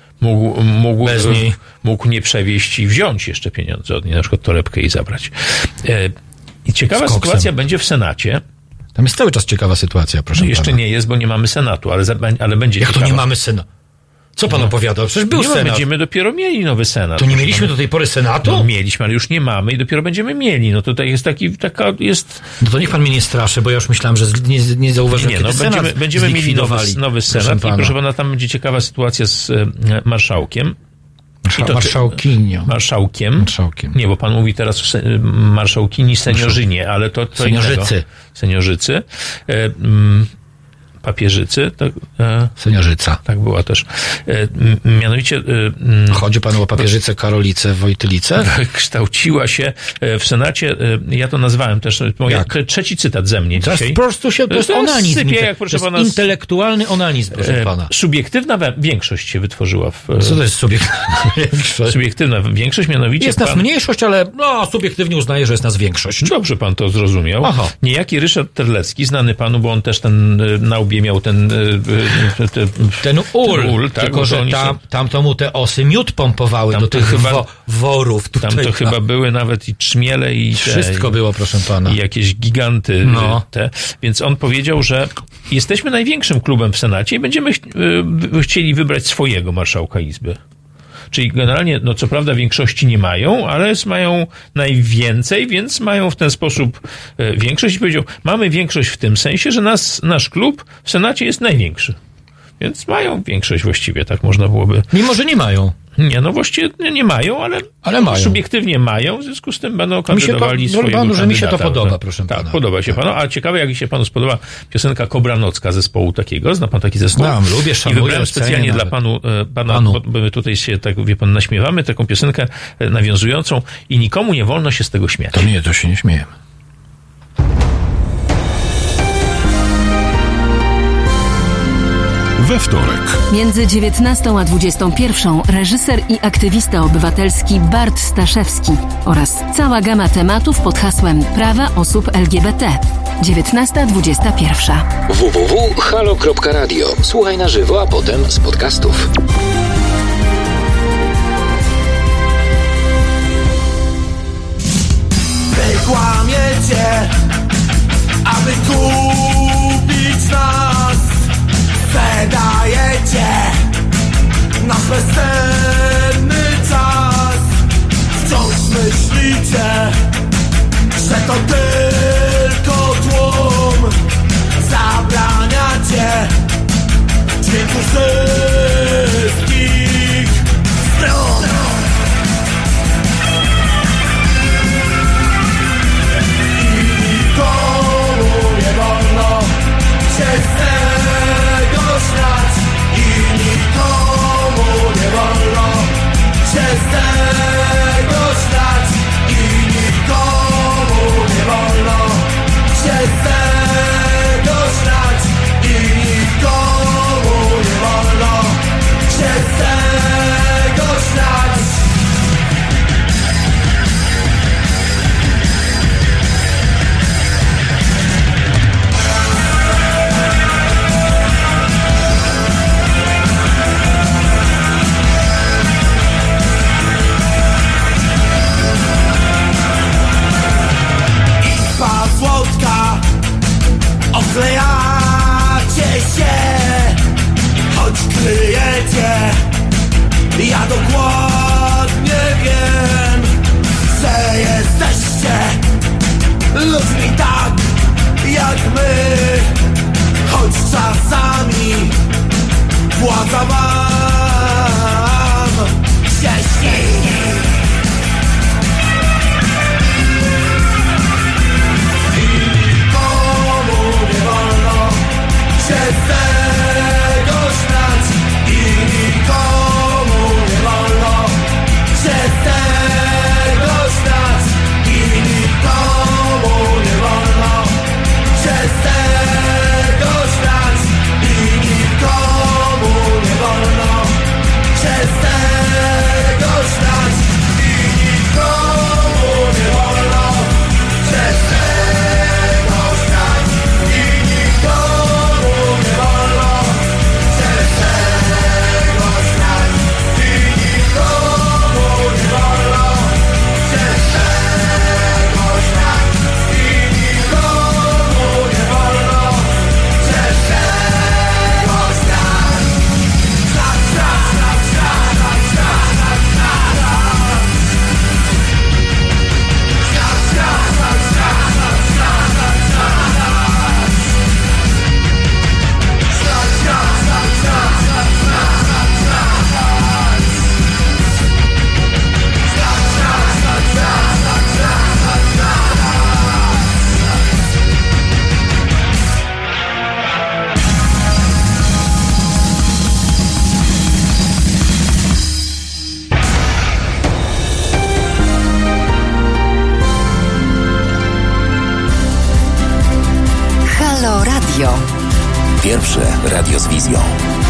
Speaker 4: Mógł nie przewieźć i wziąć jeszcze pieniądze od niej, na przykład torebkę i zabrać. I ciekawa sytuacja będzie w Senacie.
Speaker 15: Tam jest cały czas ciekawa sytuacja, proszę pana.
Speaker 4: Jeszcze nie jest, bo nie mamy Senatu, ale będzie
Speaker 15: Jak ciekawa. To nie mamy Senatu? Co pan opowiadał? Przecież był Senat.
Speaker 4: Będziemy dopiero mieli nowy Senat.
Speaker 15: To nie mieliśmy do tej pory Senatu?
Speaker 4: No mieliśmy, ale już nie mamy i dopiero będziemy mieli. No tutaj jest jest...
Speaker 15: No to niech pan mnie nie straszy, bo ja już myślałem, że nie zauważyłem,
Speaker 4: będziemy mieli nowy Senat i proszę pana, tam będzie ciekawa sytuacja z marszałkiem. Marszałkiem. Nie, bo pan mówi teraz marszałkini seniorzynie, ale to Seniorzycy. Papieżycy. Tak,
Speaker 15: Seniorzyca.
Speaker 4: Tak była też. Mianowicie...
Speaker 15: Chodzi panu o papieżycę Karolicę Wojtylicę?
Speaker 4: Kształciła się w Senacie, ja to nazwałem też, trzeci cytat ze mnie dzisiaj.
Speaker 15: Po prostu to jest onanizm.
Speaker 4: To
Speaker 15: jest intelektualny onanizm, proszę pana.
Speaker 4: Subiektywna większość się wytworzyła.
Speaker 15: Co to jest subiektywna większość?
Speaker 4: Subiektywna większość, mianowicie...
Speaker 15: Jest nas mniejszość, ale subiektywnie uznaje, że jest nas większość.
Speaker 4: Dobrze pan to zrozumiał.
Speaker 15: Aha.
Speaker 4: Niejaki Ryszard Terlecki, znany panu, bo on też na łbie miał ten ul, tak,
Speaker 15: tylko że tam to mu te osy miód pompowały do tych worów.
Speaker 4: Tam to chyba były nawet i trzmiele i
Speaker 15: wszystko było, proszę pana.
Speaker 4: I jakieś giganty Więc on powiedział, że jesteśmy największym klubem w Senacie i będziemy chcieli wybrać swojego marszałka Izby. Czyli generalnie, co prawda większości nie mają, ale mają najwięcej, więc mają w ten sposób większość. I powiedział, mamy większość w tym sensie, że nasz klub w Senacie jest największy. Więc mają większość właściwie, tak można byłoby...
Speaker 15: Mimo, że nie mają.
Speaker 4: Nie, właściwie nie mają, ale mają. Subiektywnie mają, w związku z tym będą kandydowali swojego kandydata.
Speaker 15: Że mi się to podoba, proszę pana.
Speaker 4: Tak, podoba się panu. A ciekawe, jak się panu spodoba piosenka Kobra Nocka zespołu takiego. Zna pan taki zespół?
Speaker 15: Lubię, szanuję. I wybrałem
Speaker 4: specjalnie dla pana, bo my tutaj się, tak wie pan, naśmiewamy, taką piosenkę nawiązującą i nikomu nie wolno się z tego śmiać.
Speaker 15: To się nie śmiejemy.
Speaker 6: We wtorek.
Speaker 7: Między 19 a 21 reżyser i aktywista obywatelski Bart Staszewski oraz cała gama tematów pod hasłem Prawa osób LGBT. 19:21.
Speaker 12: www.halo.radio. Słuchaj na żywo, a potem z podcastów.
Speaker 17: Wy kłamiecie, aby kupić nas. Wydajecie nasz bezcenny czas. Wciąż myślicie, że to tylko tłum. Zabraniacie dźwięku wszystkich stron. I nikomu nie wolno się i nikomu nie wolno się z tego śmiać. I nikomu nie wolno się z tego śmiać. I nikomu nie wolno się z tego śmiać. Słodka, oklejacie się, choć kryjecie. Ja dokładnie wiem, że jesteście ludźmi tak jak my, choć czasami władza wam się śni.
Speaker 11: Radio.
Speaker 8: Pierwsze radio z wizją.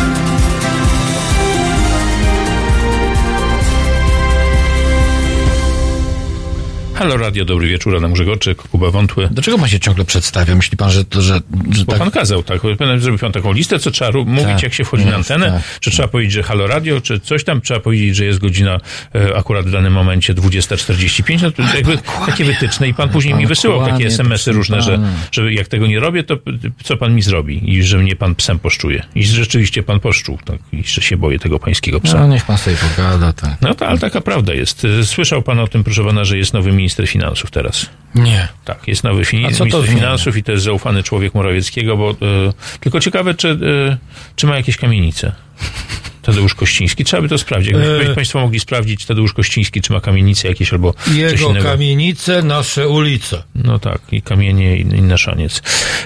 Speaker 4: Halo Radio, dobry wieczór, Adam Grzegorczyk, Kuba Wątły.
Speaker 15: Dlaczego pan się ciągle przedstawia? Myśli pan, że
Speaker 4: Bo tak... pan kazał, tak. Zrobił pan taką listę, co trzeba mówić, jak się wchodzi na antenę, że trzeba powiedzieć, że Halo Radio, czy coś tam, trzeba powiedzieć, że jest godzina akurat w danym momencie 20:45, no to jakby takie wytyczne i pan później mi wysyłał takie SMS-y różne, że jak tego nie robię, to co pan mi zrobi? I że mnie pan psem poszczuje. I rzeczywiście pan poszczuł, tak, i że się boję tego pańskiego psa.
Speaker 15: No niech pan sobie pogada, tak.
Speaker 4: No to, ale taka prawda jest. Słyszał pan o tym, proszę pana, że jest nowy minister finansów teraz?
Speaker 15: Nie.
Speaker 4: Tak, jest nowy minister finansów i to jest zaufany człowiek Morawieckiego, bo tylko ciekawe, czy ma jakieś kamienice. Tadeusz Kościński. Trzeba by to sprawdzić. Jakby państwo mogli sprawdzić Tadeusz Kościński, czy ma kamienice jakieś albo
Speaker 15: jego
Speaker 4: coś innego.
Speaker 15: Kamienice, nasze ulice.
Speaker 4: No tak, i kamienie i naszaniec.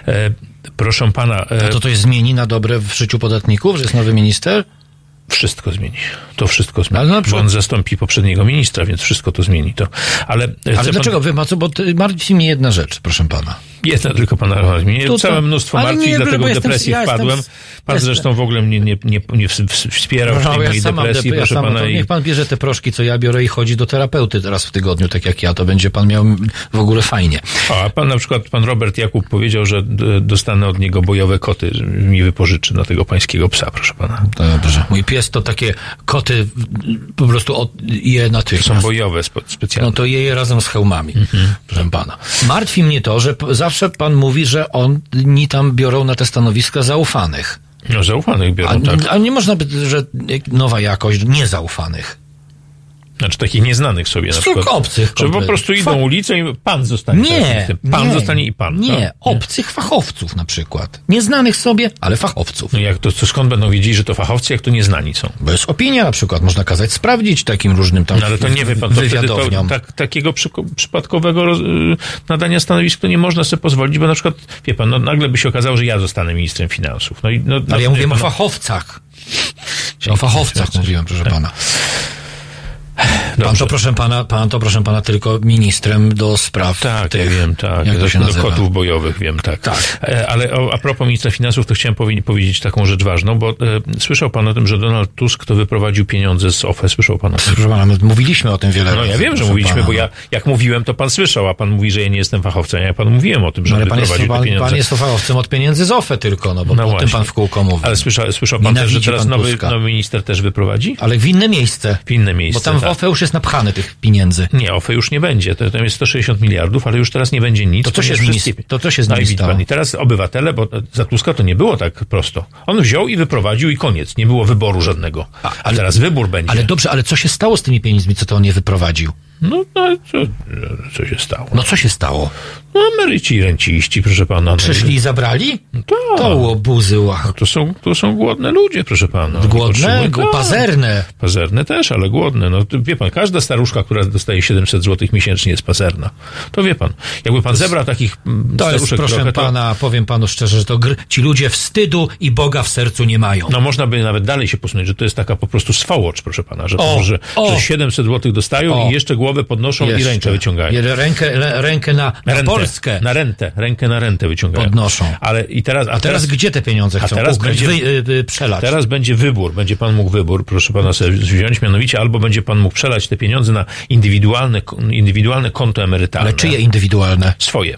Speaker 4: Proszę pana...
Speaker 15: A to jest zmieni na dobre w życiu podatników, że jest nowy minister?
Speaker 4: Wszystko zmieni. To wszystko zmieni. Bo on zastąpi poprzedniego ministra, więc wszystko to zmieni. Ale
Speaker 15: dlaczego? Bo martwi mnie jedna rzecz, proszę pana.
Speaker 4: Jedna tylko pana mnie. Całe mnóstwo martwi, dlatego w depresję wpadłem. Pan zresztą w ogóle mnie nie wspierał w tej mojej depresji, proszę pana.
Speaker 15: Niech pan bierze te proszki, co ja biorę i chodzi do terapeuty raz w tygodniu, tak jak ja, to będzie pan miał w ogóle fajnie.
Speaker 4: A pan na przykład, pan Robert Jakub powiedział, że dostanę od niego bojowe koty, że mi wypożyczy na tego pańskiego psa, proszę pana.
Speaker 15: Dobrze. Mój pies to takie koty po prostu je natychmiast.
Speaker 4: Są bojowe specjalnie.
Speaker 15: No to je razem z hełmami, proszę pana. Martwi mnie to, że zawsze pan mówi, że oni tam biorą na te stanowiska zaufanych.
Speaker 4: No zaufanych biorą, tak.
Speaker 15: A nie można by, że nowa jakość niezaufanych.
Speaker 4: Znaczy takich nieznanych sobie na przykład.
Speaker 15: Obcych.
Speaker 4: Że po prostu idą ulicą i pan zostanie. Zostanie i pan.
Speaker 15: Nie, obcych fachowców na przykład. Nieznanych sobie, ale fachowców.
Speaker 4: No jak to skąd będą wiedzieli, że to fachowcy, jak to nieznani są?
Speaker 15: Bo jest opinia na przykład, można kazać sprawdzić takim różnym tam
Speaker 4: ale to nie wie pan, to takiego przypadkowego nadania stanowisk to nie można sobie pozwolić, bo na przykład, wie pan, nagle by się okazało, że ja zostanę ministrem finansów.
Speaker 15: Ale ja mówię o fachowcach. O fachowcach mówiłem, proszę pana. Pan to, proszę pana, tylko ministrem do spraw
Speaker 4: tych. Ja wiem, tak. Jak to się nazywa? Do kotów bojowych, wiem, tak. Ale a propos ministra finansów, to chciałem powiedzieć taką rzecz ważną, bo słyszał pan o tym, że Donald Tusk to wyprowadził pieniądze z OFE. Słyszał pan o tym?
Speaker 15: Proszę pana, mówiliśmy o tym wiele razy.
Speaker 4: No ja wiem, że mówiliśmy, pana, bo ja jak mówiłem, to pan słyszał, a pan mówi, że ja nie jestem fachowcem. Ja panu mówiłem o tym, że wyprowadził te pieniądze.
Speaker 15: Pan jest fachowcem od pieniędzy z OFE tylko, bo o tym pan w kółko mówi.
Speaker 4: Ale słyszał pan też, że teraz nowy minister też wyprowadzi?
Speaker 15: Ale w inne miejsce.
Speaker 4: Bo
Speaker 15: tam w OFE już jest napchane tych pieniędzy.
Speaker 4: Nie, OFE już nie będzie. Tam jest 160 miliardów, ale już teraz nie będzie nic.
Speaker 15: To co się z nimi stało?
Speaker 4: I teraz obywatele, bo za Tuska to nie było tak prosto. On wziął i wyprowadził i koniec. Nie było wyboru żadnego. A teraz wybór będzie.
Speaker 15: Ale dobrze, ale co się stało z tymi pieniędzmi, co to on nie wyprowadzidził?
Speaker 4: Co się stało?
Speaker 15: No co się stało?
Speaker 4: No emeryci i renciści, proszę pana.
Speaker 15: Przyszli i zabrali?
Speaker 4: No tak.
Speaker 15: To łobuzy, łach.
Speaker 4: To są głodne ludzie, proszę pana.
Speaker 15: Głodne? Pazerne.
Speaker 4: Pazerne też, ale głodne. No wie pan, każda staruszka, która dostaje 700 zł miesięcznie jest pazerna. To wie pan. Jakby pan zebrał takich
Speaker 15: staruszek jest, proszę pana, powiem panu szczerze, że to ci ludzie wstydu i Boga w sercu nie mają.
Speaker 4: No można by nawet dalej się posunąć, że to jest taka po prostu swołocz, proszę pana, że 700 zł dostają i jeszcze głowę podnoszą i rękę wyciągają.
Speaker 15: Rękę na Polskę.
Speaker 4: Rękę na rentę wyciągają.
Speaker 15: Podnoszą.
Speaker 4: A teraz
Speaker 15: gdzie te pieniądze chcą przelać?
Speaker 4: Teraz będzie wybór. Będzie pan mógł wybór, proszę pana, sobie wziąć, mianowicie albo będzie pan mógł przelać te pieniądze na indywidualne konto emerytalne.
Speaker 15: Ale czyje indywidualne?
Speaker 4: Swoje.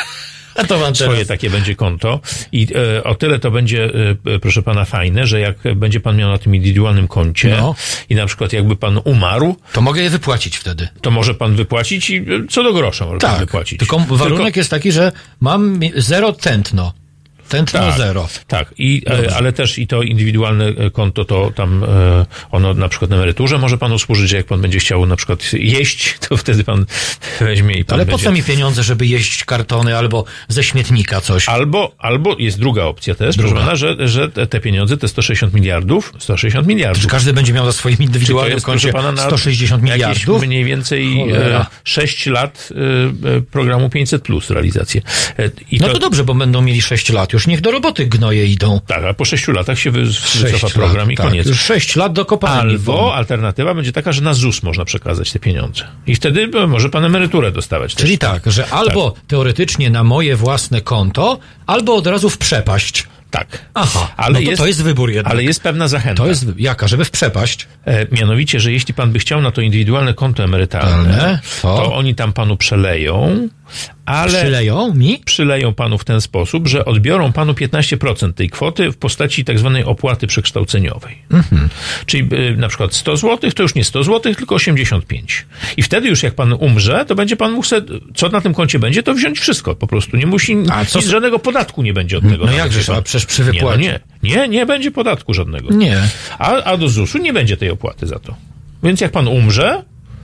Speaker 4: Swoje takie będzie konto i o tyle to będzie, proszę pana, fajne, że jak będzie pan miał na tym indywidualnym koncie i na przykład jakby pan umarł,
Speaker 15: to mogę je wypłacić wtedy.
Speaker 4: To może pan wypłacić i co do grosza może pan wypłacić.
Speaker 15: Tylko warunek jest taki, że mam 0 tętno. Tętno 0.
Speaker 4: Tak, ale też i to indywidualne konto, to tam ono na przykład na emeryturze może panu służyć, że jak pan będzie chciał na przykład jeść, to wtedy pan weźmie i pan
Speaker 15: Ale po co mi pieniądze, żeby jeść kartony albo ze śmietnika coś?
Speaker 4: Albo jest druga opcja też, proszę pana, że te pieniądze, te 160 miliardów.
Speaker 15: Czy każdy będzie miał za swoim indywidualnym koncie 160 miliardów?
Speaker 4: Mniej więcej 6 lat programu 500+ realizację.
Speaker 15: To dobrze, bo będą mieli 6 lat już już niech do roboty gnoje idą.
Speaker 4: Tak, a po 6 latach się wycofa program i koniec.
Speaker 15: Już 6 lat do kopalni.
Speaker 4: Albo alternatywa będzie taka, że na ZUS można przekazać te pieniądze. I wtedy może pan emeryturę dostawać.
Speaker 15: Czyli też. Tak, że albo teoretycznie na moje własne konto, albo od razu w przepaść.
Speaker 4: Tak.
Speaker 15: Aha, ale to jest wybór jednak.
Speaker 4: Ale jest pewna zachęta.
Speaker 15: To jest jaka? Żeby w przepaść?
Speaker 4: Mianowicie, że jeśli pan by chciał na to indywidualne konto emerytalne, to oni tam panu przeleją, ale...
Speaker 15: Przyleją mi?
Speaker 4: Przyleją panu w ten sposób, że odbiorą panu 15% tej kwoty w postaci tak zwanej opłaty przekształceniowej. Czyli na przykład 100 zł, to już nie 100 zł, tylko 85. I wtedy już jak pan umrze, to będzie pan mógł co na tym koncie będzie, to wziąć wszystko po prostu. Nie musi, żadnego podatku nie będzie od tego.
Speaker 15: No jakże, a przecież przy wypłacie.
Speaker 4: Nie będzie podatku żadnego.
Speaker 15: Nie.
Speaker 4: A do ZUS-u nie będzie tej opłaty za to. Więc jak pan umrze,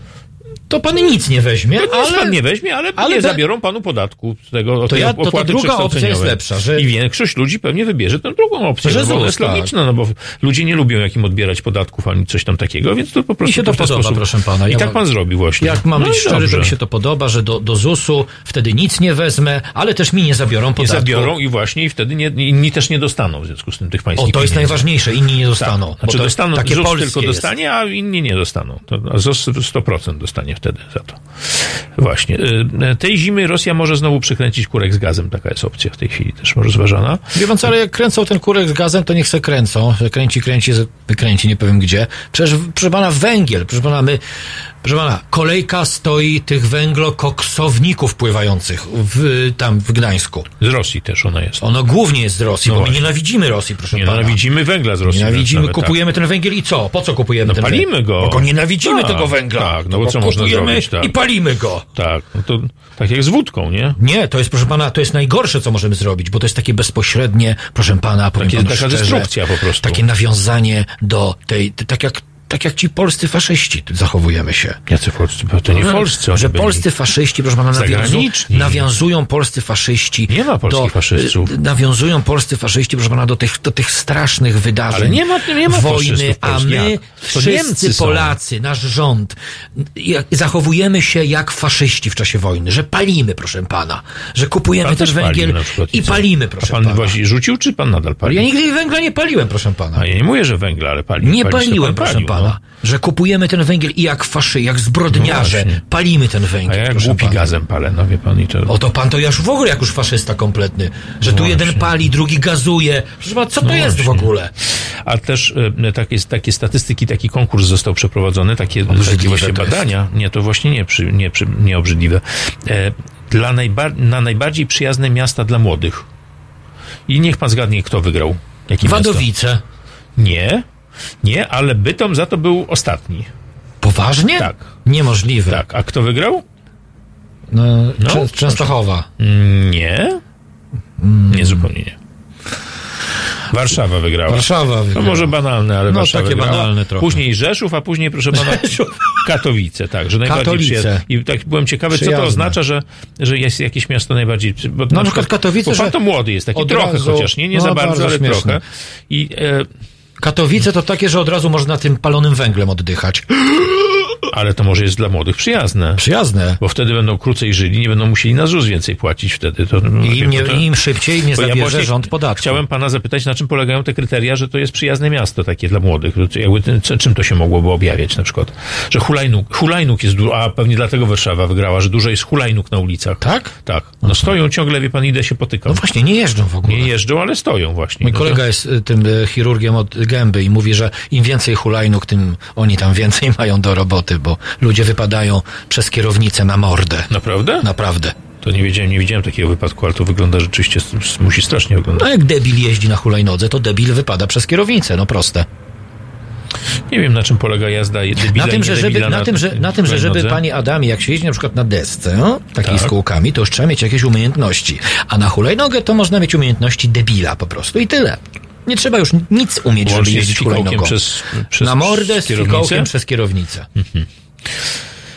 Speaker 15: to pan nic nie weźmie,
Speaker 4: pan nie weźmie, ale nie zabiorą panu podatku z tego
Speaker 15: to druga opcja jest lepsza.
Speaker 4: I większość ludzi pewnie wybierze tę drugą opcję.
Speaker 15: Że
Speaker 4: to jest logiczne, bo ludzie nie lubią jak im odbierać podatków ani coś tam takiego, więc to po prostu
Speaker 15: mi się to podoba, proszę pana.
Speaker 4: I tak pan zrobi właśnie.
Speaker 15: Jak mam być szczery, to mi się to podoba, że do ZUS-u wtedy nic nie wezmę, ale też mi nie zabiorą podatku.
Speaker 4: Nie zabiorą i wtedy inni też nie dostaną w związku z tym tych pańskich
Speaker 15: to jest najważniejsze, inni nie dostaną.
Speaker 4: Tak. Znaczy dostaną,
Speaker 15: takie
Speaker 4: ZUS
Speaker 15: polskie
Speaker 4: tylko dostanie, a inni nie dostaną. A ZUS 100% dostanie wtedy za to. Właśnie. Tej zimy Rosja może znowu przykręcić kurek z gazem. Taka jest opcja w tej chwili też może zważana.
Speaker 15: Wie pan co, ale jak kręcą ten kurek z gazem, to niech se kręcą. Wykręci, nie powiem gdzie. Przecież, proszę pana, węgiel. Proszę pana, kolejka stoi tych węglokoksowników pływających tam w Gdańsku.
Speaker 4: Z Rosji też ona jest.
Speaker 15: Ono głównie jest z Rosji, bo my nienawidzimy Rosji, proszę pana.
Speaker 4: Nienawidzimy węgla z Rosji.
Speaker 15: Kupujemy ten węgiel i co? Po co kupujemy ten węgiel?
Speaker 4: Palimy go.
Speaker 15: Bo nienawidzimy tego węgla.
Speaker 4: Tak, no bo co można zrobić? Tak.
Speaker 15: I palimy go.
Speaker 4: Tak, no to tak jak z wódką, nie?
Speaker 15: Nie, to jest, proszę pana, to jest najgorsze, co możemy zrobić, bo to jest takie bezpośrednie, proszę pana,
Speaker 4: taka destrukcja po prostu.
Speaker 15: Takie nawiązanie do tej, tak jak ci polscy faszyści zachowujemy się.
Speaker 4: Jacy polscy? To nie polscy.
Speaker 15: Że polscy faszyści, proszę pana, nawiązują polscy faszyści.
Speaker 4: Nie ma polskich faszystów.
Speaker 15: Nawiązują polscy faszyści, proszę pana, do tych strasznych wydarzeń.
Speaker 4: Ale nie ma
Speaker 15: wojny, a my, wszyscy Polacy, nasz rząd, zachowujemy się jak faszyści w czasie wojny, że palimy, proszę pana, że kupujemy ten węgiel i palimy, proszę pana.
Speaker 4: A pan właśnie rzucił, czy pan nadal pali?
Speaker 15: Ja nigdy węgla nie paliłem, proszę pana.
Speaker 4: A ja nie mówię, że węgla, ale paliłem.
Speaker 15: Nie paliłem, proszę pana. Że kupujemy ten węgiel i jak zbrodniarze palimy ten węgiel.
Speaker 4: A ja jak głupi gazem palę, no wie pan.
Speaker 15: Oto pan to już w ogóle jak już faszysta kompletny. Że tu jeden pali, drugi gazuje. Proszę pana, co to jest w ogóle?
Speaker 4: A też takie statystyki, taki konkurs został przeprowadzony, takie właśnie badania. Nie, to właśnie nie obrzydliwe. Na najbardziej przyjazne miasta dla młodych. I niech pan zgadnie, kto wygrał.
Speaker 15: Wadowice.
Speaker 4: Nie, ale Bytom za to był ostatni.
Speaker 15: Poważnie?
Speaker 4: Tak.
Speaker 15: Niemożliwe.
Speaker 4: Tak. A kto wygrał?
Speaker 15: Częstochowa.
Speaker 4: Nie, zupełnie nie. Warszawa wygrała. No może banalne, ale Warszawa
Speaker 15: takie
Speaker 4: wygrała.
Speaker 15: Banalne trochę.
Speaker 4: Później Rzeszów, a później, proszę pana, Katowice. Tak, że najbardziej przyjazne. I tak byłem ciekawy, co to oznacza, że jest jakieś miasto najbardziej... Bo
Speaker 15: na przykład Katowice,
Speaker 4: bo pan to młody jest, taki trochę chociaż, nie za bardzo, ale śmieszne. Trochę.
Speaker 15: Katowice to takie, że od razu można tym palonym węglem oddychać.
Speaker 4: Ale to może jest dla młodych przyjazne.
Speaker 15: Przyjazne.
Speaker 4: Bo wtedy będą krócej żyli, nie będą musieli na ZUS więcej płacić wtedy.
Speaker 15: Im szybciej nie zabierze rząd podatku.
Speaker 4: Chciałem pana zapytać, na czym polegają te kryteria, że to jest przyjazne miasto takie dla młodych. Czym to się mogłoby objawiać na przykład? Że hulajnóg jest dużo, a pewnie dlatego Warszawa wygrała, że dużo jest hulajnóg na ulicach.
Speaker 15: Tak?
Speaker 4: Tak. No stoją ciągle, wie pan, idę się potykam.
Speaker 15: No właśnie, nie jeżdżą w ogóle.
Speaker 4: Nie jeżdżą, ale stoją właśnie.
Speaker 15: Mój kolega jest tym chirurgiem od gęby i mówi, że im więcej hulajnóg, tym oni tam więcej mają do roboty, bo ludzie wypadają przez kierownicę na mordę.
Speaker 4: Naprawdę?
Speaker 15: Naprawdę.
Speaker 4: To nie widziałem takiego wypadku, ale to wygląda rzeczywiście, musi strasznie wyglądać.
Speaker 15: No jak debil jeździ na hulajnodze, to debil wypada przez kierownicę, no proste.
Speaker 4: Nie wiem, na czym polega jazda debila
Speaker 15: na tym, że żeby panie Adamie, jak się jeździ na przykład na desce, takiej z kółkami, to już trzeba mieć jakieś umiejętności. A na hulajnogę to można mieć umiejętności debila po prostu i tyle. Nie trzeba już nic umieć, żeby jeździć hulajnogą.
Speaker 4: Przez
Speaker 15: na mordę z fikołkiem przez kierownicę.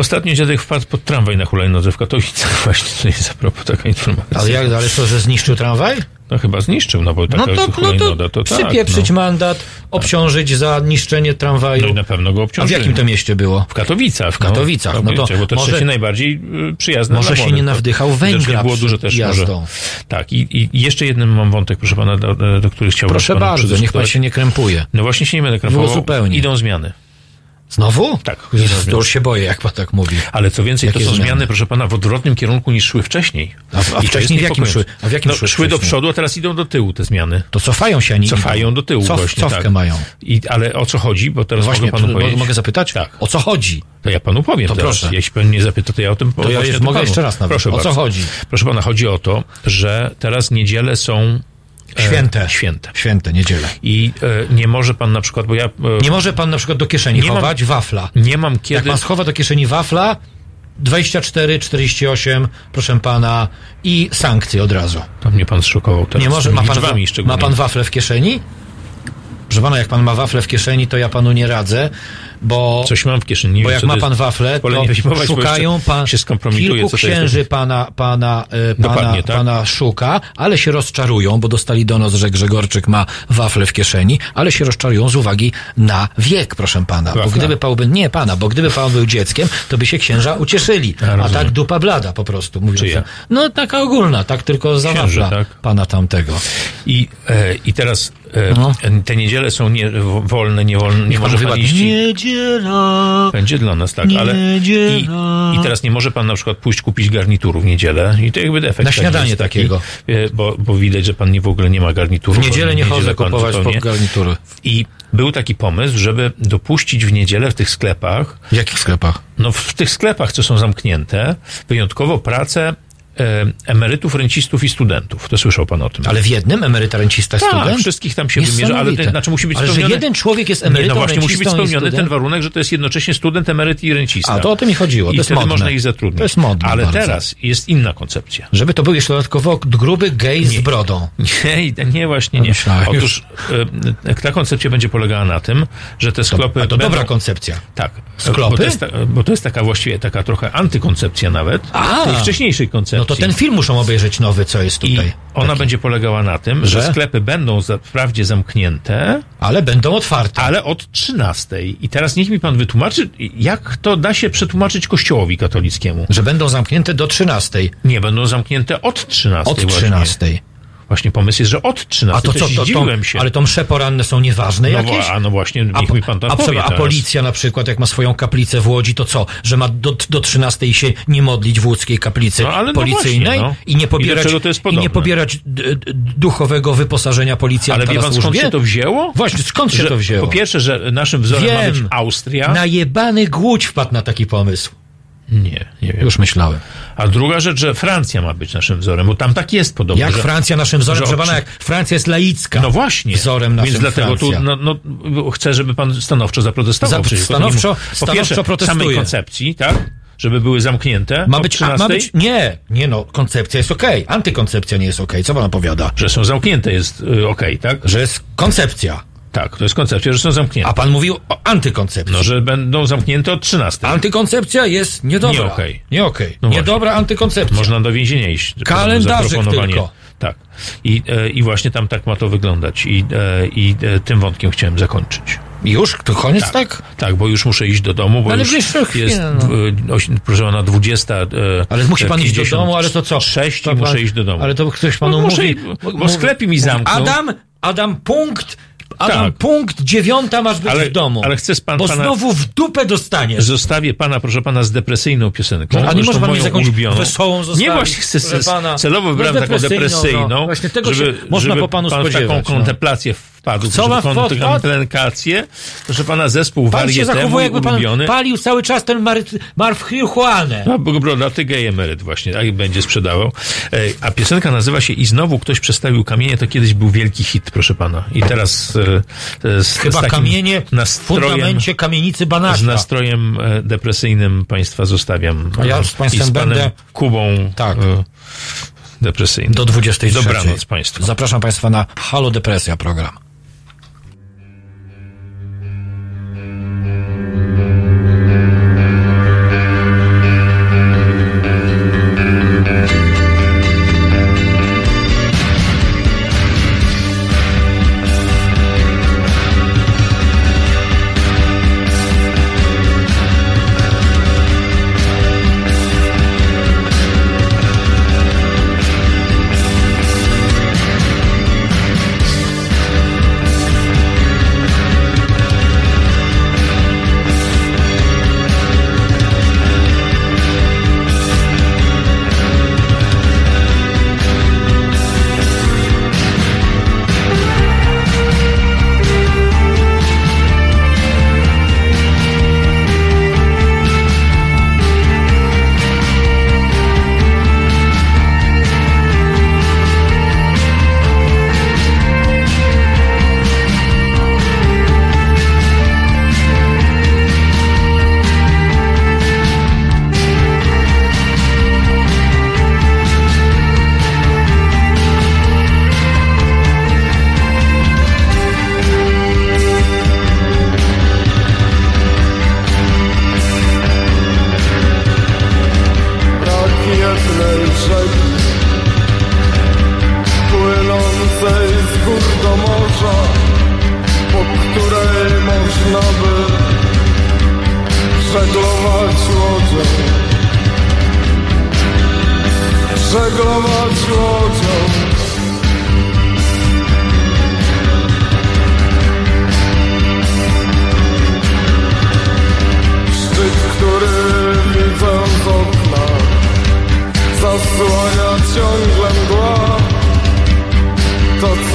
Speaker 4: Ostatnio dziadek wpadł pod tramwaj na hulajnodze w Katowicach. Właśnie, to jest a propos taka informacja.
Speaker 15: Ale co, że zniszczył tramwaj?
Speaker 4: No chyba zniszczył, no bo taka hulajnoda to
Speaker 15: przypieprzyć mandat, obciążyć za niszczenie tramwaju.
Speaker 4: No i na pewno go obciążyli.
Speaker 15: A w jakim to mieście było?
Speaker 4: W Katowicach.
Speaker 15: No to
Speaker 4: bo to
Speaker 15: może,
Speaker 4: trzecie najbardziej przyjazne.
Speaker 15: Może się nie nawdychał węgla
Speaker 4: było dużo też
Speaker 15: jazdą.
Speaker 4: Może. Tak, i jeszcze jeden mam wątek, proszę pana, do których chciałbym...
Speaker 15: Proszę bardzo, niech pan się nie krępuje.
Speaker 4: No właśnie się nie będę krępował.
Speaker 15: Zupełnie.
Speaker 4: Idą zmiany.
Speaker 15: Znowu?
Speaker 4: Tak.
Speaker 15: To już się boję, jak pan tak mówi.
Speaker 4: Ale co więcej, to są zmiany, proszę pana, w odwrotnym kierunku niż szły wcześniej.
Speaker 15: A wcześniej w jakim szły?
Speaker 4: Szły do przodu, a teraz idą do tyłu te zmiany.
Speaker 15: To cofają się,
Speaker 4: cofają do tyłu właśnie.
Speaker 15: Cofkę mają.
Speaker 4: Ale o co chodzi? Bo teraz
Speaker 15: właśnie,
Speaker 4: mogę panu powiedzieć.
Speaker 15: Mogę zapytać?
Speaker 4: Tak.
Speaker 15: O co chodzi?
Speaker 4: To ja panu powiem
Speaker 15: to
Speaker 4: teraz.
Speaker 15: Proszę.
Speaker 4: Jeśli pan mnie zapyta, to ja o tym powiem.
Speaker 15: To ja mogę jeszcze raz nawet.
Speaker 4: Proszę
Speaker 15: o co chodzi?
Speaker 4: Proszę pana, chodzi o to, że teraz niedziele są... Święte niedziele. I nie może pan na przykład, bo ja...
Speaker 15: nie może pan na przykład do kieszeni chować wafla.
Speaker 4: Nie mam kiedy...
Speaker 15: Jak pan schowa do kieszeni wafla, 24, 48, proszę pana, i sankcje od razu.
Speaker 4: To mnie pan zszokował teraz.
Speaker 15: Nie może, ma pan wafle w kieszeni? Proszę pana, jak pan ma wafle w kieszeni, to ja panu nie radzę, bo...
Speaker 4: Coś mam w kieszeni.
Speaker 15: Bo jak ma pan wafle, to szukają kilku księży pana szuka, ale się rozczarują, bo dostali donos, że Grzegorczyk ma wafle w kieszeni, ale się rozczarują z uwagi na wiek, proszę pana. Bo gdyby pan był dzieckiem, to by się księża ucieszyli. A tak dupa blada po prostu. Mówiąc, no taka ogólna, tak tylko za wafla pana tamtego.
Speaker 4: I teraz te niedziele są wolne, nie może pan iść.
Speaker 15: Niedziela.
Speaker 4: Będzie dla nas, tak, ale i teraz nie może pan na przykład pójść kupić garnituru w niedzielę i to jakby efekt
Speaker 15: na śniadanie takiego.
Speaker 4: Bo widać, że pan w ogóle nie ma garnituru.
Speaker 15: W niedzielę nie chodzę kupować garnitury.
Speaker 4: I był taki pomysł, żeby dopuścić w niedzielę w tych sklepach...
Speaker 15: W jakich sklepach?
Speaker 4: No w tych sklepach, co są zamknięte, wyjątkowo pracę emerytów, rencistów i studentów. To słyszał pan o tym.
Speaker 15: Ale w jednym emeryta, rencista, student?
Speaker 4: Tak, wszystkich tam się wymierza, ale musi być spełniony...
Speaker 15: że jeden człowiek jest emerytą,
Speaker 4: właśnie musi być spełniony ten warunek, że to jest jednocześnie student, emeryt i rencista.
Speaker 15: A to o tym mi chodziło.
Speaker 4: I
Speaker 15: to
Speaker 4: wtedy
Speaker 15: jest
Speaker 4: można ich zatrudnić.
Speaker 15: To jest modne.
Speaker 4: Ale
Speaker 15: bardzo.
Speaker 4: teraz jest inna koncepcja.
Speaker 15: Żeby to był jeszcze dodatkowo gruby gej z brodą.
Speaker 4: Nie, właśnie nie. Otóż ta koncepcja będzie polegała na tym, że te sklepy...
Speaker 15: To dobra koncepcja.
Speaker 4: Tak.
Speaker 15: Sklopy?
Speaker 4: Bo to jest taka właściwie taka trochę antykoncepcja nawet. Tej wcześniejszej koncepcji.
Speaker 15: No to ten film muszą obejrzeć nowy, co jest tutaj.
Speaker 4: I ona będzie polegała na tym, że sklepy będą wprawdzie zamknięte,
Speaker 15: ale będą otwarte.
Speaker 4: Ale od 13. I teraz niech mi pan wytłumaczy, jak to da się przetłumaczyć Kościołowi katolickiemu.
Speaker 15: Że będą zamknięte do 13.
Speaker 4: Nie, będą zamknięte od 13.
Speaker 15: Od 13.
Speaker 4: Właśnie pomysł jest, że od 13.
Speaker 15: A to co?
Speaker 4: Zdziwiłem się.
Speaker 15: Ale to msze poranne są nieważne jakieś?
Speaker 4: No właśnie, niech mi pan to powie.
Speaker 15: A policja na przykład, jak ma swoją kaplicę w Łodzi, to co? Że ma do 13 się nie modlić w łódzkiej kaplicy policyjnej i nie pobierać duchowego wyposażenia policjanta na służbie?
Speaker 4: Ale wie pan, skąd się to wzięło?
Speaker 15: Właśnie, skąd się to wzięło?
Speaker 4: Po pierwsze, że naszym wzorem ma być Austria.
Speaker 15: Najebany Głódź wpadł na taki pomysł.
Speaker 4: Nie wiem.
Speaker 15: Już myślałem.
Speaker 4: A druga rzecz, że Francja ma być naszym wzorem, bo tam tak jest podobno.
Speaker 15: Jak Francja naszym wzorem? Proszę pana, jak Francja jest laicka.
Speaker 4: No właśnie.
Speaker 15: Wzorem naszym.
Speaker 4: Więc dlatego tu chcę, żeby pan stanowczo zaprotestował.
Speaker 15: Stanowczo protestuję.
Speaker 4: Samej koncepcji, tak? Żeby były zamknięte.
Speaker 15: Ma być. Nie, koncepcja jest okej. Antykoncepcja nie jest okej. Co pan opowiada?
Speaker 4: Że są zamknięte jest okej, tak?
Speaker 15: Że jest koncepcja.
Speaker 4: Tak, to jest koncepcja, że są zamknięte.
Speaker 15: A pan mówił o antykoncepcji.
Speaker 4: No, że będą zamknięte od 13.
Speaker 15: Antykoncepcja jest niedobra. Nie okej. No niedobra antykoncepcja.
Speaker 4: Można do więzienia iść.
Speaker 15: Kalendarzyk tylko.
Speaker 4: Tak. I właśnie tam tak ma to wyglądać. I tym wątkiem chciałem zakończyć.
Speaker 15: Już? To koniec, tak?
Speaker 4: Tak, bo już muszę iść do domu, bo już jest, proszę pana, 20.
Speaker 15: Ale musi pan iść do domu, ale to co?
Speaker 4: 6 i muszę iść do domu.
Speaker 15: Ale to ktoś panu mówi...
Speaker 4: Bo sklepy mi zamknął.
Speaker 15: Adam, punkt 9 masz być w domu.
Speaker 4: Ale chcesz pan...
Speaker 15: Bo znowu w dupę dostaniesz.
Speaker 4: Zostawię pana, proszę pana, z depresyjną piosenką.
Speaker 15: A nie może pan mieć jakąś wesołą zostawić?
Speaker 4: Nie, właśnie chcę celowo wybrałem taką depresyjną,
Speaker 15: właśnie tego żeby można po panu
Speaker 4: pan
Speaker 15: spodziewać.
Speaker 4: w taką kontemplację wpadł.
Speaker 15: Co ma
Speaker 4: kontemplację? Proszę pana, zespół
Speaker 15: pan
Speaker 4: Warietę,
Speaker 15: się zachowuje, jakby pan
Speaker 4: ulubiony.
Speaker 15: palił cały czas ten marihuanę.
Speaker 4: No, brodaty gej emeryt właśnie, tak będzie sprzedawał. A piosenka nazywa się I znowu ktoś przestawił kamienie, to kiedyś był wielki hit, proszę pana. I teraz
Speaker 15: chyba kamienie w fundamencie kamienicy Banaszka.
Speaker 4: Z nastrojem depresyjnym państwa zostawiam.
Speaker 15: A ja z państwem będę
Speaker 4: Kubą depresyjnym.
Speaker 15: Do 23.
Speaker 4: Dobranoc państwu.
Speaker 15: Zapraszam państwa na Halo Depresja program.
Speaker 9: płynąć łodzią. Szczyt, który widzę z okna, zasłania ciągle mgła. To